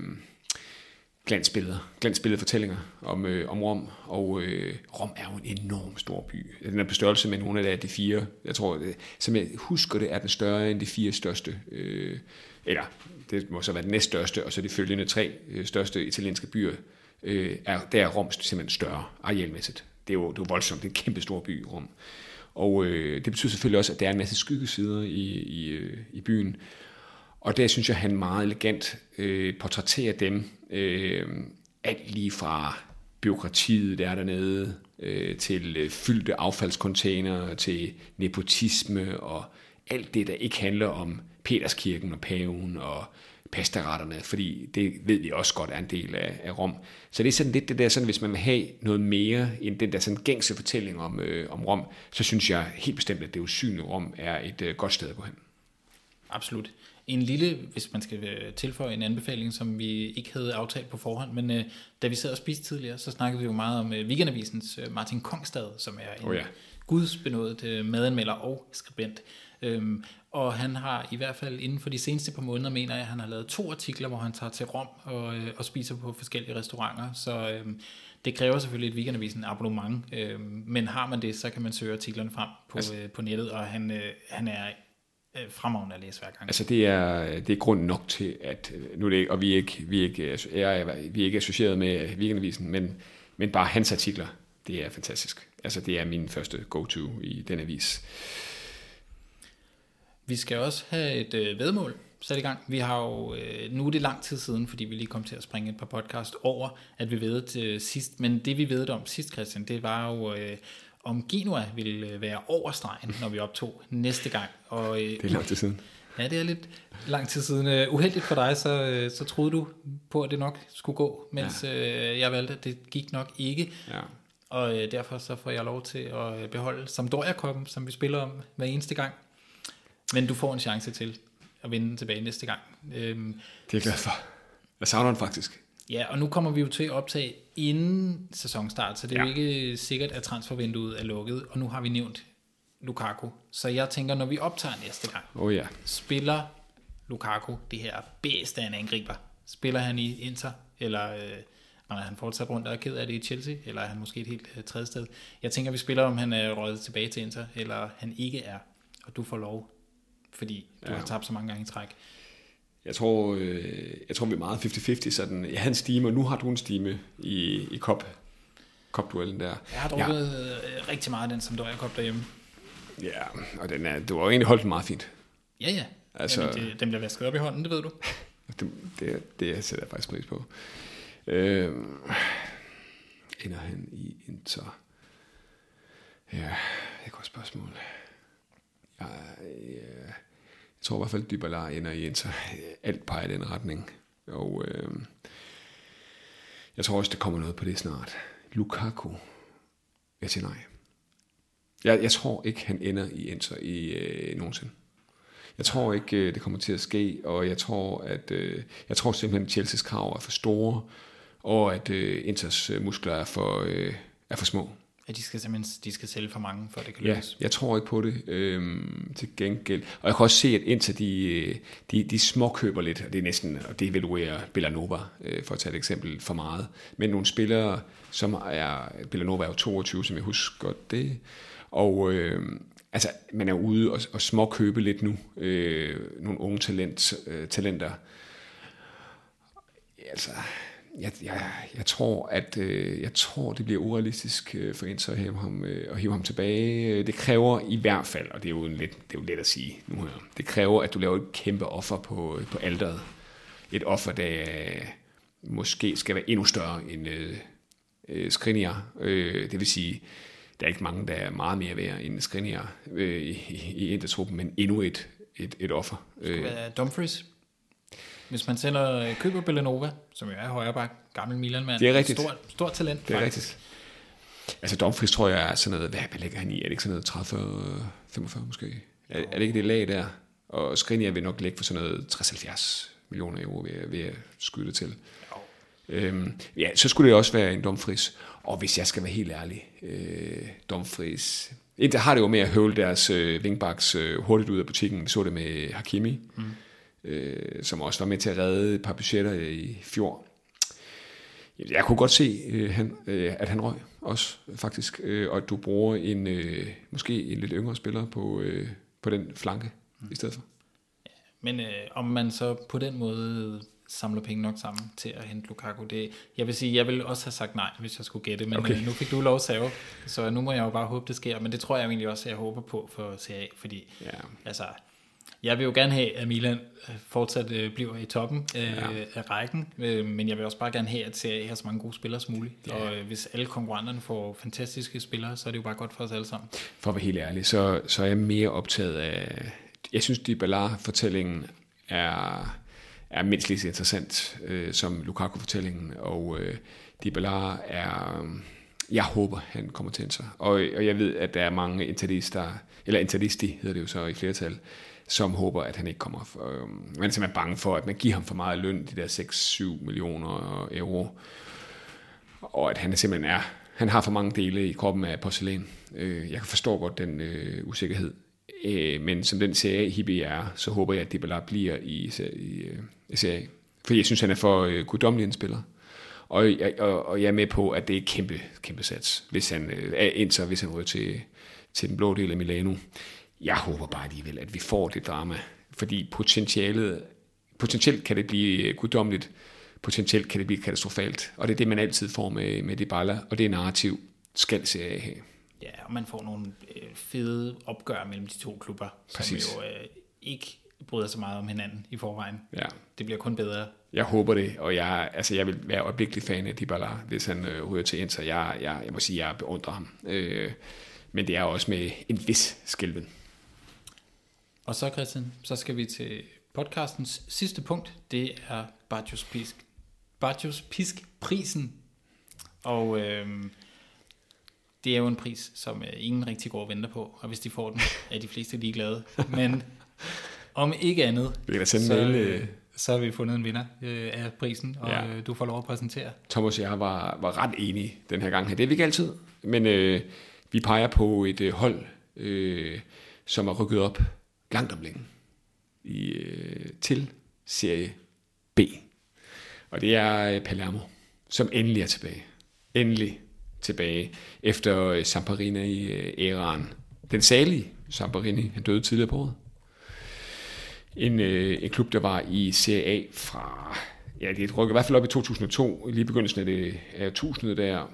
glansbillede fortællinger om Rom, og Rom er jo en enorm stor by. Den er på størrelse med nogle af de fire, jeg tror, som jeg husker det, er den større end de fire største, eller det må så være den næststørste, og så de følgende 3 største italienske byer, der er Rom simpelthen større arealmæssigt. Det er jo voldsomt, det er en kæmpe stor by, Rom. Og det betyder selvfølgelig også, at der er en masse skyggesider i byen. Og der synes jeg, han meget elegant portrætterer dem. Alt lige fra bureaukratiet, der er dernede, til fyldte affaldscontainer, til nepotisme og alt det, der ikke handler om Peterskirken og paven og pastaretterne, fordi det ved vi også godt er en del af Rom. Så det er sådan lidt det der, sådan, hvis man vil have noget mere end den der sådan gængse fortælling om Rom, så synes jeg helt bestemt, at det usynlige Rom er et godt sted at gå hen. Absolut. En lille, hvis man skal tilføje en anbefaling, som vi ikke havde aftalt på forhånd, men da vi sad og spiste tidligere, så snakkede vi jo meget om Weekendavisens Martin Kongstad, som er en gudsbenådet madanmelder og skribent. Og han har i hvert fald inden for de seneste par måneder, mener jeg, han har lavet 2 artikler, hvor han tager til Rom og spiser på forskellige restauranter. Så det kræver selvfølgelig et Weekendavisen abonnement, men har man det, så kan man søge artiklerne frem på nettet, og han er fremragende at læse hver gang. Altså det er grund nok til, at nu er det, og vi er ikke associeret med Weekendavisen, men bare hans artikler, det er fantastisk. Altså det er min første go-to i den avis. Vi skal også have et væddemål sat i gang. Vi har jo, nu er det lang tid siden, fordi vi lige kom til at springe et par podcast over, at vi væddede til sidst. Men det vi væddede om sidst, Christian, det var jo, om Genoa ville være over stregen, når vi optog næste gang. Og, det er lang tid siden. Ja, det er lidt lang tid siden. Uheldigt for dig, så troede du på, at det nok skulle gå, mens jeg valgte, at det gik nok ikke. Ja. Og derfor så får jeg lov til at beholde Sampdoria-koppen, som vi spiller om hver eneste gang. Men du får en chance til at vinde den tilbage næste gang. Det er jeg glad for. Jeg savner den faktisk. Ja, og nu kommer vi jo til at optage inden sæsonstart, så det er jo ikke sikkert, at transfervinduet er lukket. Og nu har vi nævnt Lukaku. Så jeg tænker, når vi optager næste gang, spiller Lukaku det her bedste af en angriber? Spiller han i Inter, eller er han fortsat rundt og er ked af det i Chelsea, eller er han måske et helt tredje sted? Jeg tænker, vi spiller, om han er røget tilbage til Inter, eller han ikke er, og du får lov, fordi du har tabt så mange gange i træk. Jeg tror, vi er meget 50-50, sådan, jeg havde en stime, og nu har du en stime i Cup-duellen der. Jeg har drukket rigtig meget af den Sampdoria Cup derhjemme. Ja, og du har jo egentlig holdt den meget fint. Ja. Altså, jamen, den bliver vasket op i hånden, det ved du. Det sætter jeg faktisk pris på. Ender han i Inter? Ja, det er et godt spørgsmål. Jeg tror i hvert fald, at Dybala ender i Inter. Alt peger i den retning. Og jeg tror også, der kommer noget på det snart. Lukaku. Jeg siger nej. Jeg tror ikke, han ender i Inter i nogensinde. Jeg tror ikke, det kommer til at ske, og jeg tror simpelthen, at Chelseas krav er for store, og at Inters muskler er for små. Ja, de skal sælge for mange, for det kan lykkes. Ja, jeg tror ikke på det til gengæld. Og jeg kan også se, at Inter, de småkøber lidt, og det er næsten, og det evaluerer Villanova, for at tage et eksempel, for meget. Men nogle spillere, som Villanova er jo 22, som jeg husker det, og altså, man er ude og småkøbe lidt nu, nogle unge talenter. Altså, jeg tror, det bliver urealistisk for Inter at hive ham tilbage. Det kræver i hvert fald, og det er jo let at sige nu her, det kræver, at du laver et kæmpe offer på alteret. Et offer, der måske skal være endnu større end Skriniar. Det vil sige, der er ikke mange, der er meget mere værd end Skriniar i Inter-truppen, men endnu et offer. Det skulle være Dumfries. Hvis man køber Villanova, som jo er højreback, gammel Milan-mand, det er rigtigt. Stort talent. Det er rigtigt. Altså Dumfries tror jeg er sådan noget, hvad ligger han i? Er det ikke sådan noget 30-45 måske? Er det ikke det lag der? Og Skriniar vil nok lægge for sådan noget 60-70 millioner euro ved at skyde det til. Ja, så skulle det også være en Dumfries. Og hvis jeg skal være helt ærlig, Dumfries... Der har det jo med at høvle deres wingbacks hurtigt ud af butikken. Vi så det med Hakimi, som også var med til at redde et par budgetter i fjor. Jeg kunne godt se, at han røg også, faktisk. Og at du bruger måske en lidt yngre spiller på den flanke i stedet for. Ja, men om man så på den måde samler penge nok sammen til at hente Lukaku, jeg vil sige, jeg vil også have sagt nej, hvis jeg skulle gætte, men okay. Nu fik du lov at save, så nu må jeg jo bare håbe, det sker. Men det tror jeg egentlig også, at jeg håber på for CA, fordi altså... Jeg vil jo gerne have, at Milan fortsat bliver i toppen af rækken, men jeg vil også bare gerne have, at CA har så mange gode spillere som muligt. Ja. Og hvis alle konkurrenterne får fantastiske spillere, så er det jo bare godt for os alle sammen. For at være helt ærlig, så er jeg mere optaget af... Jeg synes, Dybala-fortællingen er mindst lige så interessant som Lukaku-fortællingen, og Dybala er... Jeg håber, han kommer til sig. Og jeg ved, at der er mange Interisti hedder det jo så i flertal, som håber, at han ikke kommer. Man er simpelthen bange for, at man giver ham for meget løn, de der 6-7 millioner euro, og at han simpelthen han har for mange dele i kroppen af porcelæn. Jeg kan forstå godt den usikkerhed, men som den CA-hippie er, så håber jeg, at Dybala bliver i CA. For jeg synes, han er for guddommelig en spiller. Og jeg er med på, at det er kæmpe sats, hvis han ryger til den blå del af Milano. Jeg håber bare alligevel, at vi får det drama, fordi potentielt kan det blive guddommeligt, potentielt kan det blive katastrofalt, og det er det, man altid får med Dybala, og det er narrativ skal se af have. Ja, og man får nogle fede opgør mellem de to klubber, præcis, som jo ikke bryder så meget om hinanden i forvejen. Ja. Det bliver kun bedre. Jeg håber det, og jeg vil være øjeblikkelig fan af Dybala, hvis han ryger til Inter. Jeg må sige, at jeg beundrer ham. Men det er også med en vis skælven. Og så Christian, så skal vi til podcastens sidste punkt. Det er Bartosz Pisk-prisen. Og det er jo en pris, som ingen rigtig går og venter på. Og hvis de får den, er de fleste ligeglade. Men om ikke andet, så har vi fundet en vinder af prisen, og du får lov at præsentere. Thomas og jeg var ret enige den her gang. Det er vi ikke altid, men vi peger på et hold, som er rykket op langt om længe til serie B. Og det er Palermo, som endelig er tilbage. Endelig tilbage efter Samparini i æraen. Den salige Samparini, han døde tidligere på året. en klub, der var i Serie A fra... Ja, det rykker i hvert fald op i 2002, lige begyndelsen af det årtusinde der.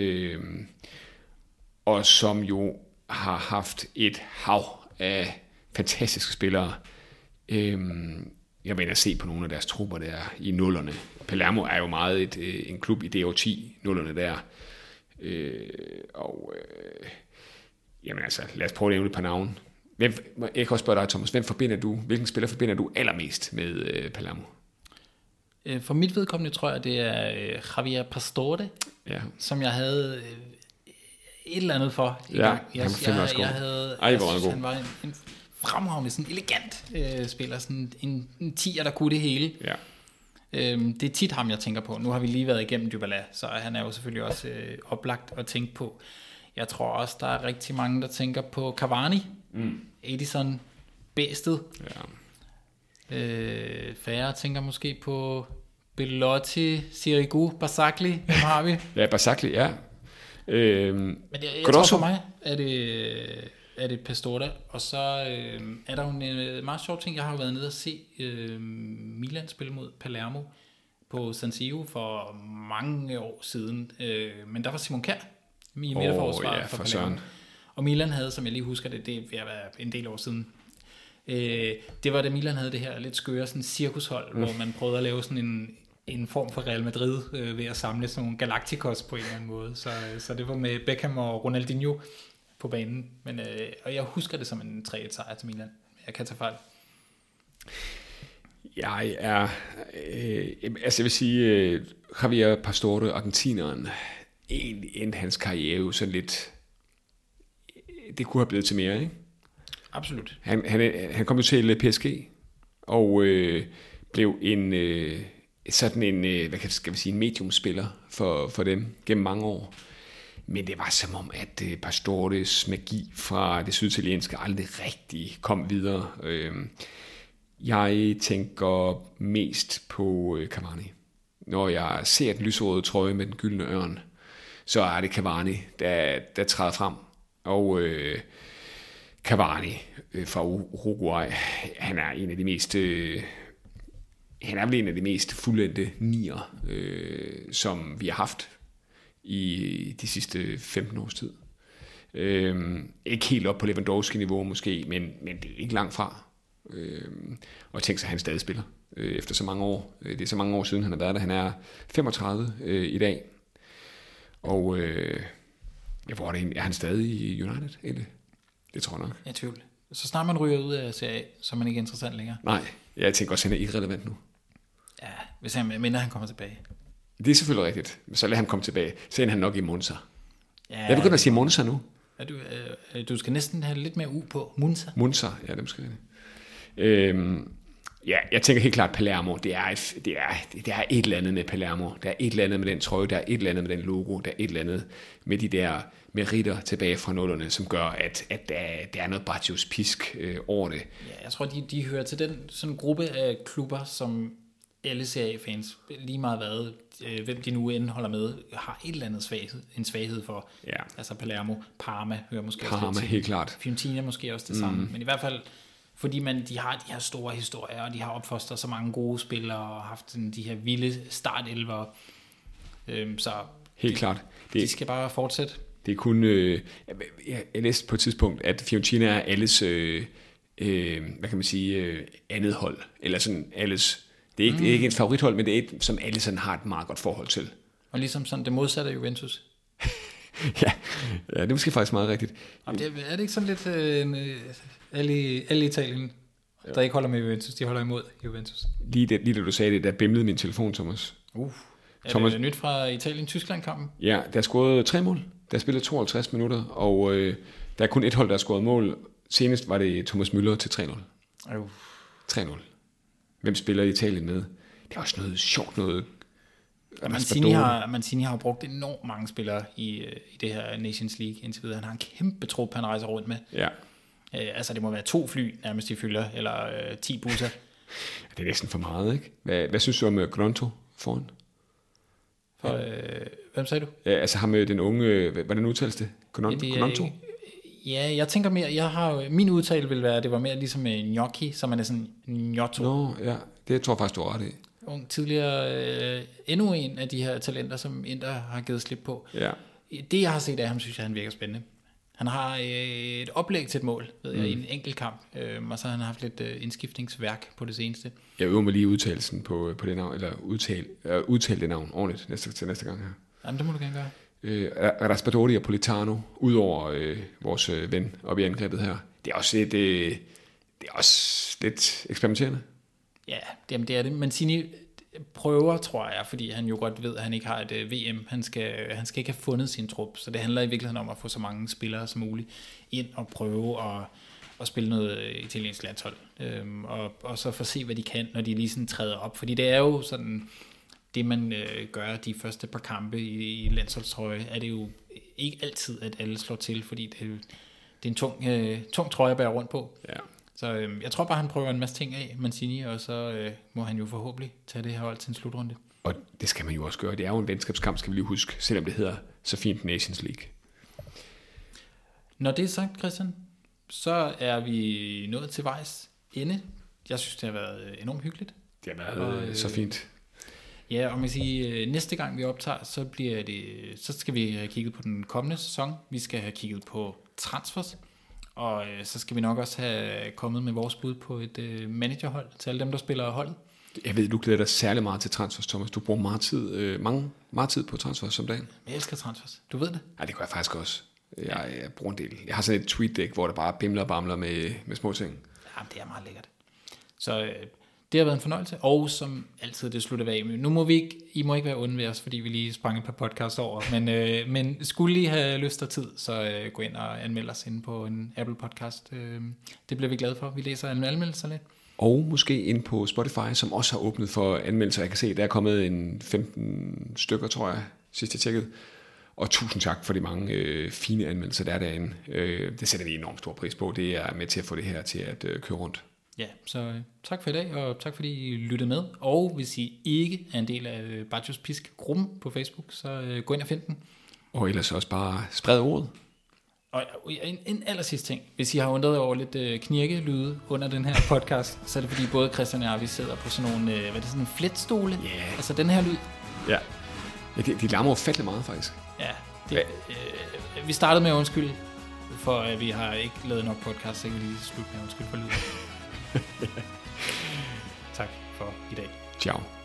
Og som jo har haft et hav af fantastiske spillere. Jeg mener at se på nogle af deres trupper der i nullerne. Palermo er jo meget en klub i det årti, nullerne der. Jamen altså, lad os prøve at nævne et par navne. Jeg kan også spørge dig, Thomas, hvilken spiller forbinder du allermest med Palermo? For mit vedkommende tror jeg, det er Javier Pastore, som jeg havde et eller andet for i gang. Jeg havde, han var en fremragende, sådan elegant spiller, sådan en tier, der kunne det hele. Ja. Det er tit ham, jeg tænker på. Nu har vi lige været igennem Dybala, så han er jo selvfølgelig også oplagt at tænke på. Jeg tror også, der er rigtig mange, der tænker på Cavani, Edison, Bæstet. Ja. Færre tænker måske på Belotti, Sirigu, Barzagli. Hvem har vi? Ja, Barzagli, ja. Men jeg tror for mig, er det Pastore, og så er der jo en meget sjov ting. Jeg har jo været nede og se Milan spille mod Palermo på San Siro for mange år siden, men der var Simon Kjær i midterforsvaret for Palermo. Søren. Og Milan havde, som jeg lige husker det vil være en del år siden, det var da Milan havde det her lidt skøre sådan cirkushold, hvor man prøvede at lave sådan en form for Real Madrid ved at samle sådan nogle Galacticos på en eller anden måde. Så det var med Beckham og Ronaldinho på banen. Men, og jeg husker det som en 3-1 sejr til Milan. Jeg kan tage fejl. Jeg vil sige, Javier Pastore, argentineren, egentlig endte hans karriere sådan lidt... Det kunne have blevet til mere, ikke? Absolut. Han kom jo til PSG og blev en en mediumspiller for dem gennem mange år. Men det var som om, at Pastores magi fra det syditalienske aldrig rigtig kom videre. Jeg tænker mest på Cavani. Når jeg ser den lyserøde trøje med den gyldne ørn, så er det Cavani, der træder frem. Og Cavani fra Uruguay, han er en af de mest... han er vel en af de mest fuldendte nier, som vi har haft i de sidste 15 års tid. Ikke helt op på Lewandowski-niveau måske, men det er ikke langt fra. Og tænk sig, at han stadig spiller efter så mange år. Det er så mange år siden, han har været der. Han er 35 i dag. Og hvor er han stadig i United? Eller? Det tror jeg nok. Jeg tvivl. Så snart man ryger ud af Serie A, så er man ikke interessant længere. Nej, jeg tænker også, at han er irrelevant nu. Ja, hvis han kommer tilbage. Det er selvfølgelig rigtigt. Så lad ham komme tilbage. Så ender han nok i Monza. Ja, jeg begynder at sige Monza nu. Du skal næsten have lidt mere på. Monza, ja, det skal jeg. Jeg tænker helt klart Palermo. Det er et eller andet med Palermo. Der er et eller andet med den trøje. Der er et eller andet med den logo. Der er et eller andet med de der meritter tilbage fra nullerne, som gør, at der er noget Baccios pisk over det. Ja, jeg tror, de hører til den sådan gruppe af klubber, som alle Serie A-fans, lige meget hvad, hvem de nu end holder med, har et eller andet en svaghed for. Ja. Altså Palermo, Parma hører måske også lidt til. Helt klart. Fiorentina måske også det samme. Men i hvert fald, fordi de har de her store historier, og de har opfostret så mange gode spillere, og haft sådan de her vilde startelvere. Så helt klart. De skal bare fortsætte. Det er kun... jeg læste på et tidspunkt, at Fiorentina er alles, hvad kan man sige, andet hold. Eller sådan alles... Det er ikke et favorithold, men det er et, som alle sådan har et meget godt forhold til. Og ligesom sådan det modsatte af Juventus. ja, det er måske faktisk meget rigtigt. Jamen, er det ikke sådan lidt alle i Italien, der ikke holder med Juventus, de holder imod Juventus? Lige da du sagde det, der bimlede min telefon, Thomas. Er det nyt fra Italien-Tyskland-kampen? Ja, der er scoret 3 mål. Der er spillet 52 minutter, og der er kun et hold, der har scoret mål. Senest var det Thomas Müller til 3-0. 3-0. Hvem spiller i Italien med? Det er også noget sjovt noget. Mancini har brugt enormt mange spillere i det her Nations League indtil videre. Han har en kæmpe trup, han rejser rundt med. Ja. Altså det må være 2 fly nærmest de fylder, eller 10 busser. Det er næsten for meget, ikke? Hvad synes du om Gronto foran? Hvem sagde du? Ja, altså ham med den unge, hvordan udtales det? Gronto? Ja, jeg tænker mere, min udtale vil være, at det var mere ligesom gnocchi, som man er sådan gnotto. Nå, ja, det tror jeg faktisk, du har ret i. Tidligere endnu en af de her talenter, som Inter har givet slip på. Ja. Det, jeg har set af ham, synes jeg, han virker spændende. Han har et oplæg til et mål, ved jeg, i en enkelt kamp, og så har han haft lidt indskiftningsværk på det seneste. Jeg øver mig lige udtalelsen på det navn, eller udtale det navn ordentligt til næste gang her. Jamen, det må du gerne gøre. Raspadori og Politano, udover vores ven oppe i angrebet her, det er også lidt eksperimenterende. Ja, det er det. Mancini prøver, tror jeg, fordi han jo godt ved, at han ikke har et VM. Han skal ikke have fundet sin trup, så det handler i virkeligheden om at få så mange spillere som muligt ind og prøve at spille noget italiensk landshold. Og så få se, hvad de kan, når de lige sådan træder op. Fordi det er jo sådan, det man gør de første par kampe i landsholdstrøje, er det jo ikke altid, at alle slår til, fordi det er en tung trøje at bære rundt på. Ja. Så jeg tror bare, han prøver en masse ting af, Mancini, og så må han jo forhåbentlig tage det her hold til en slutrunde. Og det skal man jo også gøre. Det er jo en venskabskamp, skal vi lige huske, selvom det hedder så fint Nations League. Når det er sagt, Christian, så er vi nået til vejs ende. Jeg synes, det har været enormt hyggeligt. Det har været så fint. Ja, og man kan sige, næste gang vi optager, så skal vi have kigget på den kommende sæson. Vi skal have kigget på transfers. Og så skal vi nok også have kommet med vores bud på et managerhold til alle dem, der spiller holdet. Jeg ved, du glæder dig særlig meget til transfers, Thomas. Du bruger meget tid på transfers som dagen. Jeg elsker transfers. Du ved det? Ja, det gør jeg faktisk også. Jeg bruger en del. Jeg har sådan et tweet-dæk, hvor der bare bimler og bamler med små ting. Ja, det er meget lækkert. Så det har været en fornøjelse. Og som altid, det slutter af med. Nu må I må ikke være onde ved os, fordi vi lige sprang et par podcasts over. Men skulle I have lyst og tid, så gå ind og anmeld os inde på en Apple podcast. Det bliver vi glade for. Vi læser anmeldelser lidt. Og måske ind på Spotify, som også har åbnet for anmeldelser. Jeg kan se, der er kommet en 15 stykker, tror jeg, sidst jeg tjekkede. Og tusind tak for de mange fine anmeldelser, der er derinde. Det sætter vi enormt stor pris på. Det er med til at få det her til at køre rundt. Ja, så tak for i dag, og tak fordi I lyttede med. Og hvis I ikke er en del af Bacchus Pisk-gruppen på Facebook, så gå ind og find den. Og ellers også bare spred ordet. Og en allersidste ting. Hvis I har undret over lidt knirkelyde under den her podcast, så er det fordi både Christian og jeg, vi sidder på sådan nogle, sådan en fletstole. Yeah. Altså den her lyd. Ja, de larmer jo fattelig meget faktisk. Ja, vi startede med at undskylde, for at vi har ikke lavet nok podcast, så kan vi lige slutte med at undskylde for lyden. Tak for i dag. Ciao.